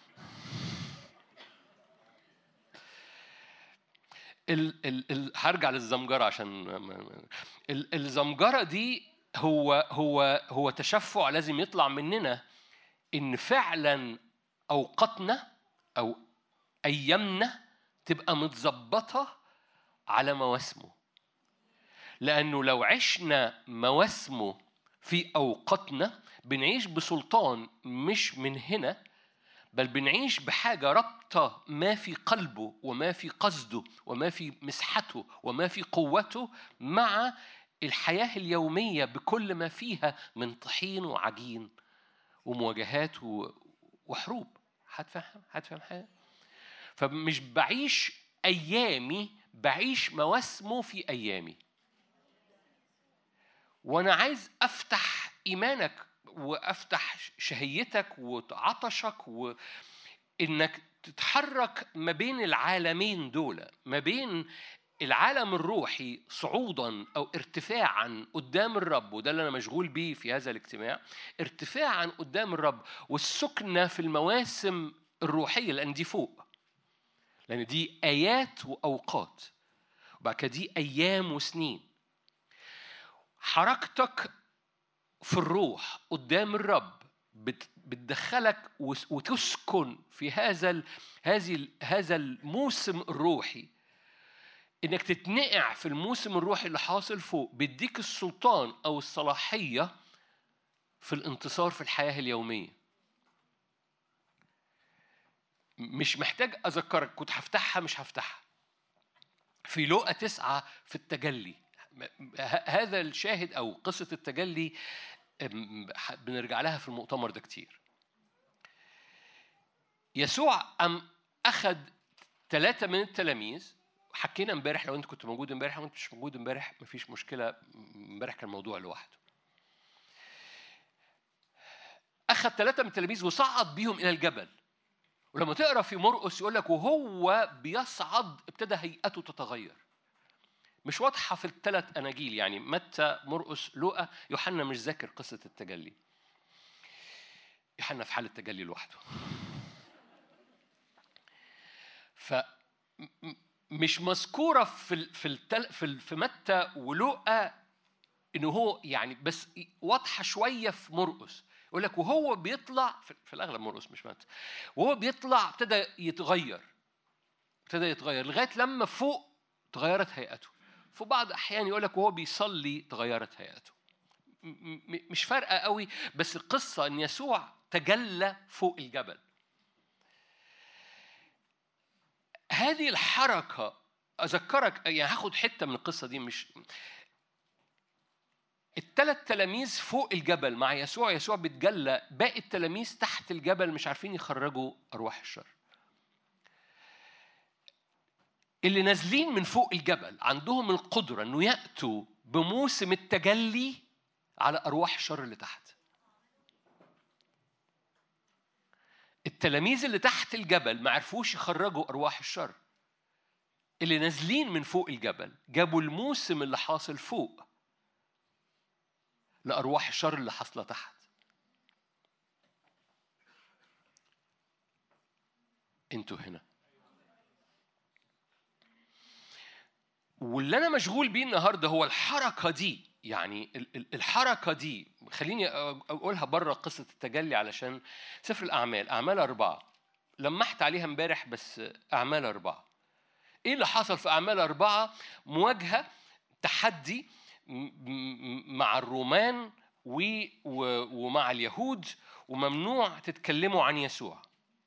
ال ال ال هرجع للزمجرة عشان ال الزمجرة دي هو هو هو تشفع لازم يطلع مننا إن فعلا أوقاتنا أو أيامنا تبقى متظبطة على مواسمه. لأنه لو عشنا مواسمه في أوقاتنا بنعيش بسلطان مش من هنا، بل بنعيش بحاجة ربطة ما في قلبه وما في قصده وما في مسحته وما في قوته مع الحياة اليومية بكل ما فيها من طحين وعجين ومواجهات وحروب. هتفهم هتفهم حاجة؟ فمش بعيش أيامي، بعيش مواسمه في أيامي. وأنا عايز أفتح إيمانك وأفتح شهيتك وعطشك، وإنك تتحرك ما بين العالمين دول، ما بين العالم الروحي صعودا أو ارتفاعا قدام الرب، وده اللي أنا مشغول بيه في هذا الاجتماع، ارتفاعا قدام الرب والسكنة في المواسم الروحية، لأن دي فوق، لأن دي آيات وأوقات، وبعد كده دي أيام وسنين. حركتك في الروح قدام الرب بتدخلك وتسكن في هذا ال هذه ال هذا الموسم الروحي، إنك تتنقع في الموسم الروحي اللي حاصل فوق، بيديك السلطان أو الصلاحية في الانتصار في الحياة اليومية. مش محتاج أذكرك، كنت هفتحها مش هفتحها. في لوقا تسعة في التجلي، هذا الشاهد أو قصة التجلي بنرجع لها في المؤتمر ده كتير. يسوع أم أخذ ثلاثة من التلاميذ، حكينا امبارح، لو أنت كنت موجود امبارح وأنت مش موجود امبارح مفيش مشكلة، امبارح كان موضوع لوحده. أخذ ثلاثة من التلاميذ وصعد بيهم إلى الجبل. ولما تقرأ في مرقس يقول لك وهو بيصعد ابتدى هيئته تتغير. مش واضحة في الثلاث أناجيل، يعني متى، مرقس، لوقا. يوحنا مش ذاكر قصة التجلي، يوحنا في حال التجلي لوحده. فمش مذكورة في في التل في في متى ولوقا إنه هو يعني، بس واضحة شوية في مرقس. يقول لك وهو بيطلع في الأغلب مرقس مش متى، وهو بيطلع ابتدى يتغير ابتدى يتغير لغاية لما فوق تغيرت هيئته. في بعض أحيان يقول لك وهو بيصلي تغيرت هيئته. مش فارقة قوي، بس القصة إن يسوع تجلى فوق الجبل. هذه الحركة أذكرك، يعني هاخد حتة من القصة دي. مش الثلاث تلاميذ فوق الجبل مع يسوع، يسوع بيتجلى، باقي التلاميذ تحت الجبل مش عارفين يخرجوا أرواح الشر. اللي نازلين من فوق الجبل عندهم القدرة أنه يأتوا بموسم التجلي على أرواح الشر اللي تحت. التلاميذ اللي تحت الجبل ما عرفوش يخرجوا أرواح الشر. اللي نازلين من فوق الجبل جابوا الموسم اللي حاصل فوق لأرواح الشر اللي حاصلة تحت. انتوا هنا. واللي أنا مشغول بيه النهاردة هو الحركة دي. يعني الحركة دي خليني أقولها بره قصة التجلي، علشان سفر الأعمال، أعمال أربعة لمحت عليها امبارح، بس أعمال أربعة إيه اللي حصل في أعمال أربعة؟ مواجهة، تحدي مع الرومان ومع اليهود، وممنوع تتكلموا عن يسوع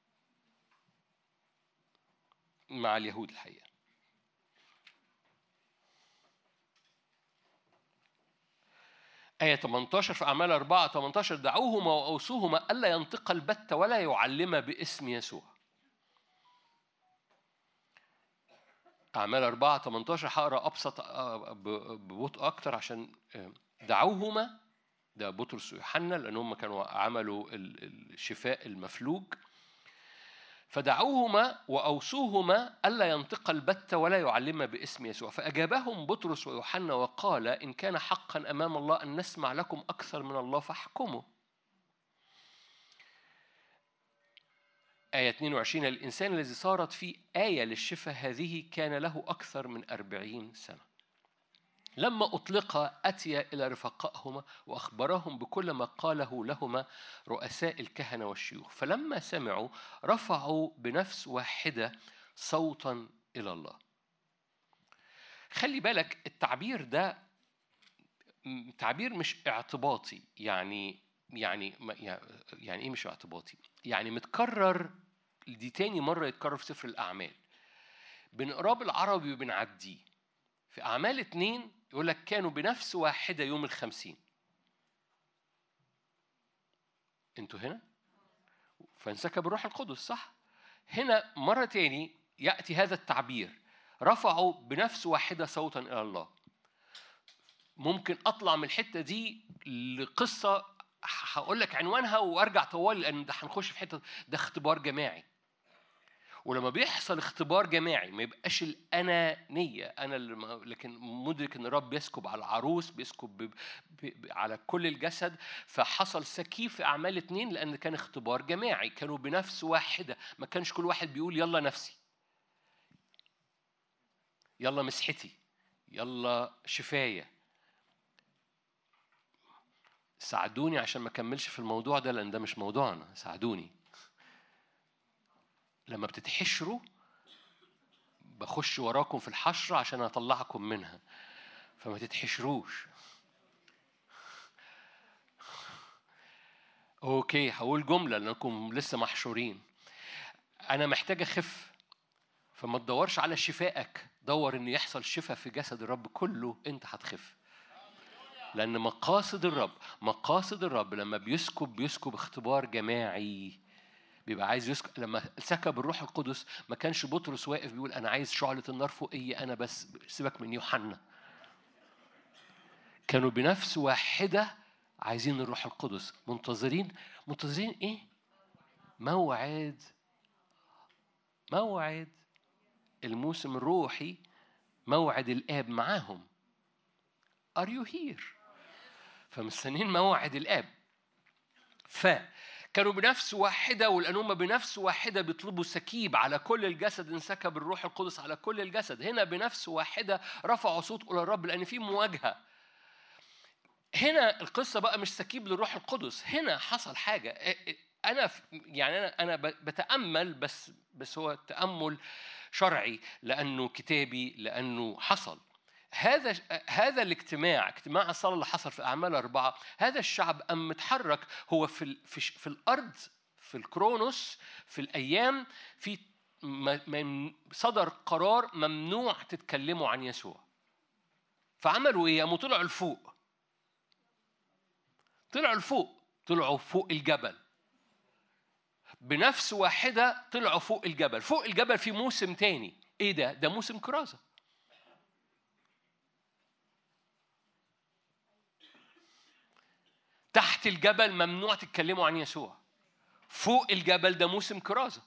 مع اليهود. الحقيقة آية ثمانية عشر في أعمال أربعة ثمانية عشر، دعوهما وأوصوهما ألا ينطق البتة ولا يعلم باسم يسوع. أعمال أربعة ثمانية عشر هقرأ أبسط ببطء أكتر، عشان دعوهما، ده بطرس ويوحنا لأنهم كانوا عملوا الشفاء المفلوج. فدعوهما وأوصوهما ألا ينطق البتة ولا يعلم باسم يسوع. فأجابهم بطرس ويوحنا وقال إن كان حقا أمام الله أن نسمع لكم أكثر من الله فاحكموا. آية اثنين وعشرين، الإنسان الذي صارت فيه آية للشفاء هذه كان له أكثر من أربعين سنة. لما أطلق أتي إلى رفقائهما وأخبرهم بكل ما قاله لهما رؤساء الكهنة والشيوخ. فلما سمعوا رفعوا بنفس واحدة صوتا إلى الله. خلي بالك التعبير ده تعبير مش اعتباطي. يعني يعني يعني إيه مش اعتباطي؟ يعني متكرر، دي تاني مرة يتكرر في سفر الأعمال. بنقراه بالعربي وبنعديه. في أعمال اتنين يقول لك كانوا بنفس واحدة يوم الخمسين. انتوا هنا؟ فانسكب الروح القدس، صح؟ هنا مرة تاني يأتي هذا التعبير، رفعوا بنفس واحدة صوتا إلى الله. ممكن أطلع من الحتة دي لقصة هقول لك عنوانها وأرجع طوالي، لأن ده هنخش في حتة ده اختبار جماعي. ولما بيحصل اختبار جماعي ما يبقاش الأنانية أنا اللي، لكن مدرك أن الرب بيسكب على العروس، بيسكب ب... ب... على كل الجسد. فحصل سكيب في أعمال اتنين لأن كان اختبار جماعي، كانوا بنفس واحدة، ما كانش كل واحد بيقول يلا نفسي، يلا مسحتي، يلا شفاية. ساعدوني عشان ما اكملش في الموضوع ده لان ده مش موضوعنا. ساعدوني. لما بتتحشروا بخش وراكم في الحشرة عشان اطلعكم منها، فما تتحشروش. اوكي، هقول جملة لانكم لسه محشورين. انا محتاج اخف، فما تدورش على شفائك، دور ان يحصل شفاء في جسد الرب كله. انت هتخف، لان مقاصد الرب مقاصد الرب لما بيسكب بيسكب اختبار جماعي. بيبقى عايز يسكب. لما سكب الروح القدس ما كانش بطرس واقف بيقول انا عايز شعلة النار فوقي انا بس، سيبك من يوحنا. كانوا بنفس واحدة عايزين الروح القدس، منتظرين منتظرين ايه؟ موعد موعد الموسم الروحي، موعد الآب معاهم. Are you here؟ فمستنين موعد الآب. فكانوا بنفس واحدة، ولأن هم بنفس واحدة بيطلبوا سكيب على كل الجسد، انسكب الروح القدس على كل الجسد. هنا بنفس واحدة رفعوا صوت إلى الرب لأن في مواجهة. هنا القصة بقى مش سكيب للروح القدس، هنا حصل حاجة. أنا يعني أنا أنا بتأمل، بس بس هو تأمل شرعي لأنه كتابي، لأنه حصل. هذا هذا الاجتماع، اجتماع الصلاة اللي حصل في أعمال أربعة، هذا الشعب أم متحرك هو في في في الأرض، في الكرونوس، في الأيام، في صدر قرار ممنوع تتكلموا عن يسوع. فعملوا إيه؟ قاموا طلعوا لفوق، طلعوا لفوق، طلعوا فوق الجبل. بنفس واحدة طلعوا فوق الجبل. فوق الجبل في موسم تاني. إيه ده؟ ده موسم كرازة. تحت الجبل ممنوع تتكلموا عن يسوع. فوق الجبل ده موسم كرازة.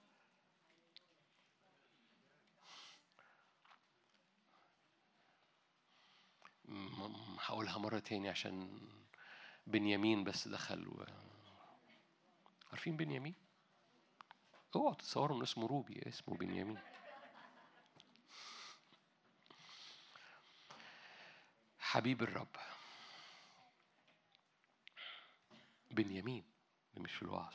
هقولها مرة تاني عشان بنيامين بس دخل و... عارفين بنيامين؟ اوعوا تتصوروا ان اسمه روبي، اسمه بنيامين. حبيب الرب بنيامين، مش في الوعظ.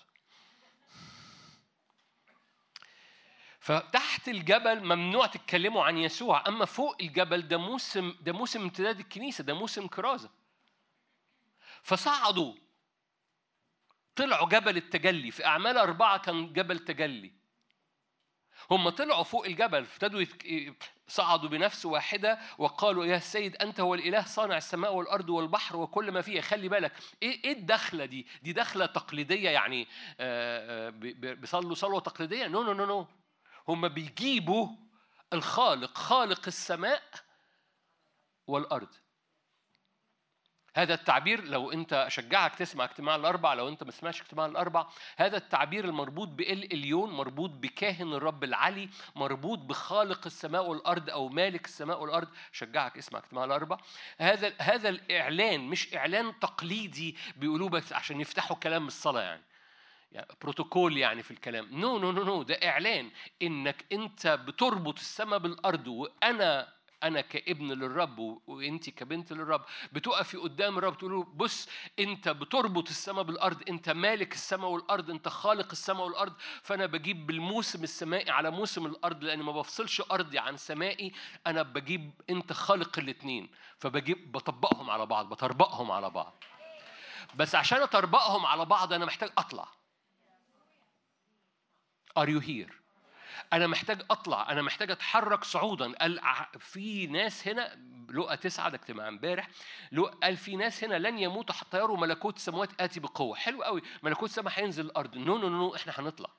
فتحت الجبل ممنوع تتكلموا عن يسوع، اما فوق الجبل ده موسم، ده موسم امتداد الكنيسة، ده موسم كرازة. فصعدوا، طلعوا جبل التجلي. في أعمال أربعة كان جبل تجلي. هم طلعوا فوق الجبل، ابتدوا صعدوا بنفس واحدة وقالوا يا السيد أنت هو الإله صانع السماء والأرض والبحر وكل ما فيها. خلي بالك إيه إيه الدخلة دي؟ دي دخلة تقليدية يعني بيصلوا صلوة تقليدية؟ نو نو نو نو. هم بيجيبوا الخالق، خالق السماء والأرض. هذا التعبير لو أنت أشجعك تسمع اجتماع الأربع، لو أنت ما سمعش اجتماع الأربع، هذا التعبير المربوط بإل إليون، مربوط بكاهن الرب العلي، مربوط بخالق السماء والأرض أو مالك السماء والأرض. أشجعك اسمع اجتماع الأربع. هذا هذا الإعلان مش إعلان تقليدي بيقولوه بس عشان يفتحوا كلام الصلاة يعني. يعني بروتوكول يعني في الكلام. نو نو نو نو ده إعلان إنك أنت بتربط السماء بالأرض، وأنا أنا كابن للرب وإنتي كبنت للرب بتقفي قدام الرب تقولوا بص أنت بتربط السماء بالأرض، أنت مالك السماء والأرض، أنت خالق السماء والأرض. فأنا بجيب بالموسم السمائي على موسم الأرض، لأن ما بفصلش أرضي عن سمائي. أنا بجيب أنت خالق الاثنين، فبجيب بطبقهم على بعض، بطربقهم على بعض. بس عشان أطربقهم على بعض أنا محتاج أطلع. Are you here؟ أنا محتاج أطلع، أنا محتاج أتحرك صعودا. قال في ناس هنا، لقى تسعة ده اجتماع امبارح، قال في ناس هنا لن يموتوا حتى يروا ملكوت السماوات آتي بقوة. حلو قوي، ملكوت السماء هينزل الأرض. نو نو نو إحنا هنطلع.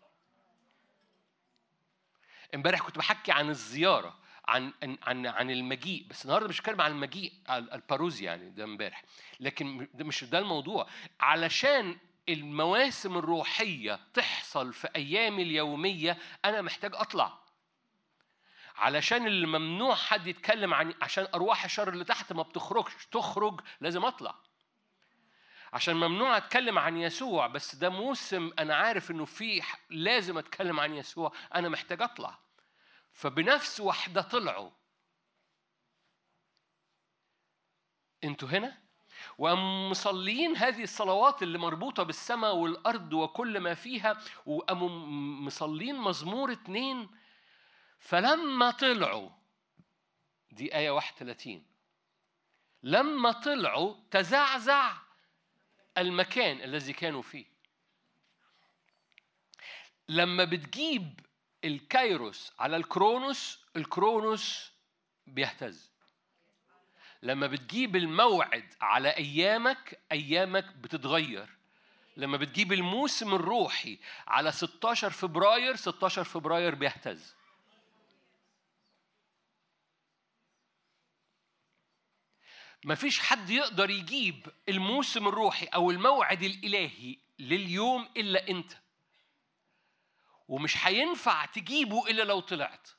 امبارح كنت بحكي عن الزيارة، عن عن عن المجيء، بس النهارده مش بتكلم عن المجيء الباروز يعني، ده امبارح، لكن ده مش ده الموضوع. علشان المواسم الروحية تحصل في أيام اليومية أنا محتاج أطلع. علشان اللي ممنوع حد يتكلم عن، عشان أرواح الشر اللي تحت ما بتخرجش تخرج، لازم أطلع. عشان ممنوع أتكلم عن يسوع، بس ده موسم أنا عارف إنه فيه لازم أتكلم عن يسوع، أنا محتاج أطلع. فبنفس واحدة طلعوا. أنتوا هنا وقاموا مصلين هذه الصلوات اللي مربوطة بالسماء والأرض وكل ما فيها، وقاموا مصلين مزمور اتنين. فلما طلعوا، دي آية واحد وثلاثين، لما طلعوا تزعزع المكان الذي كانوا فيه. لما بتجيب الكايروس على الكرونوس، الكرونوس بيهتز. لما بتجيب الموعد على أيامك، أيامك بتتغير. لما بتجيب الموسم الروحي على ستة عشر فبراير، ستة عشر فبراير بيهتز. مفيش حد يقدر يجيب الموسم الروحي أو الموعد الإلهي لليوم إلا أنت، ومش هينفع تجيبه إلا لو طلعت.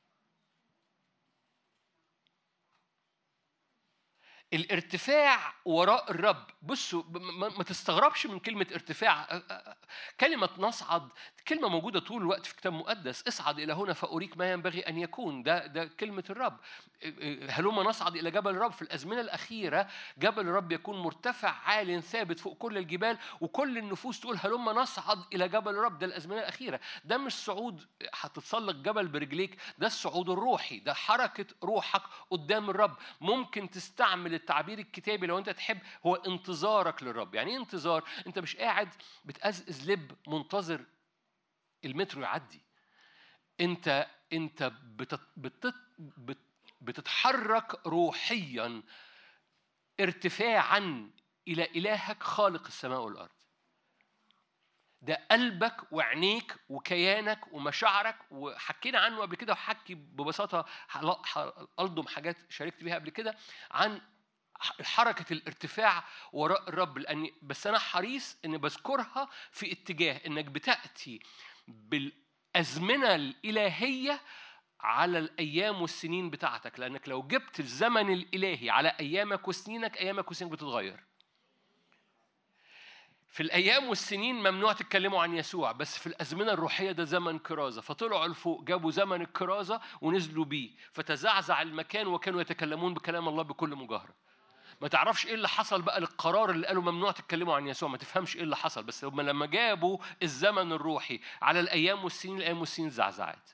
الارتفاع وراء الرب. بصوا، ما تستغربش من كلمة ارتفاع. كلمة نصعد كلمة موجودة طول الوقت في كتاب مقدس. اصعد إلى هنا فأريك ما ينبغي أن يكون. ده ده كلمة الرب. هلما نصعد إلى جبل الرب. في الأزمنة الأخيرة جبل الرب يكون مرتفع عال ثابت فوق كل الجبال، وكل النفوس تقول هلما نصعد إلى جبل الرب. ده الأزمنة الأخيرة. ده مش صعود هتتسلق جبل برجليك، ده الصعود الروحي، ده حركة روحك قدام الرب. ممكن تستعمل التعبير الكتابي لو أنت تحب، هو انتظارك للرب. يعني إيه انتظار؟ أنت مش قاعد بتأزأز لب منتظر المترو يعدي. أنت أنت بتت بتت بت بتتحرك روحيا ارتفاعا إلى إلهك خالق السماء والأرض. ده قلبك وعينيك وكيانك ومشاعرك، وحكينا عنه قبل كده، وحكي ببساطة ألضم حاجات شاركت بيها قبل كده عن حركة الارتفاع وراء الرب. لأني بس أنا حريص إني بذكرها في اتجاه إنك بتأتي بالأزمنة الإلهية على الأيام والسنين بتاعتك. لأنك لو جبت الزمن الإلهي على أيامك وسنينك، أيامك وسنينك بتتغير. في الأيام والسنين ممنوع تتكلموا عن يسوع، بس في الأزمنة الروحية ده زمن كرازة. فطلعوا لفوق، جابوا زمن الكرازة ونزلوا بيه، فتزعزع المكان وكانوا يتكلمون بكلام الله بكل مجاهرة. ما تعرفش ايه اللي حصل بقى للقرار اللي قالوا ممنوع تتكلموا عن يسوع، ما تفهمش ايه اللي حصل، بس لما جابوا الزمن الروحي على الأيام والسنين، الأيام والسنين زعزعت.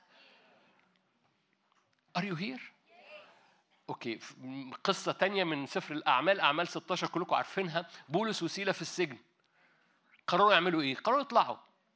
Are you here؟ اوكي. قصة تانية من سفر الأعمال، أعمال ستة عشر كلكم عارفينها. بولس وسيلة في السجن قرروا يعملوا ايه؟ قرروا يطلعوا.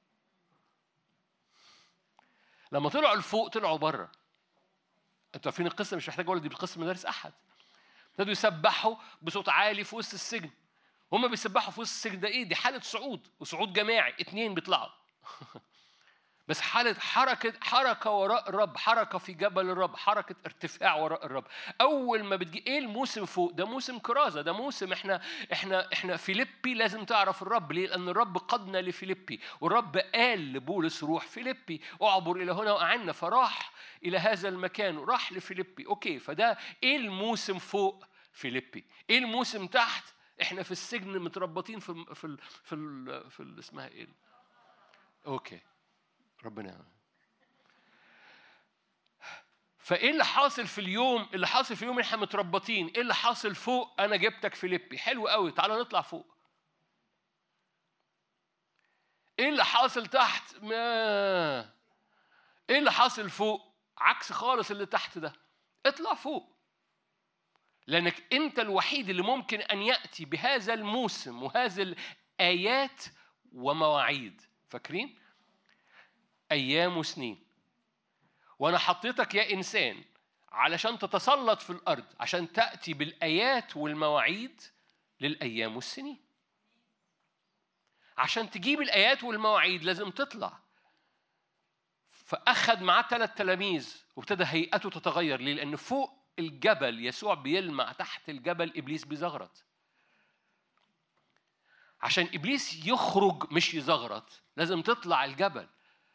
لما طلعوا لفوق طلعوا بره. انتوا عارفين القصة، مش محتاج اقول دي بقصة مدارس أحد. ابتدوا يسبحوا بصوت عالي في وسط السجن. هم بيسبحوا في وسط السجن، ده ايه؟ دي حالة صعود، وصعود جماعي، اتنين بيطلعوا. بس حالة حركة حركة وراء الرب، حركة في جبل الرب، حركة ارتفاع وراء الرب. أول ما بتجي إيه الموسم فوق؟ ده موسم كرازة، ده موسم إحنا إحنا إحنا فيليبي. لازم تعرف الرب ليه؟ لأن الرب قادنا لفيليبي، والرب قال لبولس روح فيليبي، أعبر إلى هنا وأعنا، فراح إلى هذا المكان وراح لفيليبي. أوكي، فده إيه الموسم فوق؟ فيليبي. إيه الموسم تحت؟ إحنا في السجن متربطين في ال في ال في ال في ال اسمها إيه؟ أوكي. ربنا. فايه اللي حاصل في اليوم؟ اللي حاصل في اليوم احنا متربطين. ايه اللي حاصل فوق؟ انا جبتك فيليبي. حلو قوي، تعالى نطلع فوق. ايه اللي حاصل تحت؟ ما ايه اللي حاصل فوق؟ عكس خالص اللي تحت ده. اطلع فوق، لانك انت الوحيد اللي ممكن ان ياتي بهذا الموسم وهذه الايات ومواعيد. فاكرين؟ أيام وسنين. وأنا حطيتك يا إنسان علشان تتسلط في الأرض، عشان تأتي بالآيات والمواعيد للأيام والسنين. عشان تجيب الآيات والمواعيد لازم تطلع. فأخذ معاه ثلاث تلاميذ وابتدى هيئته تتغير. ليه؟ لأن فوق الجبل يسوع بيلمع، تحت الجبل إبليس بيزغرط. عشان إبليس يخرج مش يزغرط لازم تطلع الجبل،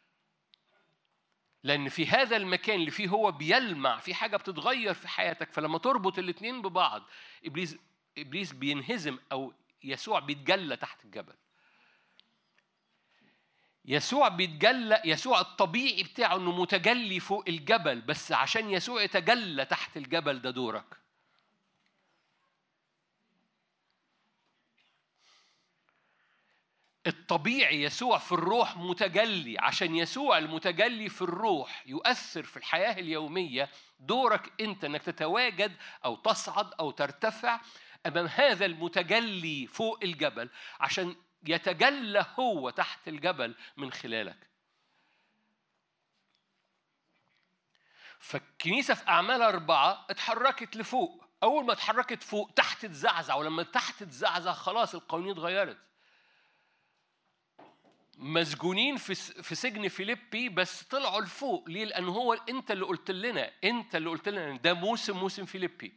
لأن في هذا المكان اللي فيه هو بيلمع في حاجة بتتغير في حياتك. فلما تربط الاثنين ببعض إبليس إبليس بينهزم، أو يسوع بيتجلى تحت الجبل. يسوع بيتجلى، يسوع الطبيعي بتاعه إنه متجلي فوق الجبل، بس عشان يسوع يتجلى تحت الجبل ده دورك. الطبيعي يسوع في الروح متجلي. عشان يسوع المتجلي في الروح يؤثر في الحياة اليومية، دورك أنت أنك تتواجد أو تصعد أو ترتفع أمام هذا المتجلي فوق الجبل عشان يتجلى هو تحت الجبل من خلالك. فالكنيسة في أعمال أربعة اتحركت لفوق. أول ما اتحركت فوق تحت تزعزع، ولما تحت تزعزع خلاص القوانين اتغيرت. مسجونين في في سجن فيليبي بس طلعوا لفوق. ليه؟ لأن هو أنت اللي قلت لنا، أنت اللي قلت لنا ده موسم موسم فيليبي.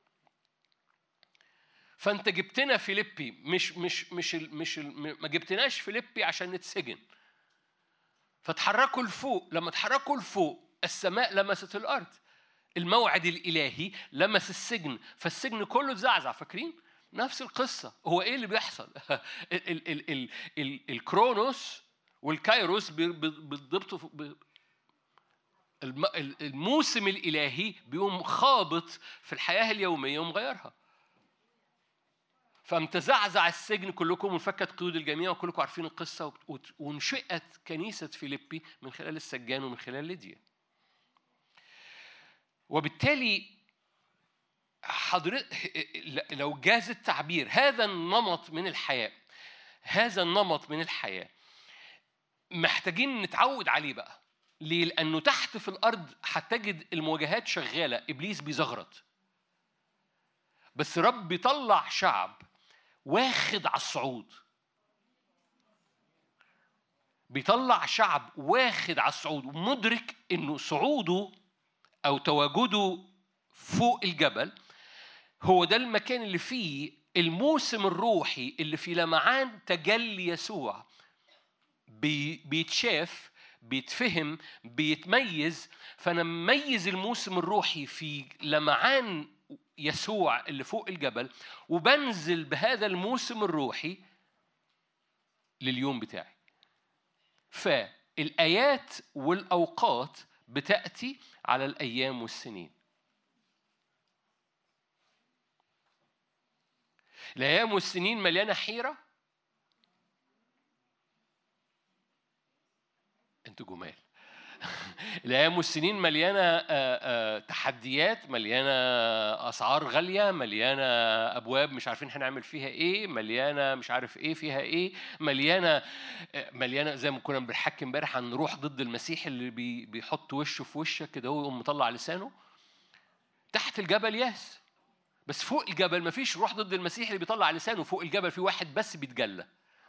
فأنت جبتنا فيليبي، مش مش مش مش ما جبتناش فيليبي عشان نتسجن. فتحركوا لفوق. لما تحركوا لفوق السماء لمست الأرض. الموعد الإلهي لمس السجن، فالسجن كله اتزعزع. فاكرين؟ نفس القصة. هو إيه اللي بيحصل؟ ال ال ال ال ال الكرونوس والكايروس بالضبط. الموسم الإلهي بيقوم خابط في الحياة اليومية ومغيرها. فامتزعزع السجن كلكم وانفكت قيود الجميع، وكلكم عارفين القصة. وانشئت كنيسة فيليبي من خلال السجان ومن خلال ليديا. وبالتالي حضرتك لو جاز التعبير، هذا النمط من الحياة، هذا النمط من الحياة محتاجين نتعود عليه بقى. ليه؟ لأنه تحت في الأرض هتجد المواجهات شغالة، إبليس بيزغرط، بس رب بيطلع شعب واخد على الصعود. بيطلع شعب واخد على الصعود ومدرك إنه صعوده أو تواجده فوق الجبل هو ده المكان اللي فيه الموسم الروحي اللي في لمعان تجلي يسوع بي بيتشاف، بيتفهم، بيتميز. فأنا مميز الموسم الروحي في لمعان يسوع اللي فوق الجبل، وبنزل بهذا الموسم الروحي لليوم بتاعي. فالآيات والأوقات بتأتي على الأيام والسنين. الأيام والسنين مليانة حيرة. أنتوا جمال. الأيام والسنين مليانة تحديات، مليانة أسعار غالية، مليانة أبواب مش عارفين هنعمل فيها إيه، مليانة مش عارف إيه فيها إيه، مليانة مليانة زي ما كنا بنحكي امبارح عن روح ضد المسيح اللي بي بيحط وشه في وشك كده ويقوم مطلع لسانه. تحت الجبل ياس، بس فوق الجبل مفيش روح ضد المسيح اللي بيطلع لسانه. فوق الجبل في واحد بس بيتجلى.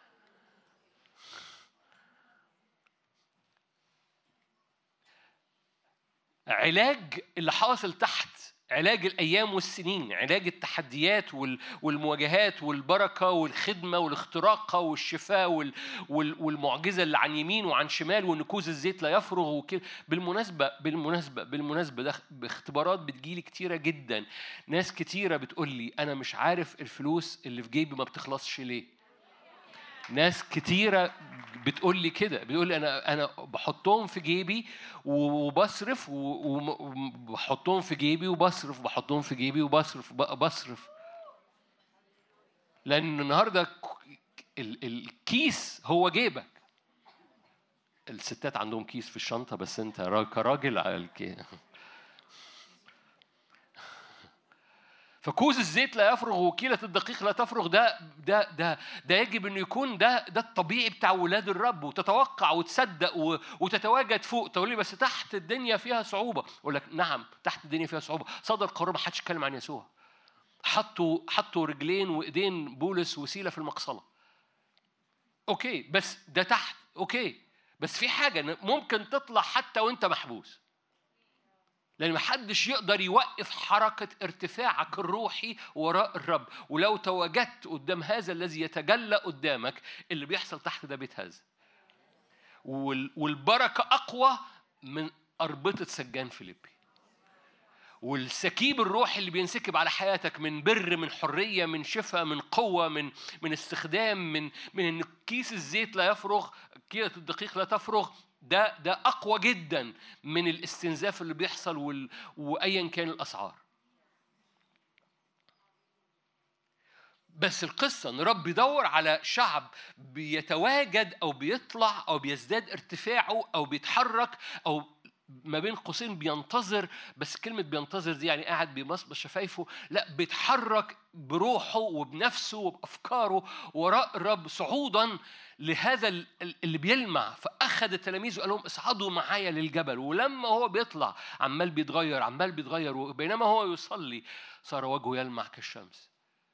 علاج اللي حاصل تحت، علاج الأيام والسنين، علاج التحديات والمواجهات والبركة والخدمة والاختراق والشفاء والمعجزة اللي عن يمين وعن شمال والنكوز الزيت لا يفرغ وكده. بالمناسبة بالمناسبة بالمناسبة ده باختبارات بتجيلي كتيرة جدا. ناس كتيرة بتقول لي أنا مش عارف الفلوس اللي في جيبي ما بتخلصش ليه. ناس كتيرة بتقول لي كده، بتقول لي أنا أنا بحطهم في جيبي وبصرف وبحطهم في جيبي وبصرف بحطهم في جيبي وبصرف بصرف لأن النهاردة الكيس هو جيبك. الستات عندهم كيس في الشنطة، بس أنت كراجل على الكيس. فكوز الزيت لا يفرغ وكيلة الدقيق لا تفرغ. ده ده ده ده يجب انه يكون ده ده الطبيعي بتاع ولاد الرب، وتتوقع وتصدق وتتواجد فوق. تقول لي بس تحت الدنيا فيها صعوبة. اقول لك نعم تحت الدنيا فيها صعوبة. صدر قرار ما حدش يتكلم عن يسوع. حطوا حطوا رجلين وايدين بولس وسيلة في المقصلة. اوكي بس ده تحت. اوكي بس في حاجة ممكن تطلع حتى وانت محبوس، لأن محدش يقدر يوقف حركة ارتفاعك الروحي وراء الرب. ولو تواجدت قدام هذا الذي يتجلى قدامك، اللي بيحصل تحت ده بيتهز. والبركة أقوى من أربطة سجان فيليبي. والسكيب الروحي اللي بينسكب على حياتك من بر، من حرية، من شفاء، من قوة، من من استخدام، من من إن كيس الزيت لا يفرغ، كيلة الدقيق لا تفرغ. ده ده أقوى جدا من الاستنزاف اللي بيحصل وال... وأيا كان الأسعار. بس القصة إن رب بيدور على شعب بيتواجد أو بيطلع أو بيزداد ارتفاعه أو بيتحرك أو ما بين قوسين بينتظر. بس كلمة بينتظر دي يعني قاعد بيمصمص شفايفه، لا، بيتحرك بروحه وبنفسه وبأفكاره وراء الرب صعودا لهذا اللي بيلمع. فأخذ التلاميذ وقال لهم اصعدوا معايا للجبل. ولما هو بيطلع عمال بيتغير عمال بيتغير وبينما هو يصلي صار وجهه يلمع كالشمس.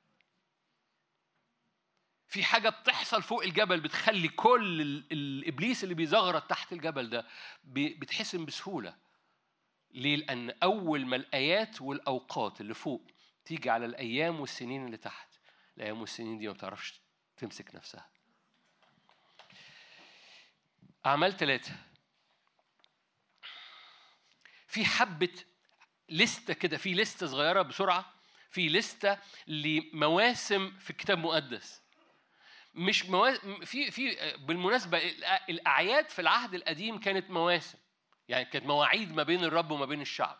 في حاجة بتحصل فوق الجبل بتخلي كل الإبليس اللي بيزغرط تحت الجبل ده بتحسن بسهولة. ليه؟ لأن أول ما الآيات والأوقات اللي فوق تيجي على الأيام والسنين اللي تحت، الأيام والسنين دي ما بتعرفش تمسك نفسها. أعمال ثلاثة في حبة لستة كده، في لستة صغيرة بسرعة، في لستة لمواسم في الكتاب المقدس. مش مواسم في في بالمناسبة الأعياد في العهد القديم كانت مواسم، يعني كانت مواعيد ما بين الرب وما بين الشعب.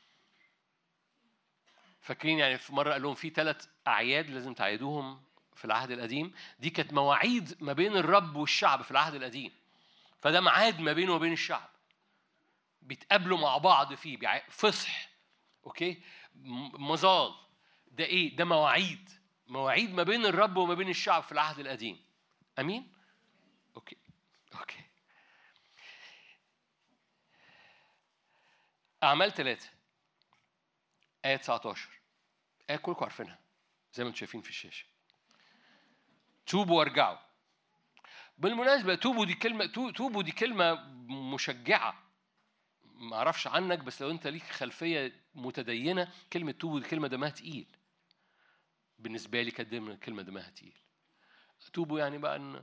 فاكرين يعني في مرة قال لهم في ثلاث أعياد لازم تعيدوهم في العهد القديم، دي كانت مواعيد ما بين الرب والشعب في العهد القديم. فده معاد ما بينه وبين الشعب بيتقابلوا مع بعض فيه فصح، أوكي، مظال، ده إيه؟ ده مواعيد مواعيد ما بين الرب وما بين الشعب في العهد القديم. أمين؟ أوكي أوكي. أعمال ثلاثة آية تسعة عشر، آية كلكم عارفينها زي ما انتم شايفين في الشاشة. توبوا وارجعوا. بالمناسبة توبوا دي كلمة توبوا دي كلمة مشجعة. ما أعرفش عنك بس لو أنت ليك خلفية متدينة كلمة توبوا دي كلمة دمها تقيل. بالنسبة لي كانت دايما كلمة دمها تقيل. توبوا يعني بقى إن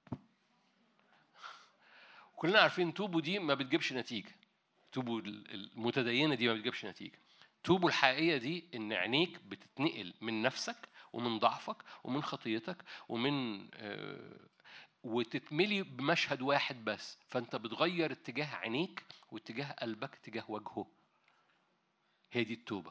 كلنا عارفين توبوا دي ما بتجيبش نتيجة. توبوا المتدينة دي ما بتجيبش نتيجة. توبوا الحقيقية دي إن عينيك بتتنقل من نفسك ومن ضعفك ومن خطيتك ومن آه وتتملي بمشهد واحد بس. فأنت بتغير اتجاه عينيك واتجاه قلبك اتجاه وجهه. هي دي التوبة.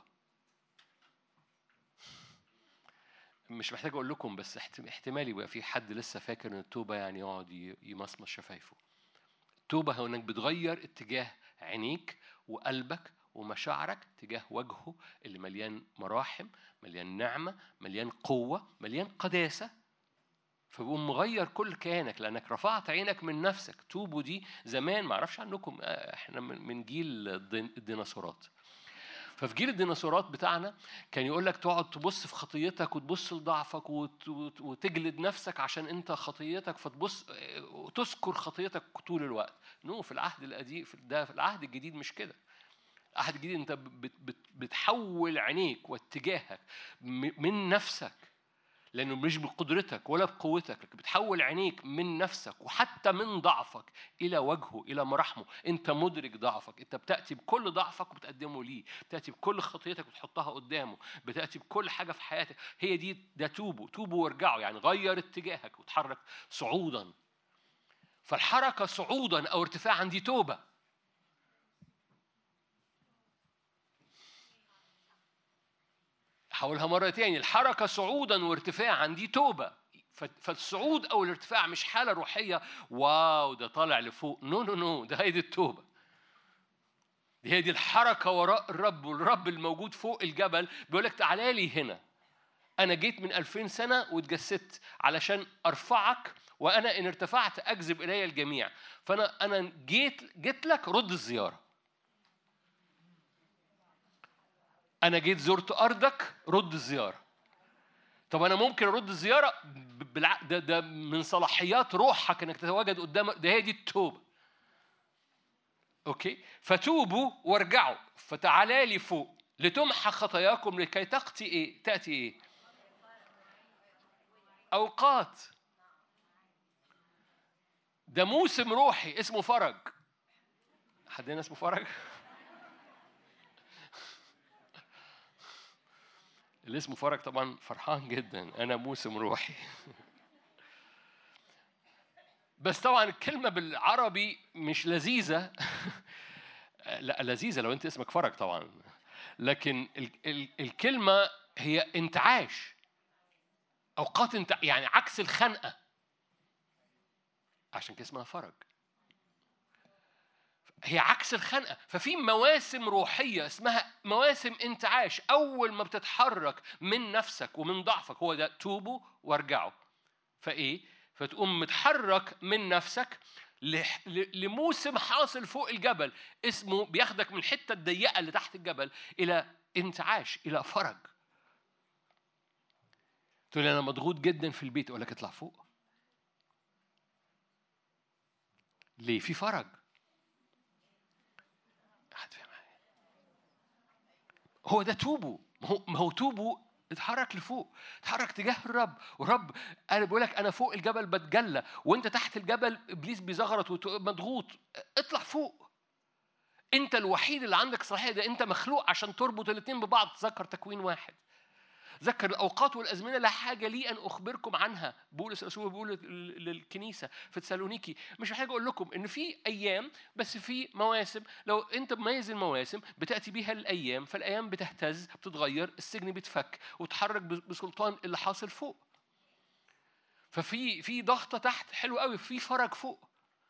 مش محتاج أقول لكم بس احتمال يبقى في حد لسه فاكر إن التوبة يعني يقعد يمصمص شفايفه. التوبة هو إنك بتغير اتجاه عينيك وقلبك ومشاعرك تجاه وجهه اللي مليان مراحم، مليان نعمة، مليان قوة، مليان قداسة. فبقوم مغير كل كيانك لأنك رفعت عينك من نفسك. توبوا دي زمان ما أعرفش عنكم، إحنا من جيل الديناصورات. ففي جيل الديناصورات بتاعنا كان يقول لك تقعد تبص في خطيتك وتبص لضعفك وتجلد نفسك عشان انت خطيتك فتبص وتذكر خطيتك طول الوقت. نو في العهد القديم ده في العهد الجديد مش كده. العهد الجديد انت بتحول عينيك واتجاهك من نفسك لأنه مش بقدرتك ولا بقوتك، لكن بتحول عينيك من نفسك وحتى من ضعفك إلى وجهه إلى مراحمه. أنت مدرك ضعفك، أنت بتأتي بكل ضعفك وبتقدمه ليه، بتأتي بكل خطيتك وتحطها قدامه، بتأتي بكل حاجة في حياتك. هي دي ده توبوا. توبوا وارجعوا يعني غير اتجاهك وتحرك صعودا. فالحركة صعودا أو ارتفاعا دي توبة. حاولها مرة تاني. الحركة صعودا وارتفاعا دي توبة. فالصعود أو الارتفاع مش حالة روحية واو ده طالع لفوق. نو نو نو ده هي دي التوبة. دي هي دي الحركة وراء الرب. والرب الموجود فوق الجبل بيقولك تعالى لي هنا. أنا جيت من ألفين سنة واتجسدت علشان أرفعك، وأنا إن ارتفعت أجذب إلي الجميع. فأنا أنا جيت جيت لك رد الزيارة. أنا جيت زرت أرضك رد الزيارة. طب أنا ممكن أرد الزيارة بالع... ده, ده من صلاحيات روحك إنك تتواجد قدام. ده هي دي التوبة. أوكي، فتوبوا وارجعوا. فتعالى لي فوق لتمحى خطاياكم لكي تأتي إيه؟ تأتي إيه؟ أوقات. ده موسم روحي اسمه فرج. حد هنا اسمه فرج؟ اللي اسمه فرج طبعا فرحان جدا. أنا موسم روحي. بس طبعا الكلمة بالعربي مش لذيذة. لا لذيذة لو أنت اسمك فرج طبعا، لكن ال- ال- الكلمة هي انتعاش. أوقات أنت يعني عكس الخنقة، عشان كده اسمها فرج. هي عكس الخنقة. ففي مواسم روحية اسمها مواسم انتعاش. أول ما بتتحرك من نفسك ومن ضعفك، هو ده توبوا وارجعوا. فإيه؟ فتقوم متحرك من نفسك لموسم حاصل فوق الجبل، اسمه بياخدك من الحتة الضيقة اللي تحت الجبل إلى انتعاش، إلى فرج. تقول لي أنا مضغوط جدا في البيت، أقول لك اطلع فوق. ليه؟ في فرج. حد فاهم حاجة؟ هو ده توبوا. ما هو ما هو توبوا. اتحرك لفوق، اتحرك تجاه الرب. والرب انا بقول لك انا فوق الجبل بتجلى، وانت تحت الجبل ابليس بيزغرط ومضغوط. اطلع فوق. انت الوحيد اللي عندك صلاحيه ده. انت مخلوق عشان تربط الاثنين ببعض. تذكر تكوين واحد. ذكر الأوقات والأزمنة لا حاجة لي أن أخبركم عنها. بولس الرسول بيقول للكنيسة في تسالونيكي مش محتاج أقول لكم إن في أيام، بس في مواسم. لو أنت مميز المواسم بتأتي بيها الأيام، فالأيام بتهتز، بتتغير، السجن بيتفك وتحرك بسلطان اللي حاصل فوق. ففي في ضغطة تحت حلو قوي، في فرج فوق.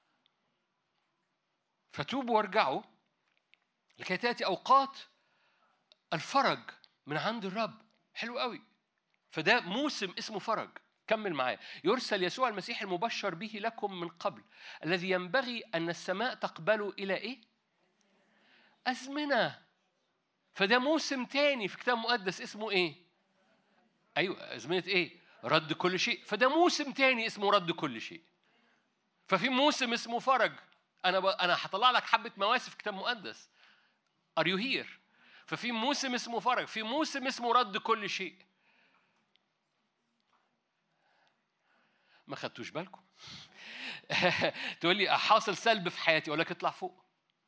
فتوبوا وارجعوا لكي تأتي أوقات الفرج من عند الرب. حلو قوي. فده موسم اسمه فرج. كمل معايا. يرسل يسوع المسيح المبشر به لكم من قبل، الذي ينبغي أن السماء تقبله إلى إيه؟ أزمنة. فده موسم تاني في كتاب مقدس اسمه إيه؟ أيوة، أزمنة إيه؟ رد كل شيء. فده موسم تاني اسمه رد كل شيء. ففي موسم اسمه فرج. أنا ب... أنا هطلع لك حبة مواسم في كتاب مقدس. Are you here؟ ففي موسم اسمه فرج، في موسم اسمه رد كل شيء. ما خدتوش بالكم؟ تقول لي حاصل سلب في حياتي، اقول لك اطلع فوق.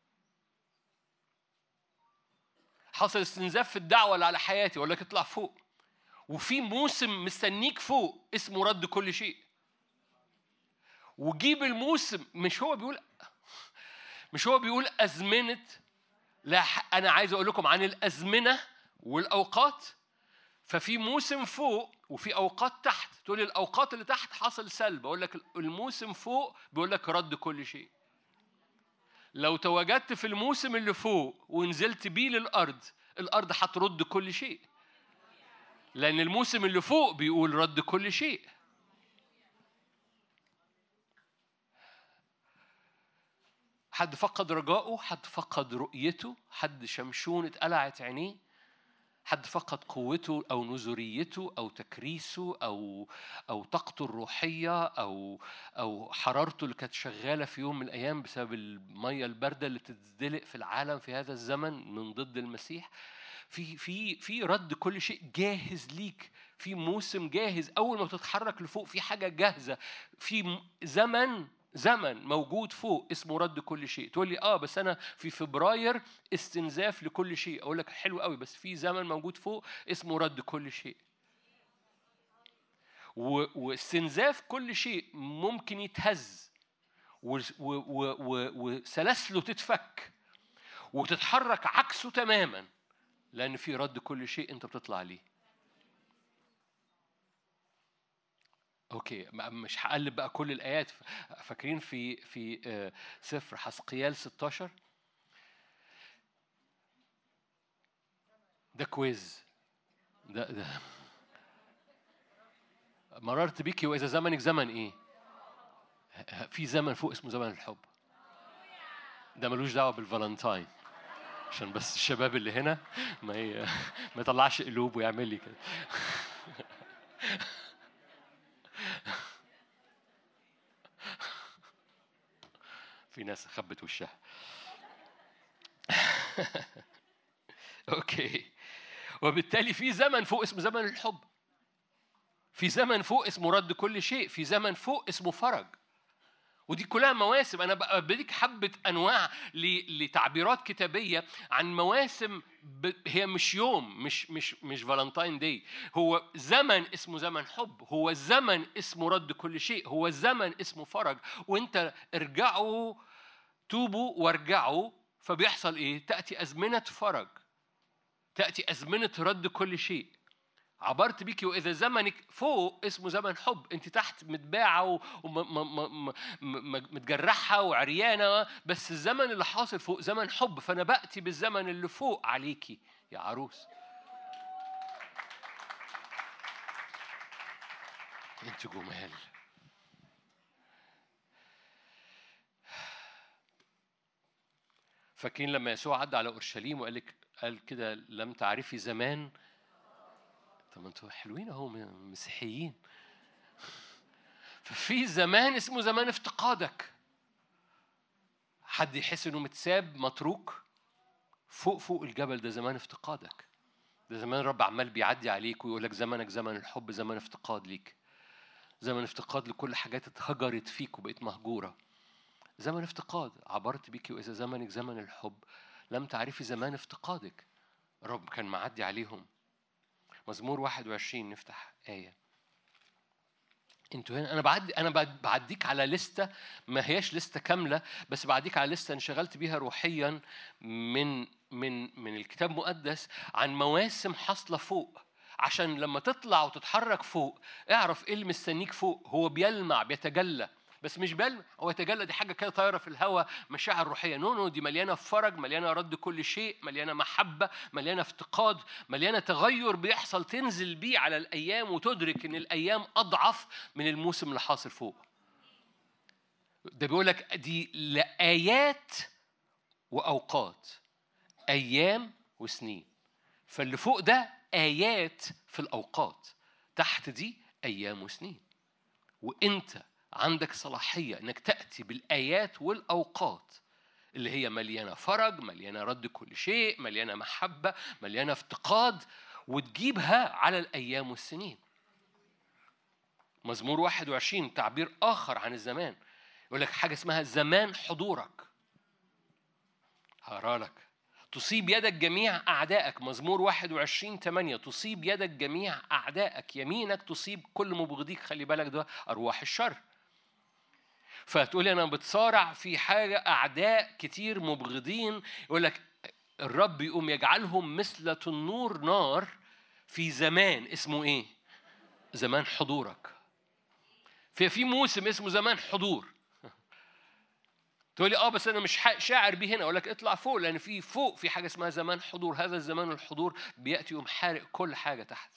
حاصل استنزاف في الدعوه اللي على حياتي، اقول لك اطلع فوق. وفي موسم مستنيك فوق اسمه رد كل شيء. وجيب الموسم. مش هو بيقول مش هو بيقول ازمنه. لا، انا عايز اقول لكم عن الازمنه والاوقات. ففي موسم فوق وفي أوقات تحت. تقول لي الأوقات اللي تحت حصل سلب، أقول لك الموسم فوق بيقول لك رد كل شيء. لو تواجدت في الموسم اللي فوق ونزلت بيه للأرض، الأرض هترد كل شيء، لأن الموسم اللي فوق بيقول رد كل شيء. حد فقد رجائه، حد فقد رؤيته، حد شمشون اتقلعت عينيه، حد فقد قوته أو نزوريته أو تكريسه أو أو طاقته الروحية أو أو حرارته اللي كانت شغالة في يوم من الأيام بسبب المية الباردة اللي تتدلق في العالم في هذا الزمن من ضد المسيح. في في في رد كل شيء جاهز ليك. في موسم جاهز. أول ما بتتحرك لفوق في حاجة جاهزة. في زمن زمن موجود فوق اسمه رد كل شيء. تقول لي اه بس انا في فبراير استنزاف لكل شيء. اقول لك حلو قوي، بس في زمن موجود فوق اسمه رد كل شيء. واستنزاف كل شيء ممكن يتهز وسلاسله تتفك وتتحرك عكسه تماما، لان في رد كل شيء انت بتطلع عليه. اوكي، مش هقلب بقى كل الايات. فاكرين في في سفر حسقيال ستة عشر؟ ده كويز. ده ده مررت بيكي واذا زمنك زمن ايه؟ في زمن فوق اسمه زمن الحب. ده ملوش دعوه بالفالنتاين، عشان بس الشباب اللي هنا ما ي... ما يطلعش قلوب ويعمل لي كده. في ناس خبت وشها. اوكي. وبالتالي في زمن فوق اسمه زمن الحب. في زمن فوق اسمه رد كل شيء. في زمن فوق اسمه فرج. ودي كلها مواسم. انا بديك حبه انواع لتعبيرات كتابيه عن مواسم. هي مش يوم، مش مش مش فالنتاين داي. هو زمن اسمه زمن حب. هو زمن اسمه رد كل شيء. هو زمن اسمه فرج. وانت ارجعوا، توبوا وارجعوا. فبيحصل ايه؟ تأتي أزمنة فرج، تأتي أزمنة رد كل شيء. عبرت بيكي وإذا زمنك فوق اسمه زمن حب. أنت تحت متباعة ومتجرحة وعريانة، بس الزمن اللي حاصل فوق زمن حب. فأنا بأتي بالزمن اللي فوق عليكي يا عروس. أنت جمال. فاكرين لما يسوع عدى على أورشليم وقال لك قال كده لم تعرفي زمان؟ طب انتوا حلوين اهو مسيحيين. ففي زمان اسمه زمان افتقادك. حد يحس انه متساب متروك فوق فوق الجبل، ده زمان افتقادك. ده زمان رب عمال بيعدي عليك ويقول لك زمنك زمن الحب، زمن افتقاد ليك، زمن افتقاد لكل حاجات اتهجرت فيك وبقيت مهجورة. زمن افتقاد عبرت بيكي وإذا زمنك زمن الحب لم تعرفي زمان افتقادك. رب كان معدي عليهم. مزمور واحد وعشرين نفتح آية. انتوا هنا انا بعدي انا بعديك على لستة ما هياش لستة كاملة، بس بعديك على لستة انشغلت بيها روحيا من من من الكتاب المقدس عن مواسم حاصلة فوق، عشان لما تطلع وتتحرك فوق اعرف ايه اللي مستنيك فوق. هو بيلمع بيتجلى، بس مش بيلمع هو يتجلى، دي حاجة كده طايرة في الهواء، مشاعر روحية. نو نو دي مليانة فرج، مليانة رد كل شيء، مليانة محبة، مليانة افتقاد، مليانة تغير بيحصل تنزل بيه على الأيام وتدرك إن الأيام أضعف من الموسم اللي حاصل فوق. ده بيقولك دي لآيات وأوقات، أيام وسنين. فاللي فوق ده آيات في الأوقات، تحت دي أيام وسنين. وإنت عندك صلاحية أنك تأتي بالآيات والأوقات اللي هي مليانة فرج، مليانة رد كل شيء، مليانة محبة، مليانة افتقاد، وتجيبها على الأيام والسنين. مزمور واحد وعشرين تعبير آخر عن الزمان، يقول لك حاجة اسمها زمان حضورك. هقرأ لك. تصيب يدك جميع أعدائك. مزمور واحد وعشرين ثمانية. تصيب يدك جميع أعدائك، يمينك تصيب كل مبغضيك. خلي بالك ده أرواح الشر. فتقولي أنا بتصارع في حاجة، أعداء كتير مبغضين، يقول لك الرب يقوم يجعلهم مثل تنور نار في زمان اسمه إيه؟ زمان حضورك. في في موسم اسمه زمان حضور. تقولي اه بس انا مش شاعر بيه هنا. اقول لك اطلع فوق، لان في فوق في حاجه اسمها زمان حضور. هذا الزمان الحضور بياتي يوم حارق كل حاجه تحت.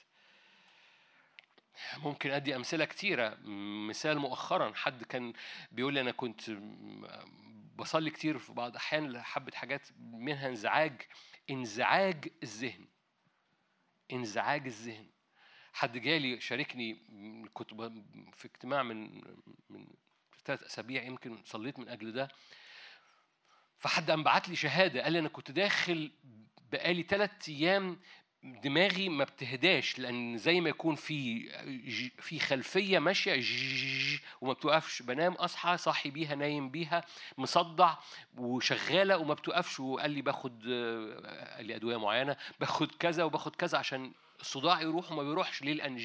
ممكن ادي امثله كتيره. مثال مؤخرا حد كان بيقول لي انا كنت بصلي كتير في بعض احيان لحبه حاجات منها انزعاج انزعاج الذهن انزعاج الذهن حد جالي شاركني، كنت في اجتماع من من ثلاث أسابيع يمكن صليت من أجل ده. فحد قام بعت لي شهادة، قال لي أنا كنت داخل بقالي ثلاث أيام دماغي ما بتهداش، لأن زي ما يكون في في خلفية ماشية وما بتوقفش. بنام أصحى صاحي بيها، نايم بيها، مصدع وشغالة وما بتوقفش. وقال لي باخد قال لي أدوية معينة، باخد كذا وباخد كذا عشان الصداع يروح وما بيروحش. ليه؟ لأن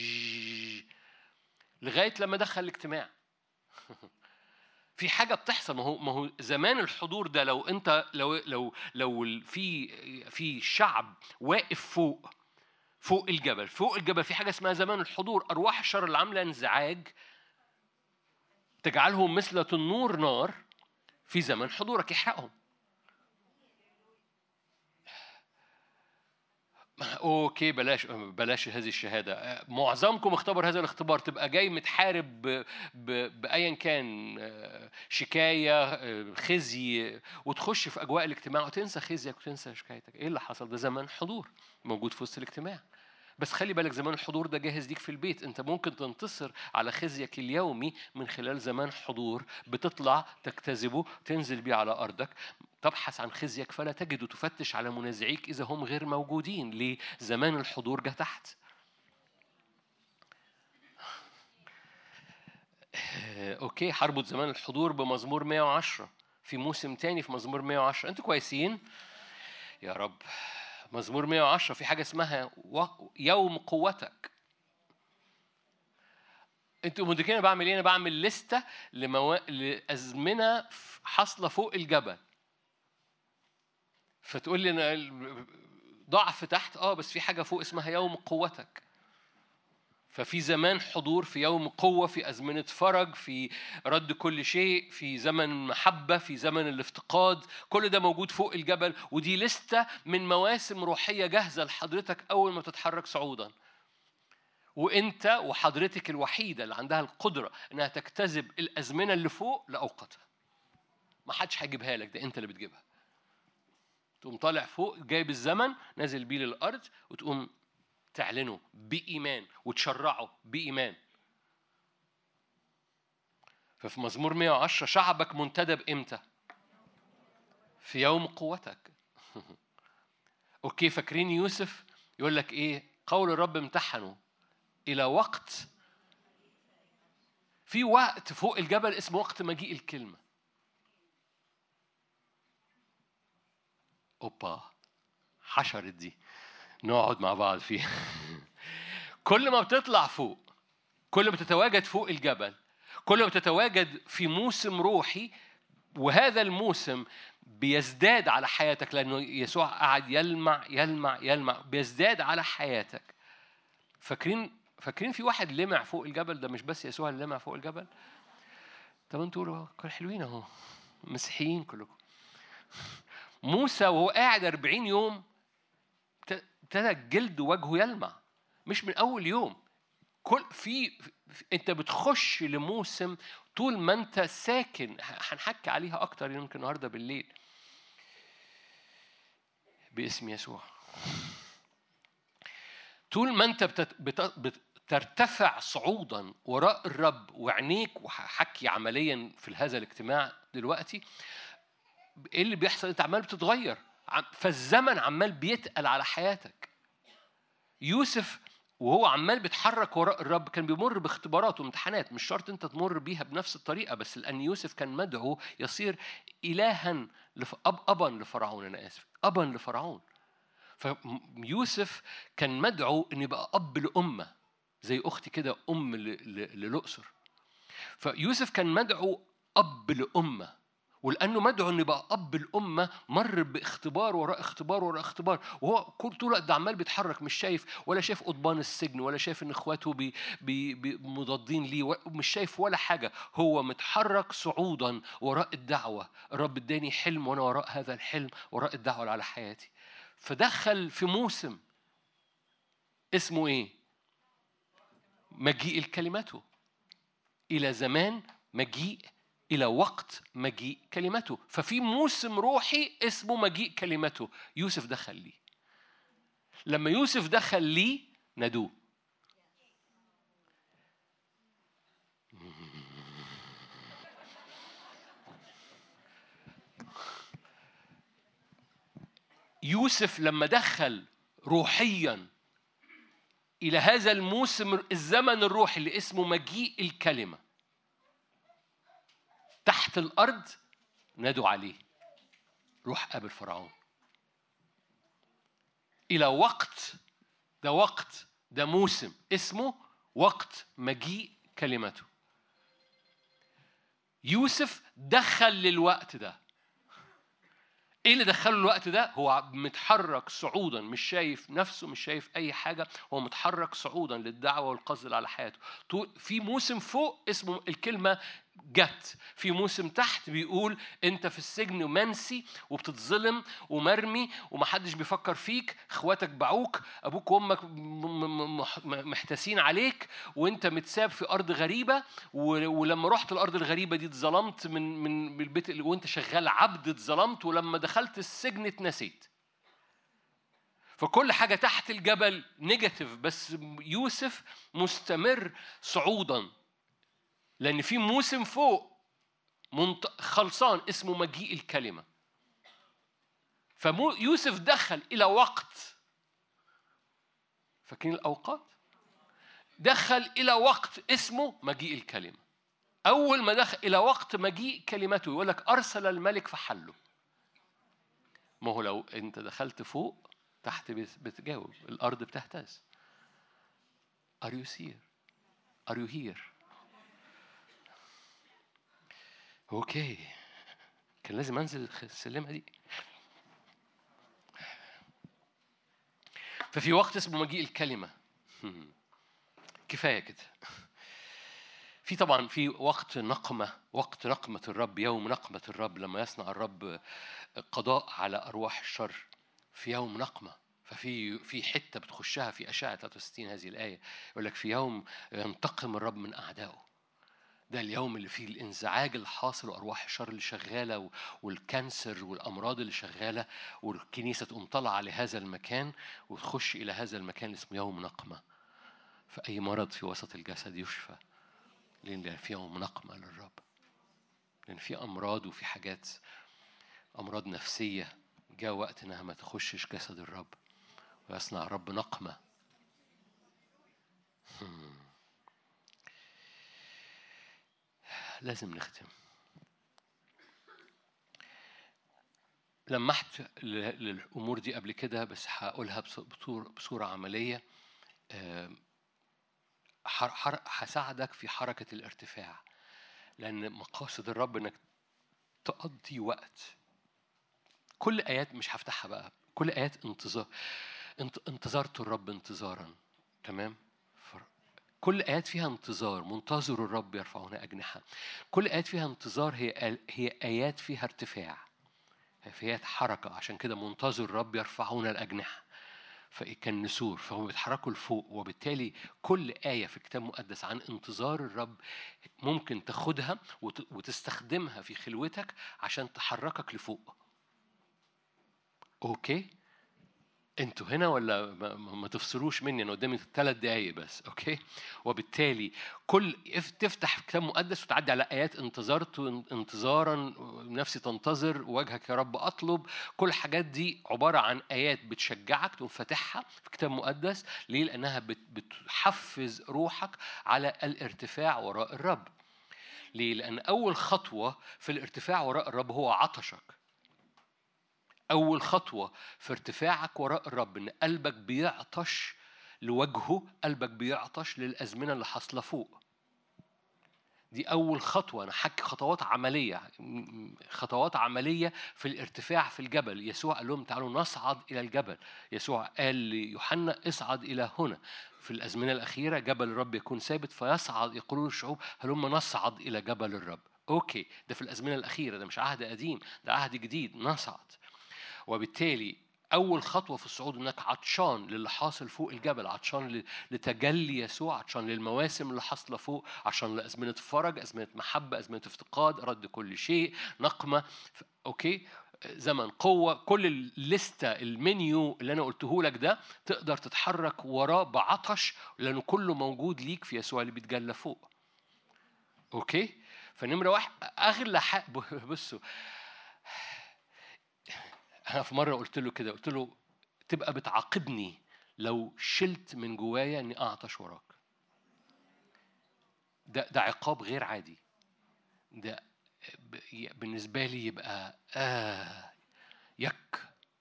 لغاية لما دخل الاجتماع. في حاجة بتحصل. ما هو ما هو زمان الحضور ده، لو أنت لو لو لو في في شعب واقف فوق فوق الجبل فوق الجبل في حاجة اسمها زمان الحضور. أرواح الشر اللي عاملة انزعاج تجعلهم مثل تنور نار في زمان حضورك، يحرقهم. اوكي بلاش بلاش هذه الشهاده. معظمكم اختبر هذا الاختبار، تبقى جاي متحارب بايا كان، شكايه، خزي، وتخش في اجواء الاجتماع وتنسى خزيك وتنسى شكايتك. ايه اللي حصل؟ ده زمان حضور موجود في وسط الاجتماع. بس خلي بالك زمان الحضور ده جاهز ليك في البيت. انت ممكن تنتصر على خزيك اليومي من خلال زمان حضور بتطلع تجتذبه تنزل بيه على ارضك. تبحث عن خزيك فلا تجده، تفتش على منازعيك إذا هم غير موجودين. ليه؟ زمان الحضور جه تحت. أوكي، هربط زمان الحضور بمزمور مئة وعشرة في موسم تاني في مزمور مئة وعشرة. أنتوا كويسين؟ يا رب. مزمور مئة وعشرة في حاجة اسمها يوم قوتك. أنتوا مدركين أنا بعمل إيه؟ أنا بعمل لستة لمو... لأزمنة حاصلة فوق الجبل. فتقول لي أنا ضعف تحت، آه بس في حاجة فوق اسمها يوم قوتك. ففي زمان حضور، في يوم قوة، في أزمنة فرج، في رد كل شيء، في زمن محبة، في زمن الافتقاد. كل ده موجود فوق الجبل، ودي لستة من مواسم روحية جاهزة لحضرتك أول ما تتحرك صعودا. وأنت وحضرتك الوحيدة اللي عندها القدرة إنها تجتذب الأزمنة اللي فوق لأوقاتها. ما حدش هيجيبها لك، ده أنت اللي بتجيبها. تقوم طالع فوق جايب الزمن نازل بيه للأرض، وتقوم تعلنه بإيمان وتشرعه بإيمان. ففي مزمور مئة وعشرة شعبك منتدب إمتى؟ في يوم قوتك. أوكي، فاكرين يوسف يقول لك إيه؟ قول الرب امتحنه إلى وقت. في وقت فوق الجبل اسمه وقت مجيء الكلمة. أوبا، حشرت دي، نقعد مع بعض فيها. كل ما بتطلع فوق، كل ما تتواجد فوق الجبل، كل ما تتواجد في موسم روحي، وهذا الموسم بيزداد على حياتك، لأنه يسوع قاعد يلمع يلمع يلمع، بيزداد على حياتك. فاكرين فاكرين في واحد لمع فوق الجبل، ده مش بس يسوع اللي لمع فوق الجبل. طب انتوا تقولوا كل حلوين اهو، مسيحيين كلكم. موسى وهو قاعد أربعين يوم ابتدى جلد وجهه يلمع، مش من أول يوم. كل في, في أنت بتخش لموسم طول ما أنت ساكن. هنحكي عليها أكتر يمكن النهاردة بالليل باسم يسوع. طول ما أنت بتت... بت... بترتفع صعودا وراء الرب وعينيك، وحكي عمليا في هذا الاجتماع دلوقتي إيه اللي بيحصل؟ أنت عمال بتتغير، فالزمن عمال بيتقل على حياتك. يوسف وهو عمال بيتحرك وراء الرب كان بيمر باختبارات وامتحانات، مش شرط انت تمر بيها بنفس الطريقه، بس لان يوسف كان مدعو يصير الها لف... أب... ابا لفرعون. انا اسف، ابا لفرعون. فيوسف كان مدعو ان يبقى اب لامه، زي اختي كده ام ل... ل... للأقصر. فيوسف كان مدعو اب لامه، ولأنه مدعو إنه يبقى أب الأمة مر باختبار وراء اختبار وراء اختبار، وهو كل طول الوقت عمال بيتحرك، مش شايف ولا شايف قضبان السجن، ولا شايف إن إخواته بي بي بي مضادين ليه، مش شايف ولا حاجة. هو متحرك صعودا وراء الدعوة. الرب اداني حلم وأنا وراء هذا الحلم، وراء الدعوة على حياتي. فدخل في موسم اسمه إيه؟ مجيء كلمته. إلى زمان مجيء، إلى وقت مجيء كلمته. ففي موسم روحي اسمه مجيء كلمته. يوسف دخل ليه. لما يوسف دخل ليه نادوه. يوسف لما دخل روحيا إلى هذا الموسم، الزمن الروحي اللي اسمه مجيء الكلمة، تحت الأرض نادوا عليه روح قابل فرعون. إلى وقت، ده وقت، ده موسم اسمه وقت مجيء كلمته. يوسف دخل للوقت ده. ايه اللي دخله الوقت ده؟ هو متحرك صعودا، مش شايف نفسه، مش شايف اي حاجه، هو متحرك صعودا للدعوه والقصد على حياته. في موسم فوق اسمه الكلمه جت، في موسم تحت بيقول انت في السجن ومنسي وبتتظلم ومرمي ومحدش بيفكر فيك، اخواتك باعوك، ابوك وامك محتاسين عليك، وانت متساب في ارض غريبه. ولما رحت الارض الغريبه دي اتظلمت من من البيت اللي وانت شغال عبد، اتظلمت، ولما دخلت السجن اتنسيت. فكل حاجه تحت الجبل نيجاتيف، بس يوسف مستمر صعودا لأن في موسم فوق خلصان اسمه مجيء الكلمة. فيوسف دخل إلى وقت، فاكرين الأوقات؟ دخل إلى وقت اسمه مجيء الكلمة. أول ما دخل إلى وقت مجيء كلمته يقول لك أرسل الملك فحله. ما هو لو أنت دخلت فوق، تحت بتجاوب، الأرض بتهتز. Are you here? Are you here? اوكي، كان لازم انزل السلمه دي. ففي وقت اسمه مجيء الكلمه. كفاية كده. في طبعا في وقت نقمة، وقت نقمة الرب، يوم نقمة الرب لما يصنع الرب قضاء على أرواح الشر في يوم نقمة. ففي في حتة بتخشها في أشعة ثلاثة وستين هذه الآية يقول لك في يوم ينتقم الرب من أعدائه. ده اليوم اللي فيه الانزعاج اللي حاصل وأرواح الشر اللي شغالة والكانسر والأمراض اللي شغالة، والكنيسة تقوم طالعة لهذا المكان وتخش إلى هذا المكان اسمه يوم نقمة. فأي مرض في وسط الجسد يشفى، لأن في يوم نقمة للرب. لأن في أمراض وفي حاجات، أمراض نفسية جاء وقت إنها ما تخشش جسد الرب، ويصنع الرب نقمة. لازم نختم. لمحت للأمور دي قبل كده بس هقولها بصورة عملية. هساعدك في حركة الارتفاع، لأن مقاصد الرب إنك تقضي وقت. كل آيات مش هفتحها بقى، كل آيات انتظار. انتظرت الرب انتظارا، تمام؟ كل آيات فيها انتظار. منتظر الرب يرفعون أجنحة. كل آيات فيها انتظار هي هي آيات فيها ارتفاع، فيها حركة. عشان كده منتظر الرب يرفعون الأجنحة، فكان نسور، فهم بيتحركوا لفوق. وبالتالي كل آية في الكتاب المقدس عن انتظار الرب ممكن تاخدها وتستخدمها في خلوتك عشان تحركك لفوق. أوكي؟ انتوا هنا ولا ما, ما تفصلوش مني؟ انا قدامي ثلاث دقايق بس. اوكي. وبالتالي كل تفتح كتاب مقدس وتعدي على ايات انتظرت انتظارا، نفسي تنتظر، وجهك يا رب اطلب. كل الحاجات دي عباره عن ايات بتشجعك تقوم فاتحها في كتاب مقدس. ليه؟ لانها بتحفز روحك على الارتفاع وراء الرب. ليه؟ لان اول خطوه في الارتفاع وراء الرب هو عطشك. أول خطوة في ارتفاعك وراء الرب إن قلبك بيعطش لوجهه، قلبك بيعطش للأزمنة اللي حاصلة فوق. دي أول خطوة. أنا حكي خطوات عملية، خطوات عملية في الارتفاع في الجبل. يسوع قال لهم تعالوا نصعد إلى الجبل. يسوع قال ليوحنا اصعد إلى هنا. في الأزمنة الأخيرة جبل الرب يكون ثابت فيصعد، يقولون الشعوب هلما نصعد إلى جبل الرب. أوكي، ده في الأزمنة الأخيرة، ده مش عهد قديم، ده عهد جديد، نصعد. وبالتالي أول خطوة في الصعود إنك عطشان للي حاصل فوق الجبل، عطشان لتجلي يسوع، عطشان للمواسم اللي حاصلة فوق، عشان لأزمنة فرج، أزمنة محبة، أزمنة افتقاد، رد كل شيء، نقمة. أوكي، زمن قوة. كل الليستة المنيو اللي أنا قلته لك ده تقدر تتحرك وراه بعطش، لأنه كله موجود ليك في يسوع اللي بيتجلى فوق. أوكي. فنمرة واحد أغلى حق. بصوا، أنا في مرة قلت له كده، قلت له تبقى بتعاقبني لو شلت من جوايا إني أعطش وراك. ده ده عقاب غير عادي. ده بالنسبة لي يبقى آه يك.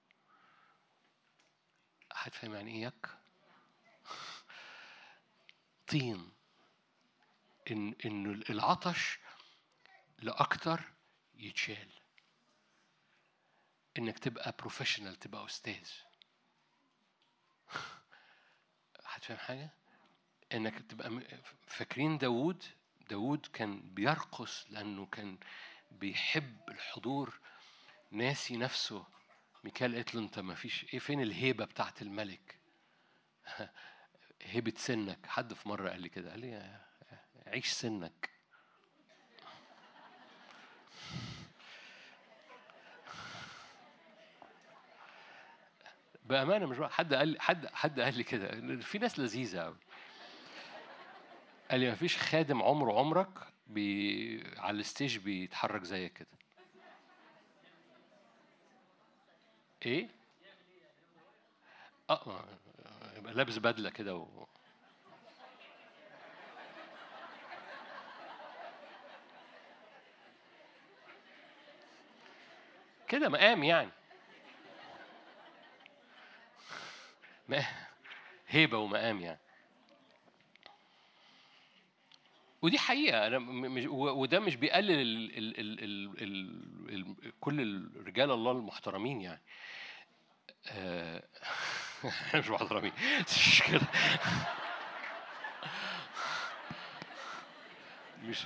هتفهم يعني إيه يك؟ طين. إن إنه العطش لأكتر يتشال. إنك تبقى بروفيشنال، تبقى أستاذ. هتفهم حاجة؟ إنك تبقى فاكرين داود. داود كان بيرقص لأنه كان بيحب الحضور، ناسي نفسه. ميكال قالت له أنت ما فيش إيه، فين الهيبة بتاعت الملك؟ هيبة سنك. حد في مرة قال لي كده، قال لي عيش سنك. بأمانة مش بقى. حد قال لي حد حد قال لي كده. في ناس لذيذة قوي. قال لي ما فيش خادم عمره عمرك بي على الستيج بيتحرك زي كده. ايه؟ اه يبقى لابس بدله كده و... كده مقام يعني، هيبه ومقام يعني. ودي حقيقة. أنا مش وده مش بيقلل ال ال ال ال ال ال كل الرجال الله المحترمين يعني. آه مش محترمين، مش كده. مش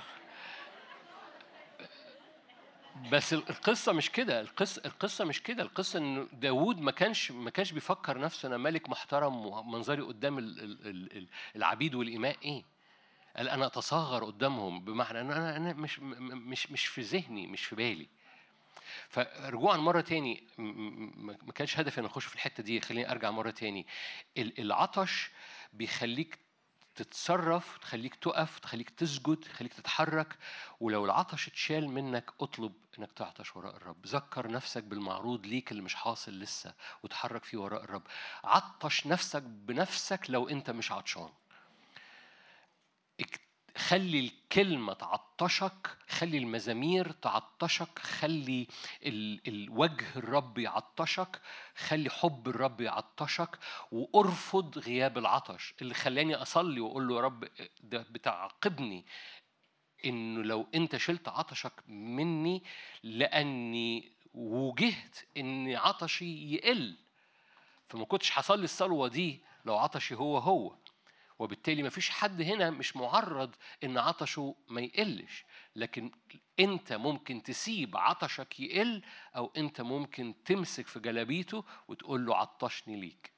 بس القصة مش كده، القصة القصة مش كده، القصة إن داوود ما كانش ما كانش بيفكر نفسه أنا ملك محترم ومنظري قدام ال- ال- ال- ال- العبيد والإماء إيه؟ قال أنا أتصاغر قدامهم، بمعنى أن أنا أنا مش م- م- مش مش في ذهني، مش في بالي. فرجوعا مرة تاني، م- م- ما كانش هدفي أن أخش في الحتة دي، خليني أرجع مرة تاني. ال- العطش بيخليك تتصرف، تخليك تقف، تخليك تسجد، تخليك تتحرك. ولو العطش اتشال منك اطلب انك تعطش وراء الرب. ذكر نفسك بالمعروض ليك اللي مش حاصل لسه وتحرك فيه وراء الرب. عطش نفسك بنفسك لو انت مش عطشان. اك- خلي الكلمة تعطشك، خلي المزامير تعطشك، خلي ال- الوجه الرب يعطشك، خلي حب الرب يعطشك، وارفض غياب العطش. اللي خلاني أصلي وأقول له يا رب ده بتعاقبني إنه لو أنت شلت عطشك مني، لأني وجهت إن عطشي يقل، فما كنتش هصلي الصلوة دي لو عطشي هو هو. وبالتالي ما فيش حد هنا مش معرض ان عطشه ما يقلش، لكن انت ممكن تسيب عطشك يقل، او انت ممكن تمسك في جلابيته وتقول له عطشني ليك.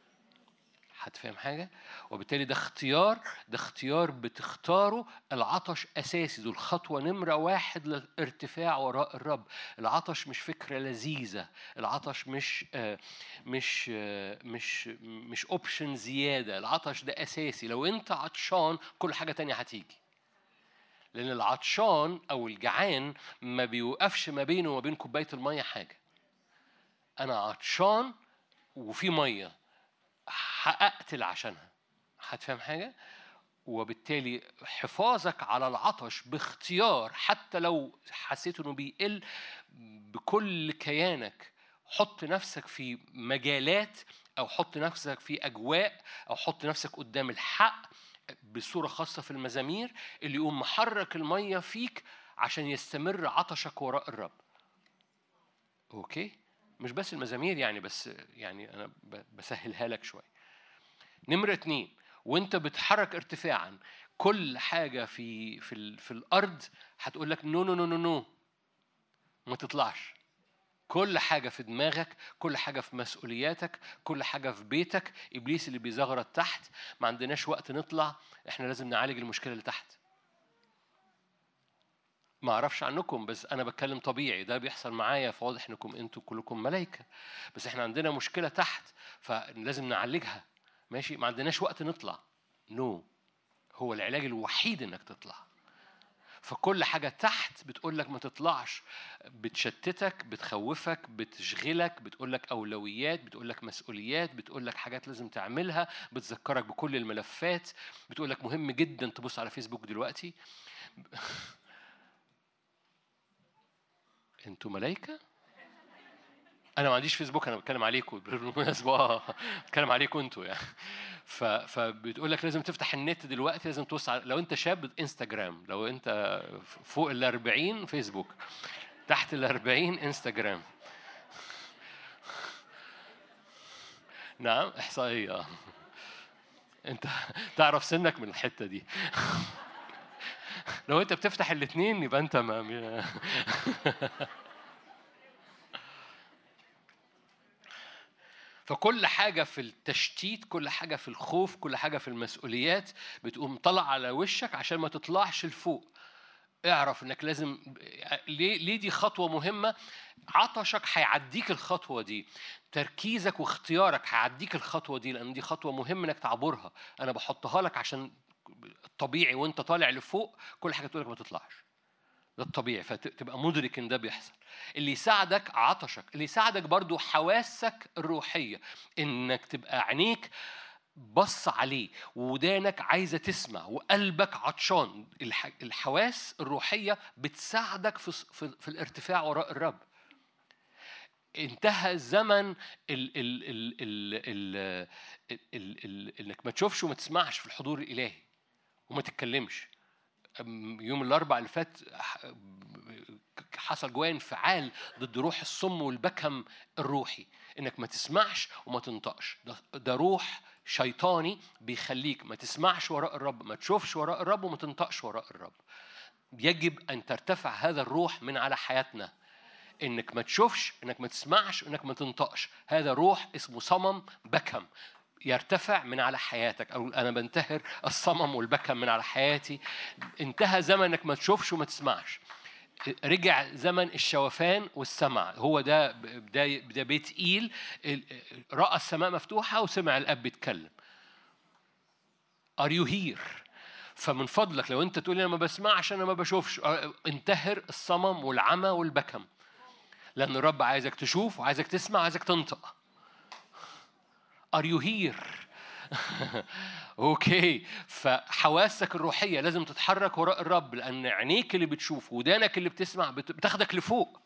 هتفهم حاجة؟ وبالتالي ده اختيار، ده اختيار بتختاره. العطش أساسي، دول خطوة نمرة واحد للارتفاع وراء الرب. العطش مش فكرة لذيذة، العطش مش آه مش آه مش مش اوبشن زيادة. العطش ده أساسي. لو أنت عطشان كل حاجة تانية هتيجي، لأن العطشان أو الجعان ما بيوقفش ما بينه وما بين كوباية المية حاجة. أنا عطشان وفي مية هقتل عشانها. هتفهم حاجة؟ وبالتالي حفاظك على العطش باختيار، حتى لو حسيت انه بيقل بكل كيانك. حط نفسك في مجالات، او حط نفسك في اجواء، او حط نفسك قدام الحق بصورة خاصة في المزامير اللي يقوم محرك المية فيك عشان يستمر عطشك وراء الرب. اوكي؟ مش بس المزامير يعني، بس يعني انا بسهلها لك شوية. نمرة اتنين، وانت بتحرك ارتفاعا، كل حاجة في في ال في الأرض هتقول لك نو نو نو نو نو ما تطلعش. كل حاجة في دماغك، كل حاجة في مسؤولياتك، كل حاجة في بيتك، إبليس اللي بيزغرط تحت. ما عندناش وقت نطلع، احنا لازم نعالج المشكلة اللي تحت. ما أعرفش عنكم، بس أنا بتكلم طبيعي، ده بيحصل معايا، فواضح إنكم أنتوا كلكم ملايكة، بس احنا عندنا مشكلة تحت فلازم نعالجها. ماشي؟ ما عندناش وقت نطلع. نو no. هو العلاج الوحيد انك تطلع. فكل حاجة تحت بتقولك ما تطلعش، بتشتتك، بتخوفك، بتشغلك، بتقولك أولويات، بتقولك مسؤوليات، بتقولك حاجات لازم تعملها، بتذكرك بكل الملفات، بتقولك مهم جدا تبص على فيسبوك دلوقتي. انتوا ملايكة؟ انا ما عنديش فيسبوك، انا بتكلم عليكم بالمناسبه، بتكلم عليكم انتوا يعني. ف فبتقول لك لازم تفتح النت دلوقتي، لازم توصل. لو انت شاب انستجرام، لو انت فوق ال أربعين فيسبوك، تحت ال أربعين انستجرام. نعم، احصائيه. انت تعرف سنك من الحته دي. لو انت بتفتح الاثنين يبقى انت ما فكل حاجة في التشتيت، كل حاجة في الخوف، كل حاجة في المسؤوليات بتقوم طلع على وشك عشان ما تطلعش لفوق. اعرف انك لازم. ليه ليه دي خطوة مهمة؟ عطشك هيعديك الخطوة دي، تركيزك واختيارك هيعديك الخطوة دي، لأن دي خطوة مهم انك تعبرها. أنا بحطها لك عشان الطبيعي وانت طالع لفوق كل حاجة تقولك ما تطلعش، ده الطبيعي، فتبقى مدرك ان ده بيحصل. اللي يساعدك عطشك، اللي يساعدك برضو حواسك الروحية، انك تبقى عينيك بص عليه، ودانك عايزة تسمع، وقلبك عطشان. الحواس الروحية بتساعدك في, في, في الارتفاع وراء الرب. انتهى الزمن ال ال ال ال ال ال ال ال انك ما تشوفش وما تسمعش في الحضور الإلهي وما تتكلمش. يوم الأربع اللي فات حصل جوايا انفعال ضد روح الصم والبكم الروحي، انك ما تسمعش وما تنطقش. ده, ده روح شيطاني بيخليك ما تسمعش وراء الرب، ما تشوفش وراء الرب، وما تنطقش وراء الرب. يجب أن ترتفع هذا الروح من على حياتنا، انك ما تشوفش، انك ما تسمعش، انك ما تنطقش. هذا روح اسمه صمم بكم يرتفع من على حياتك. أو أنا بنتهر الصمم والبكم من على حياتي. انتهى زمن انك ما تشوفش وما تسمعش، رجع زمن الشوفان والسمع. هو ده ده, ده بيت إيل، رأى السماء مفتوحة وسمع الأب بيتكلم. Are you here؟ فمن فضلك لو أنت تقول أنا ما بسمعش، أنا ما بشوفش، انتهر الصمم والعمى والبكم، لأن الرب عايزك تشوف وعايزك تسمع وعايزك تنطق. Are you here؟ اوكي. فحواسك الروحيه لازم تتحرك وراء الرب، لان عينيك اللي بتشوف ودانك اللي بتسمع بتاخدك لفوق.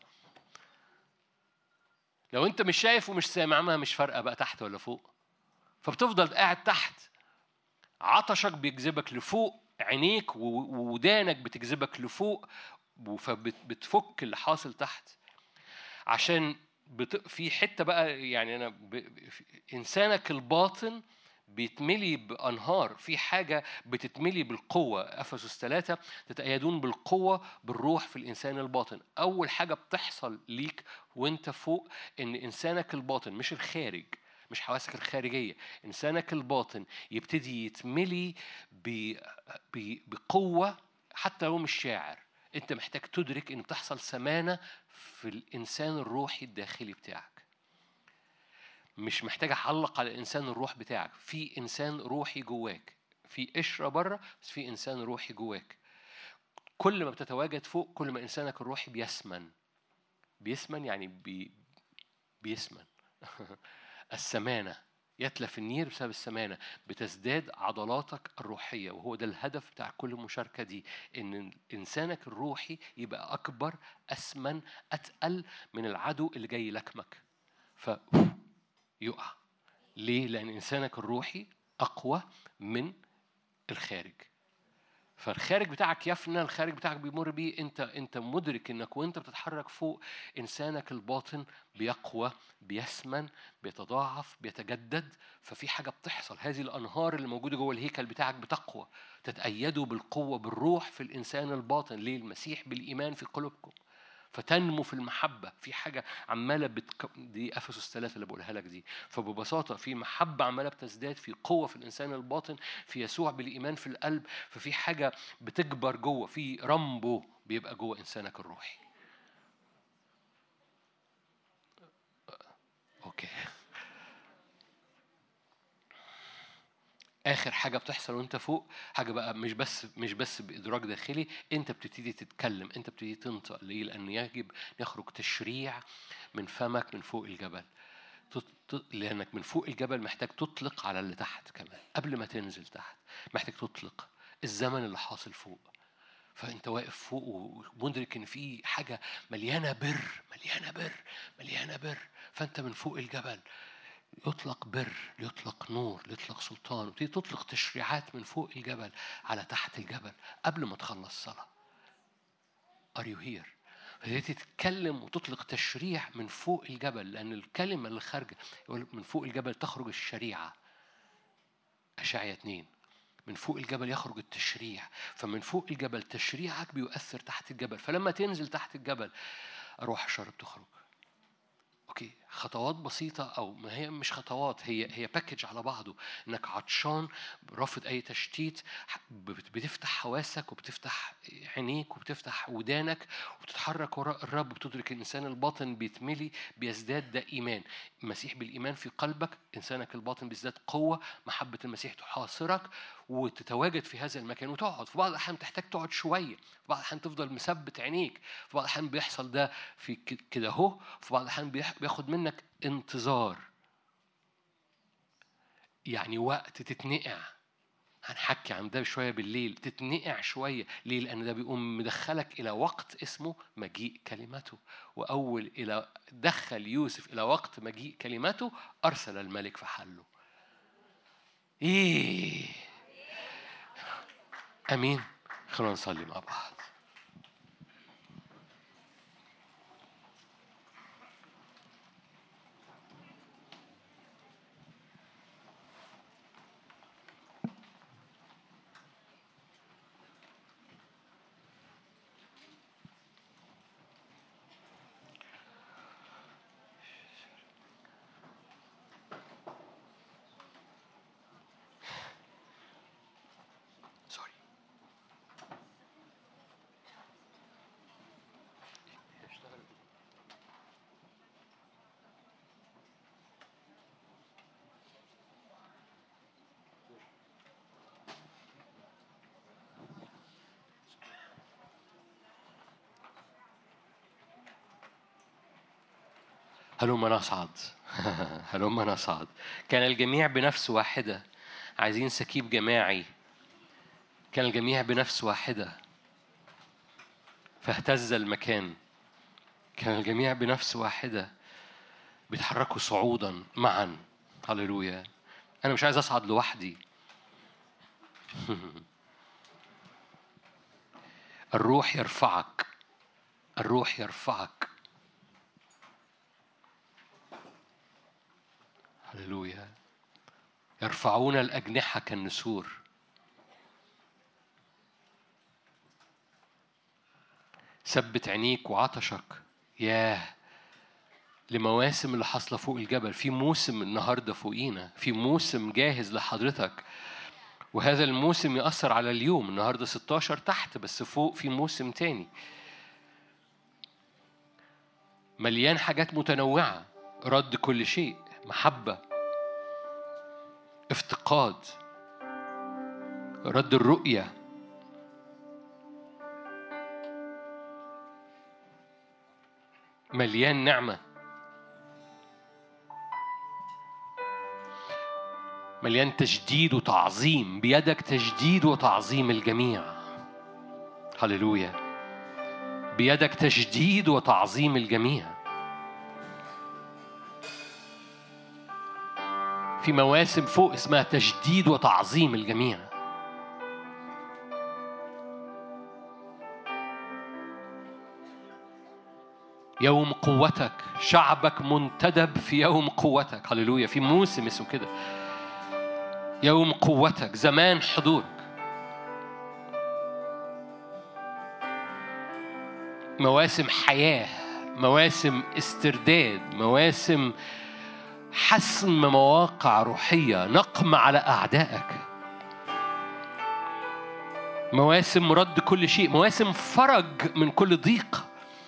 لو انت مش شايف ومش سامع، ما مش فارقه بقى تحت ولا فوق، فبتفضل قاعد تحت. عطشك بيجذبك لفوق، عينيك ودانك بتجذبك لفوق، فبتفك اللي حاصل تحت. عشان بت... في حته بقى، يعني انا ب... انسانك الباطن بيتملي بأنهار، في حاجة بتتملي بالقوة. أفسس ثلاثة تتأيدون بالقوة بالروح في الإنسان الباطن. أول حاجة بتحصل ليك وانت فوق إن إنسانك الباطن، مش الخارج، مش حواسك الخارجية، إنسانك الباطن يبتدي يتملي ب... ب... بقوة. حتى لو مش شاعر، أنت محتاج تدرك إن بتحصل سمانة في الإنسان الروحي الداخلي بتاعك. مش محتاج أعلق على الإنسان الروح بتاعك. في إنسان روحي جواك، في قشرة بره، بس في إنسان روحي جواك. كل ما بتتواجد فوق، كل ما إنسانك الروحي بيسمن. بيسمن يعني بي بيسمن. السمانة يتلف النير بسبب السمانة. بتزداد عضلاتك الروحية، وهو ده الهدف بتاع كل مشاركة دي، إن إنسانك الروحي يبقى أكبر، أسمن، أتقل من العدو اللي جاي لكمك. ف يقع. ليه؟ لأن إنسانك الروحي أقوى من الخارج. فالخارج بتاعك يفنى، الخارج بتاعك بيمر بيه. أنت أنت مدرك إنك وأنت بتتحرك فوق، إنسانك الباطن بيقوى، بيسمن، بيتضاعف، بيتجدد. ففي حاجة بتحصل. هذه الأنهار اللي موجودة جوه الهيكل بتاعك بتقوى. تتأيدوا بالقوة بالروح في الإنسان الباطن. ليه؟ المسيح بالإيمان في قلوبكم، فتنمو في المحبة. في حاجة عمالة بتك... دي أفسس ثلاثة اللي بقولها لك دي. فببساطة في محبة عمالة بتزداد، في قوة في الإنسان الباطن، في يسوع بالإيمان في القلب. ففي حاجة بتكبر جوه، في رامبو بيبقى جوه إنسانك الروحي. أوكي. آخر حاجة بتحصل وأنت فوق، حاجة بقى مش بس مش بس بإدراك داخلي، أنت بتبتدي تتكلم، أنت بتبتدي تنطق. ليه؟ لأن يجب يخرج تشريع من فمك من فوق الجبل. لأنك من فوق الجبل محتاج تطلق على اللي تحت كمان. قبل ما تنزل تحت محتاج تطلق الزمن اللي حاصل فوق. فأنت واقف فوق ومدرك إن في حاجة مليانة بر، مليانة بر، مليانة بر. فأنت من فوق الجبل يطلق بر، يطلق نور، يطلق سلطان، وتبتدي تطلق تشريعات من فوق الجبل على تحت الجبل قبل ما تخلص صلاة. Are you here؟ فتبتدي تتكلم وتطلق تشريع من فوق الجبل، لأن الكلمة اللي خارجة يقول من فوق الجبل تخرج الشريعة. أشعياء اثنين، من فوق الجبل يخرج التشريع. فمن فوق الجبل تشريعك بيؤثر تحت الجبل. فلما تنزل تحت الجبل أروح الشر بتخرج. اوكي، خطوات بسيطه، او ما هي مش خطوات، هي هي باكج على بعضه. انك عطشان، رافض اي تشتيت، بتفتح حواسك وبتفتح عينيك وبتفتح ودانك وبتتحرك وراء الرب. بتدرك الانسان الباطن بيتملي، بيزداد. ده ايمان المسيح بالايمان في قلبك. انسانك الباطن بيزداد قوه، محبه المسيح تحاصرك وتتواجد في هذا المكان وتقعد. في بعض الأحيان تحتاج تقعد شوية، في بعض الأحيان تفضل مثبت عينيك، في بعض الأحيان بيحصل ده في كده هو، في بعض الأحيان بياخد منك انتظار، يعني وقت تتنقع. هنحكي عن ده شوية بالليل. تتنقع شوية. ليه؟ لأن ده بيقوم مدخلك إلى وقت اسمه مجيء كلمته. وأول إلى دخل يوسف إلى وقت مجيء كلمته أرسل الملك فحله. إيه؟ أمين. خلونا نصلي مع بعض. سوري. هلما نصعد. هلما نصعد. كان الجميع بنفس واحدة عايزين سكيب جماعي. كان الجميع بنفس واحدة فاهتز المكان. كان الجميع بنفس واحدة بيتحركوا صعودا معا. هللويا. أنا مش عايز أصعد لوحدي. الروح يرفعك. الروح يرفعك. هللويا. يرفعون الأجنحة كالنسور. ثبت عينيك وعطشك ياه لمواسم اللي حاصله فوق الجبل. في موسم النهارده فوقينا، في موسم جاهز لحضرتك، وهذا الموسم يأثر على اليوم. النهارده ستاشر تحت، بس فوق في موسم تاني مليان حاجات متنوعة. رد كل شيء، محبة، افتقاد، رد الرؤية، مليان نعمة، مليان تجديد وتعظيم. بيدك تجديد وتعظيم الجميع. هللويا. بيدك تجديد وتعظيم الجميع. في مواسم فوق اسمها تجديد وتعظيم الجميع. يوم قوتك، شعبك منتدب في يوم قوتك. هللويا. في موسم اسمه كده يوم قوتك، زمان حضورك. مواسم حياة، مواسم استرداد، مواسم حسم مواقع روحية، نقم على أعدائك، مواسم رد كل شيء، مواسم فرج من كل ضيق،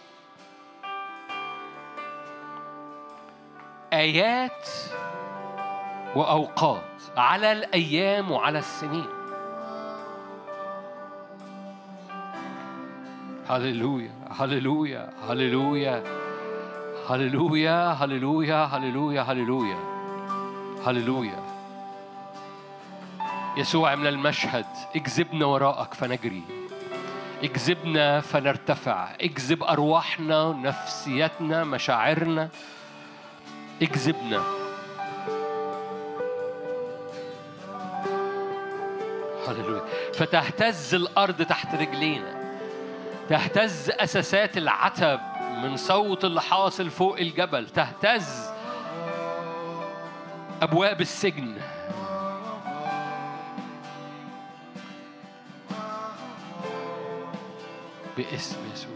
آيات وأوقات على الأيام وعلى السنين. هللويا هللويا هللويا هللويا هللويا هللويا هللويا هللويا. يسوع من المشهد، اجذبنا وراءك فنجري، اجذبنا فنرتفع، اجذب أرواحنا، نفسيتنا، مشاعرنا، اجذبنا. هللويا. فتهتز الأرض تحت رجلينا، تهتز أساسات العتب من صوت اللي حاصل فوق الجبل، تهتز أبواب السجن. باسم يسوع.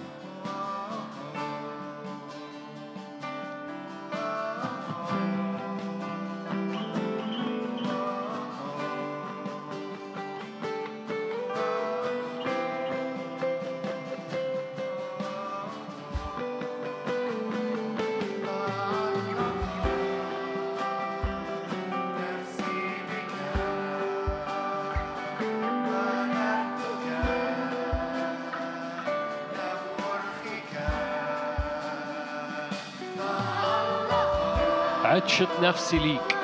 عطشت نفسي ليك.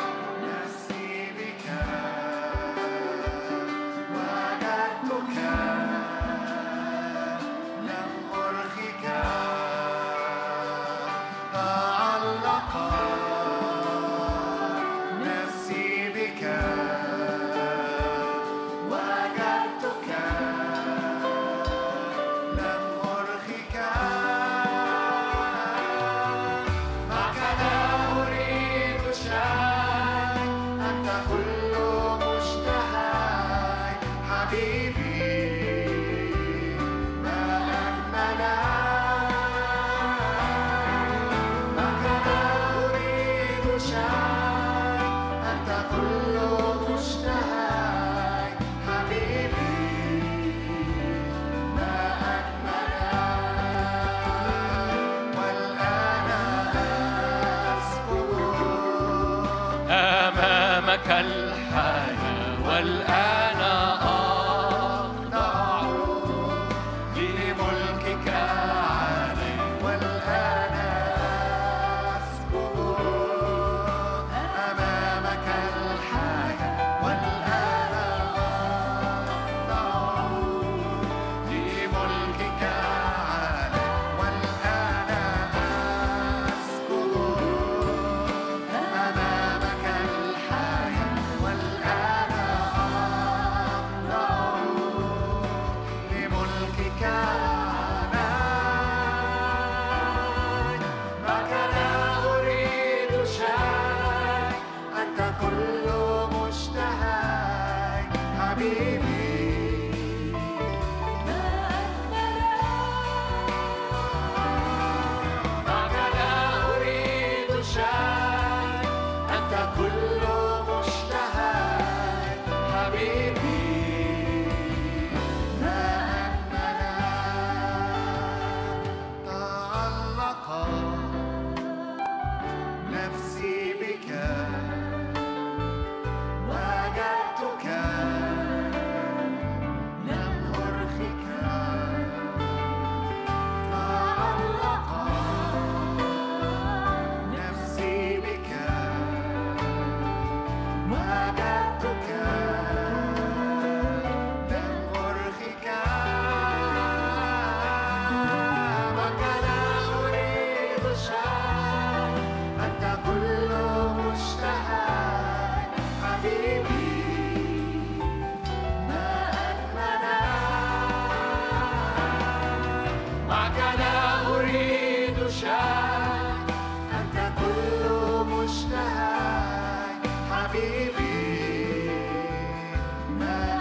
معك لا أريد شيء
أنت كل مشتهى حبيبي ما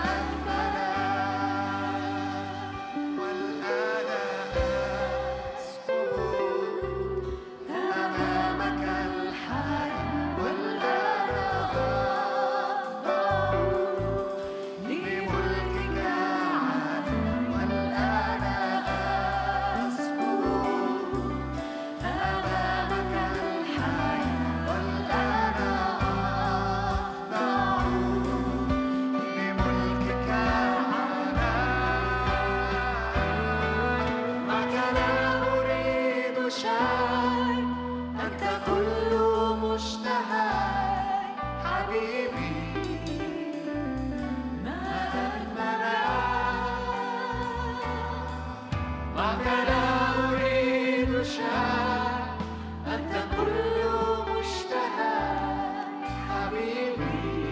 أجمل والآن أسكب أمامك الحي والآن أخضع لملكك عالم والآن أسكب أمامك الحي والآن أخضع لملكك عالم معك لا أريد شيء أنت كل مشتهى حبيبي ما أجمل معك لا أريد شيء أنت كل مشتهى حبيبي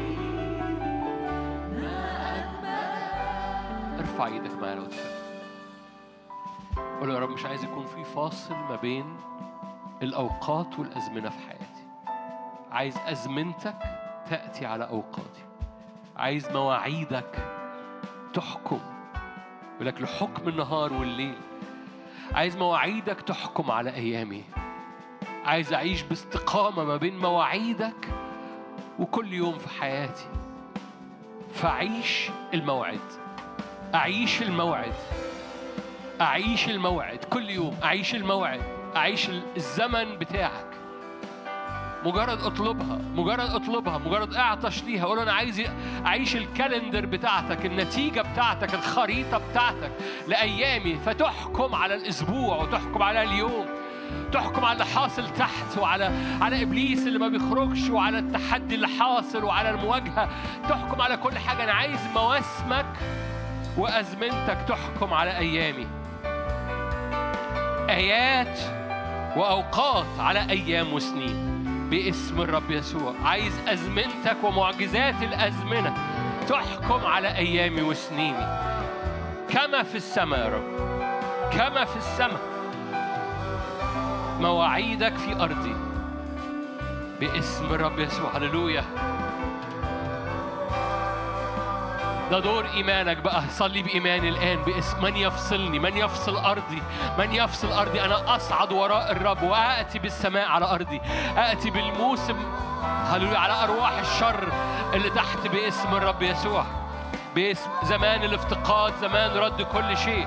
ما أجمل.
ارفع ايدك معايا لو تحب. قول يا رب مش عايز يكون في فاصل ما بين الأوقات والأزمنة في حياتي. عايز أزمنتك تأتي على أوقاتي. عايز مواعيدك تحكم. يقول لك لحكم النهار والليل. عايز مواعيدك تحكم على أيامي. عايز أعيش باستقامة ما بين مواعيدك وكل يوم في حياتي. فأعيش الموعد. أعيش الموعد. أعيش الموعد كل يوم. أعيش الموعد. أعيش الزمن بتاعك. مجرد اطلبها، مجرد اطلبها، مجرد اعطش ليها. قول انا عايز اعيش الكالندر بتاعتك، النتيجه بتاعتك، الخريطه بتاعتك لايامي، فتحكم على الاسبوع وتحكم على اليوم، تحكم على اللي حاصل تحت وعلى على ابليس اللي ما بيخرجش وعلى التحدي اللي حاصل وعلى المواجهه، تحكم على كل حاجه. انا عايز مواسمك وازمنتك تحكم على ايامي. ايات واوقات على ايام وسنين باسم الرب يسوع. عايز أزمنتك ومعجزات الأزمنة تحكم على أيامي وسنيني كما في السماء يا رب، كما في السماء. مواعيدك في أرضي باسم الرب يسوع. هللويا. ده دور إيمانك بقى. صلي بإيمان الآن باسم من يفصلني، من يفصل أرضي، من يفصل أرضي. أنا أصعد وراء الرب وآتي بالسماء على أرضي، آتي بالموسم هللويا على أرواح الشر اللي تحت باسم الرب يسوع. باسم زمان الافتقاد، زمان رد كل شيء.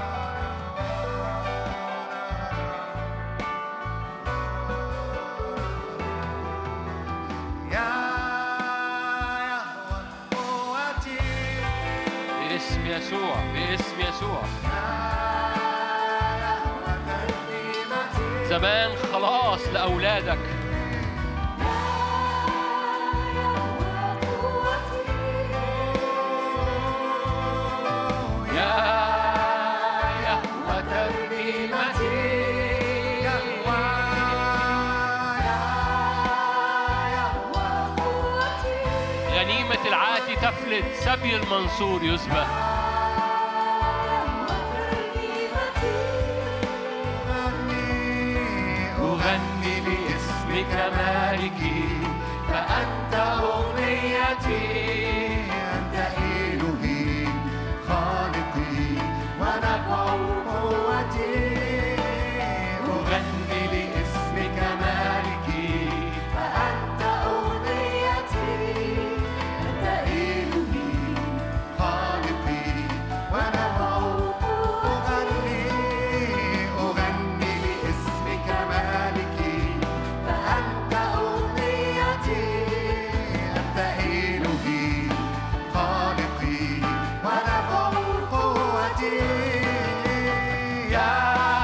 باسم يسوع، باسم يسوع. زمان خلاص لأولادك. يا يهوى ترنيمتي، غنيمة العاتي تفلت، سبي المنصور يسبح. أغني باسمك مالكي، فأنت أغنيتي،
أنت إلهي خالقي ونبع قوتي.
أغني باسمك مالكي،
فأنت أغنيتي، أنت إلهي خالقي ونبع قوتي. أغني باسمك مالكي، فأنت أغنيتي، أنت إلهي خالقي ونبع قوتي.
يا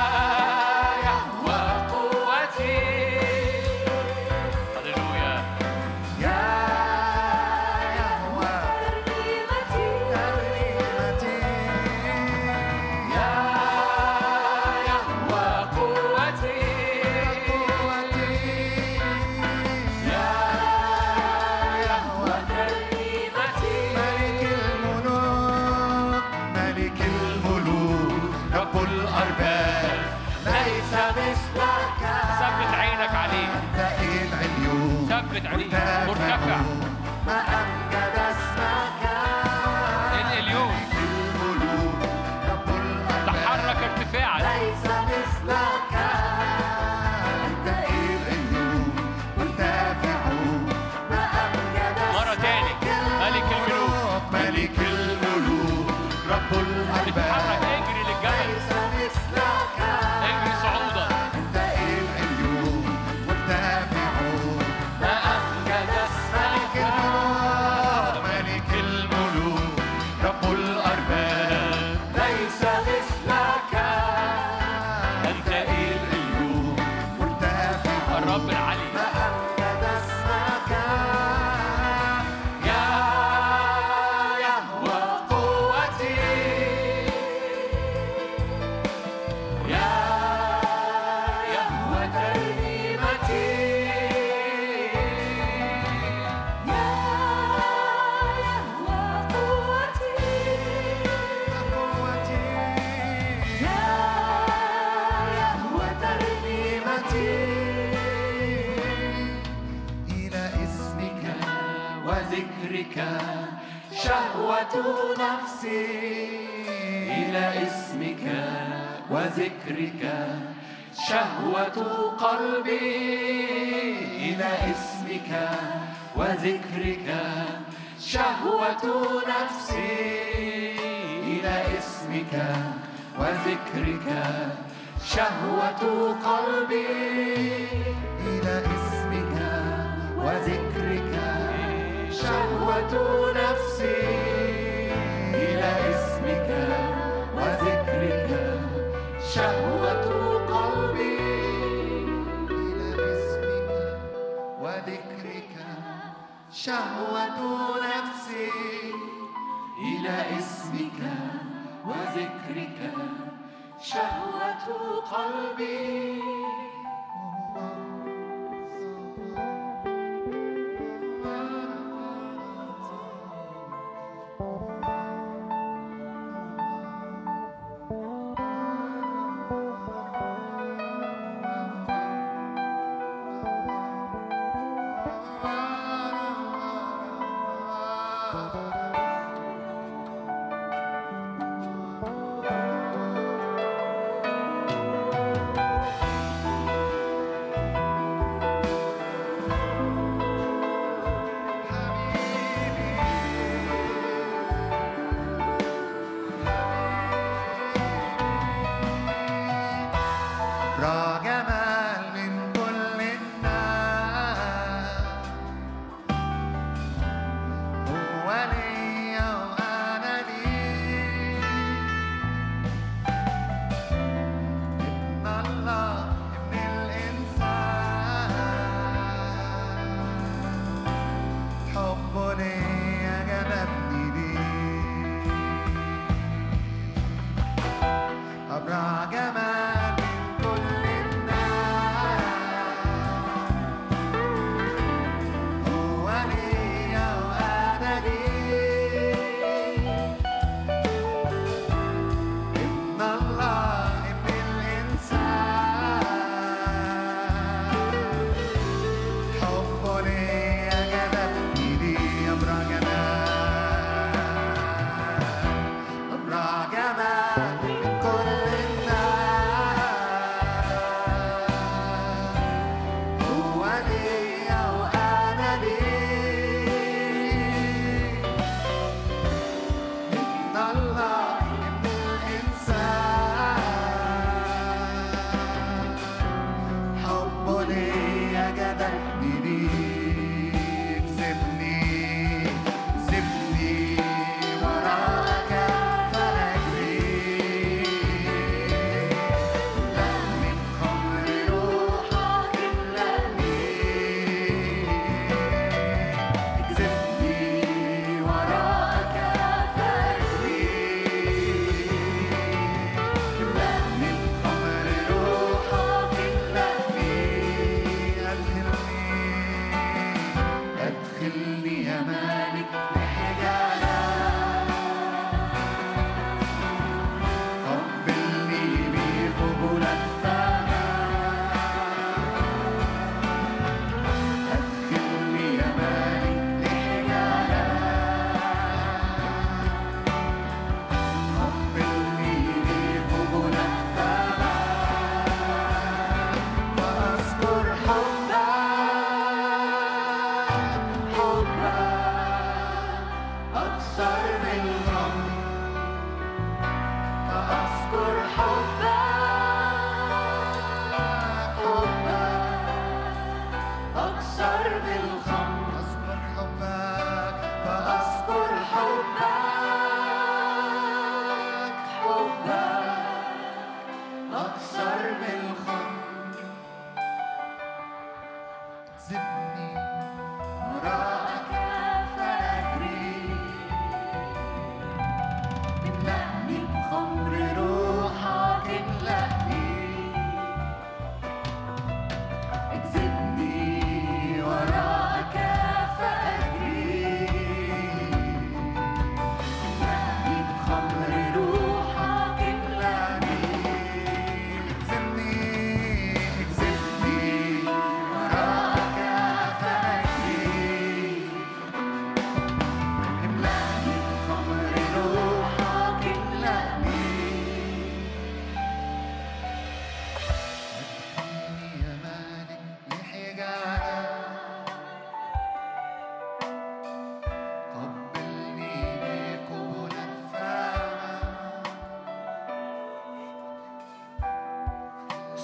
يهوى قوتي. هللويا.
يا يهوى ترنيمتي،
يا يهوى قوتي. يا يهوى ترنيمتي.
ملك الملوك، ملك الملوك، رب الأرباب،
شهوة نفسي إلى اسمك وذكرك، شهوة قلبي إلى اسمك وذكرك، شهوة نفسي إلى اسمك وذكرك، شهوة قلبي إلى اسمك وذكرك، شهوة نفسي إلى اسمك وذكرك، شهوة قلبي إلى اسمك وذكرك، شهوة نفسي إلى اسمك وذكرك، شهوة قلبي.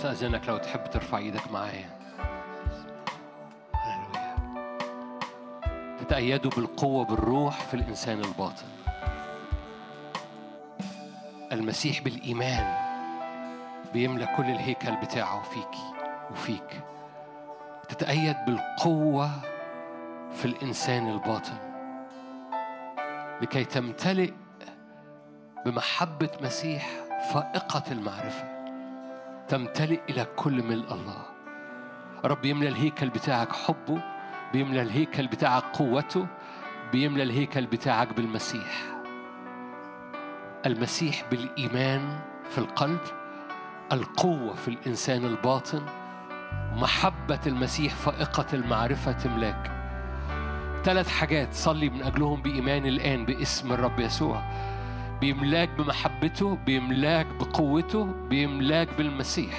استأذنك لو تحب ترفع ايدك معايا. هللويا. تتأيدوا بالقوة بالروح في الإنسان الباطن. المسيح بالإيمان بيملى كل الهيكل بتاعه فيكي وفيك. تتأيد بالقوة في الإنسان الباطن لكي تمتلئ بمحبة مسيح فائقة المعرفة، تمتلئ إلى كل ملء الله. رب يملى الهيكل بتاعك حبه، بيملى الهيكل بتاعك قوته، بيملى الهيكل بتاعك بالمسيح. المسيح بالإيمان في القلب، القوة في الإنسان الباطن، محبة المسيح فائقة المعرفة تملاك. ثلاث حاجات صلي من أجلهم بإيمان الآن باسم الرب يسوع. بيملاك بمحبته، بيملاك بقوته، بيملاك بالمسيح.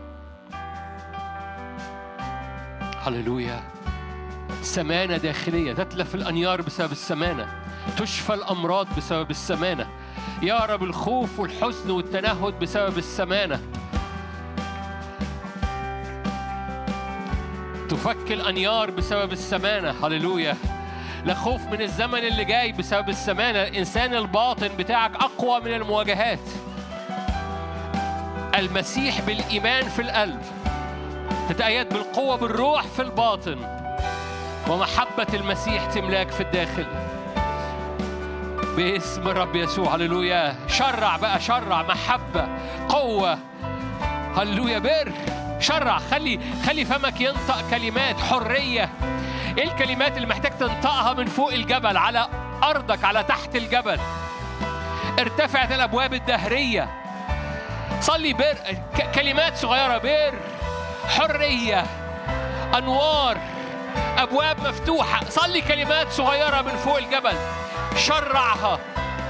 هللويا. سمانة داخلية تتلف الأنيار بسبب السمانة، تشفى الأمراض بسبب السمانة، يهرب الخوف والحزن والتنهد بسبب السمانة، تفك الأنيار بسبب السمانة. هللويا. لا خوف من الزمن اللي جاي بسبب السمانة. الإنسان الباطن بتاعك أقوى من المواجهات. المسيح بالإيمان في القلب، تتأيد بالقوة بالروح في الباطن، ومحبة المسيح تملاك في الداخل باسم الرب يسوع. هللويا. شرع بقى، شرع محبة، قوة، هللويا، بر. شرع، خلي خلي فمك ينطق كلمات حرية. ايه الكلمات اللي محتاج تنطقها من فوق الجبل على أرضك، على تحت الجبل؟ ارتفعت الأبواب الدهرية. صلي بر، ك- كلمات صغيرة، بر، حرية، أنوار، أبواب مفتوحة. صلي كلمات صغيرة من فوق الجبل، شرعها.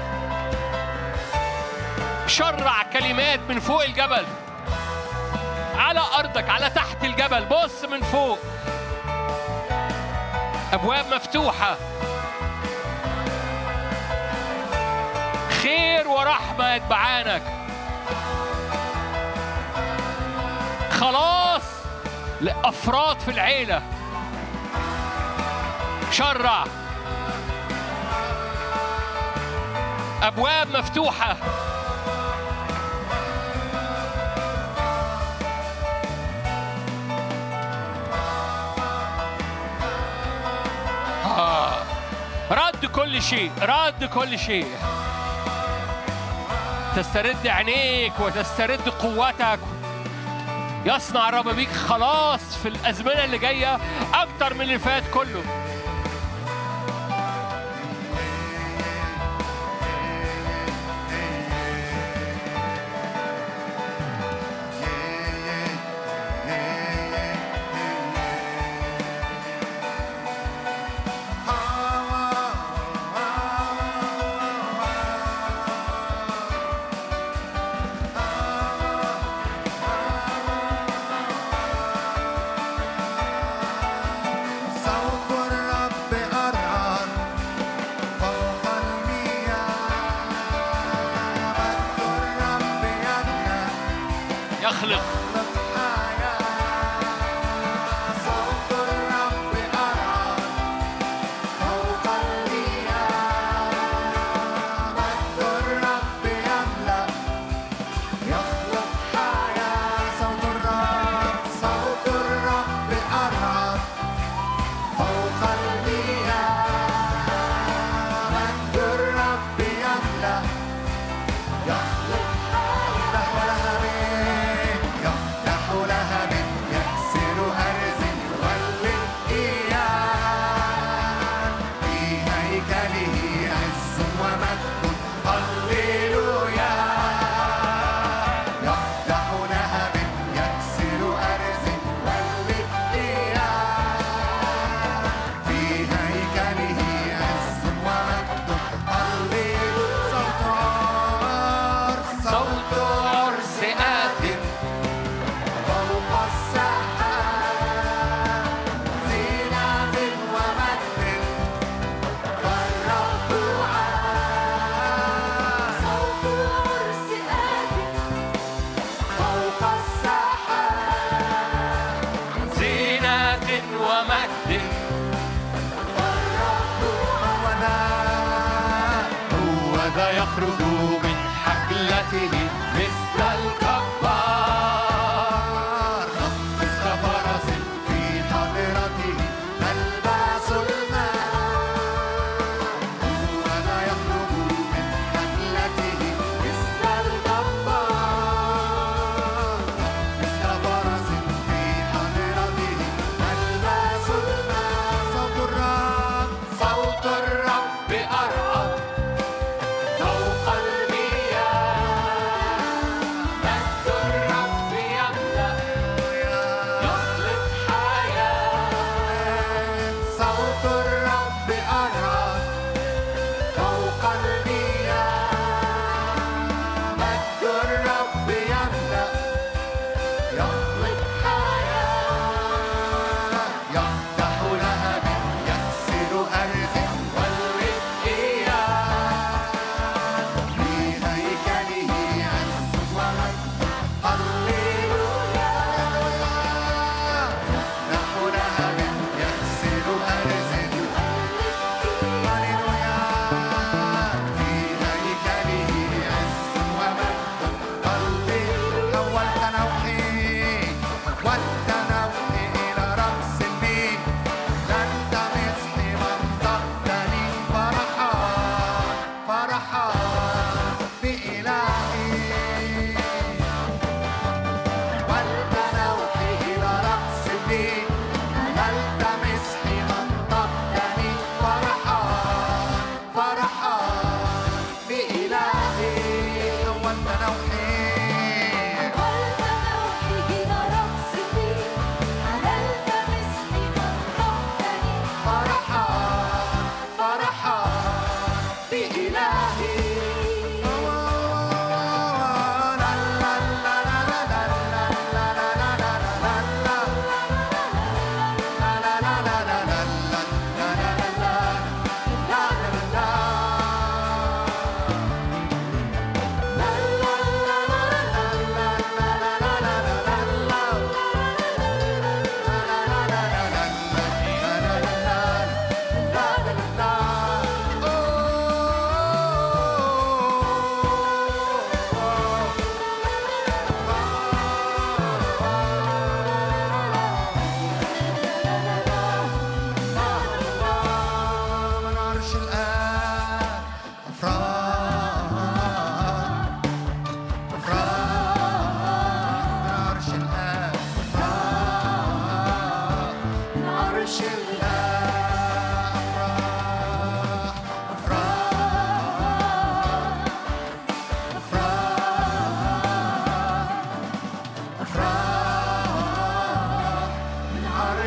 شرع كلمات من فوق الجبل على أرضك، على تحت الجبل. بص من فوق، أبواب مفتوحة، خير ورحمة يتبعانك، خلاص لأفراد في العيلة. شرع أبواب مفتوحة. آه. رد كل شيء، رد كل شيء. تسترد عينيك وتسترد قوتك. يصنع الرب بيك خلاص في الأزمنة اللي جاية أكتر من اللي فات كله. يخلق
يخلق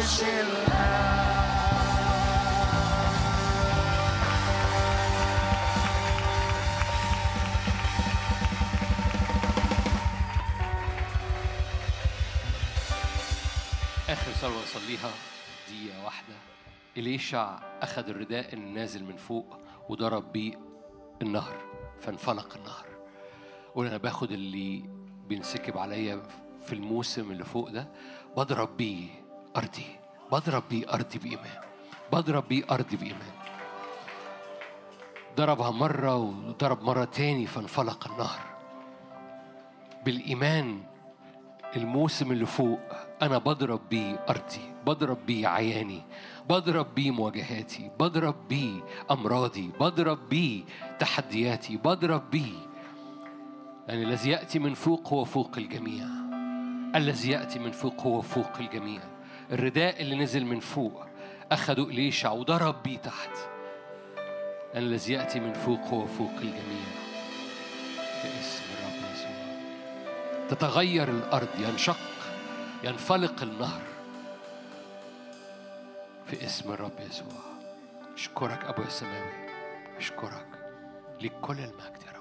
عرش الآب.
آخر صلوة نصليها دقيقة واحدة. إليشع أخذ الرداء النازل من فوق وضرب بيه النهر فانفلق النهر. وأنا باخد اللي بينسكب عليا في الموسم اللي فوق ده، بضرب بيه أرضي، بضرب بيه أرضي بإيمان، بضرب بيه أرضي بإيمان. ضربها مرة وضرب مرة تاني فانفلق النهر بالإيمان. الموسم اللي فوق أنا بضرب بيه أرضي، بضرب بيه عياني، بضرب بيه مواجهاتي، بضرب بيه أمراضي، بضرب بيه تحدياتي، بضرب بيه. يعني الذي يأتي من فوق هو فوق الجميع، الذي يأتي من فوق هو فوق الجميع. الرداء اللي نزل من فوق أخذوا إليشع وضرب بيه تحت. يعني الذي يأتي من فوق هو فوق الجميع. في اسم الرب يسوع تتغير الأرض، ينشق، ينفلق النهر في اسم الرب يسوع. أشكرك أبويا السماوي، أشكرك لكل المجد.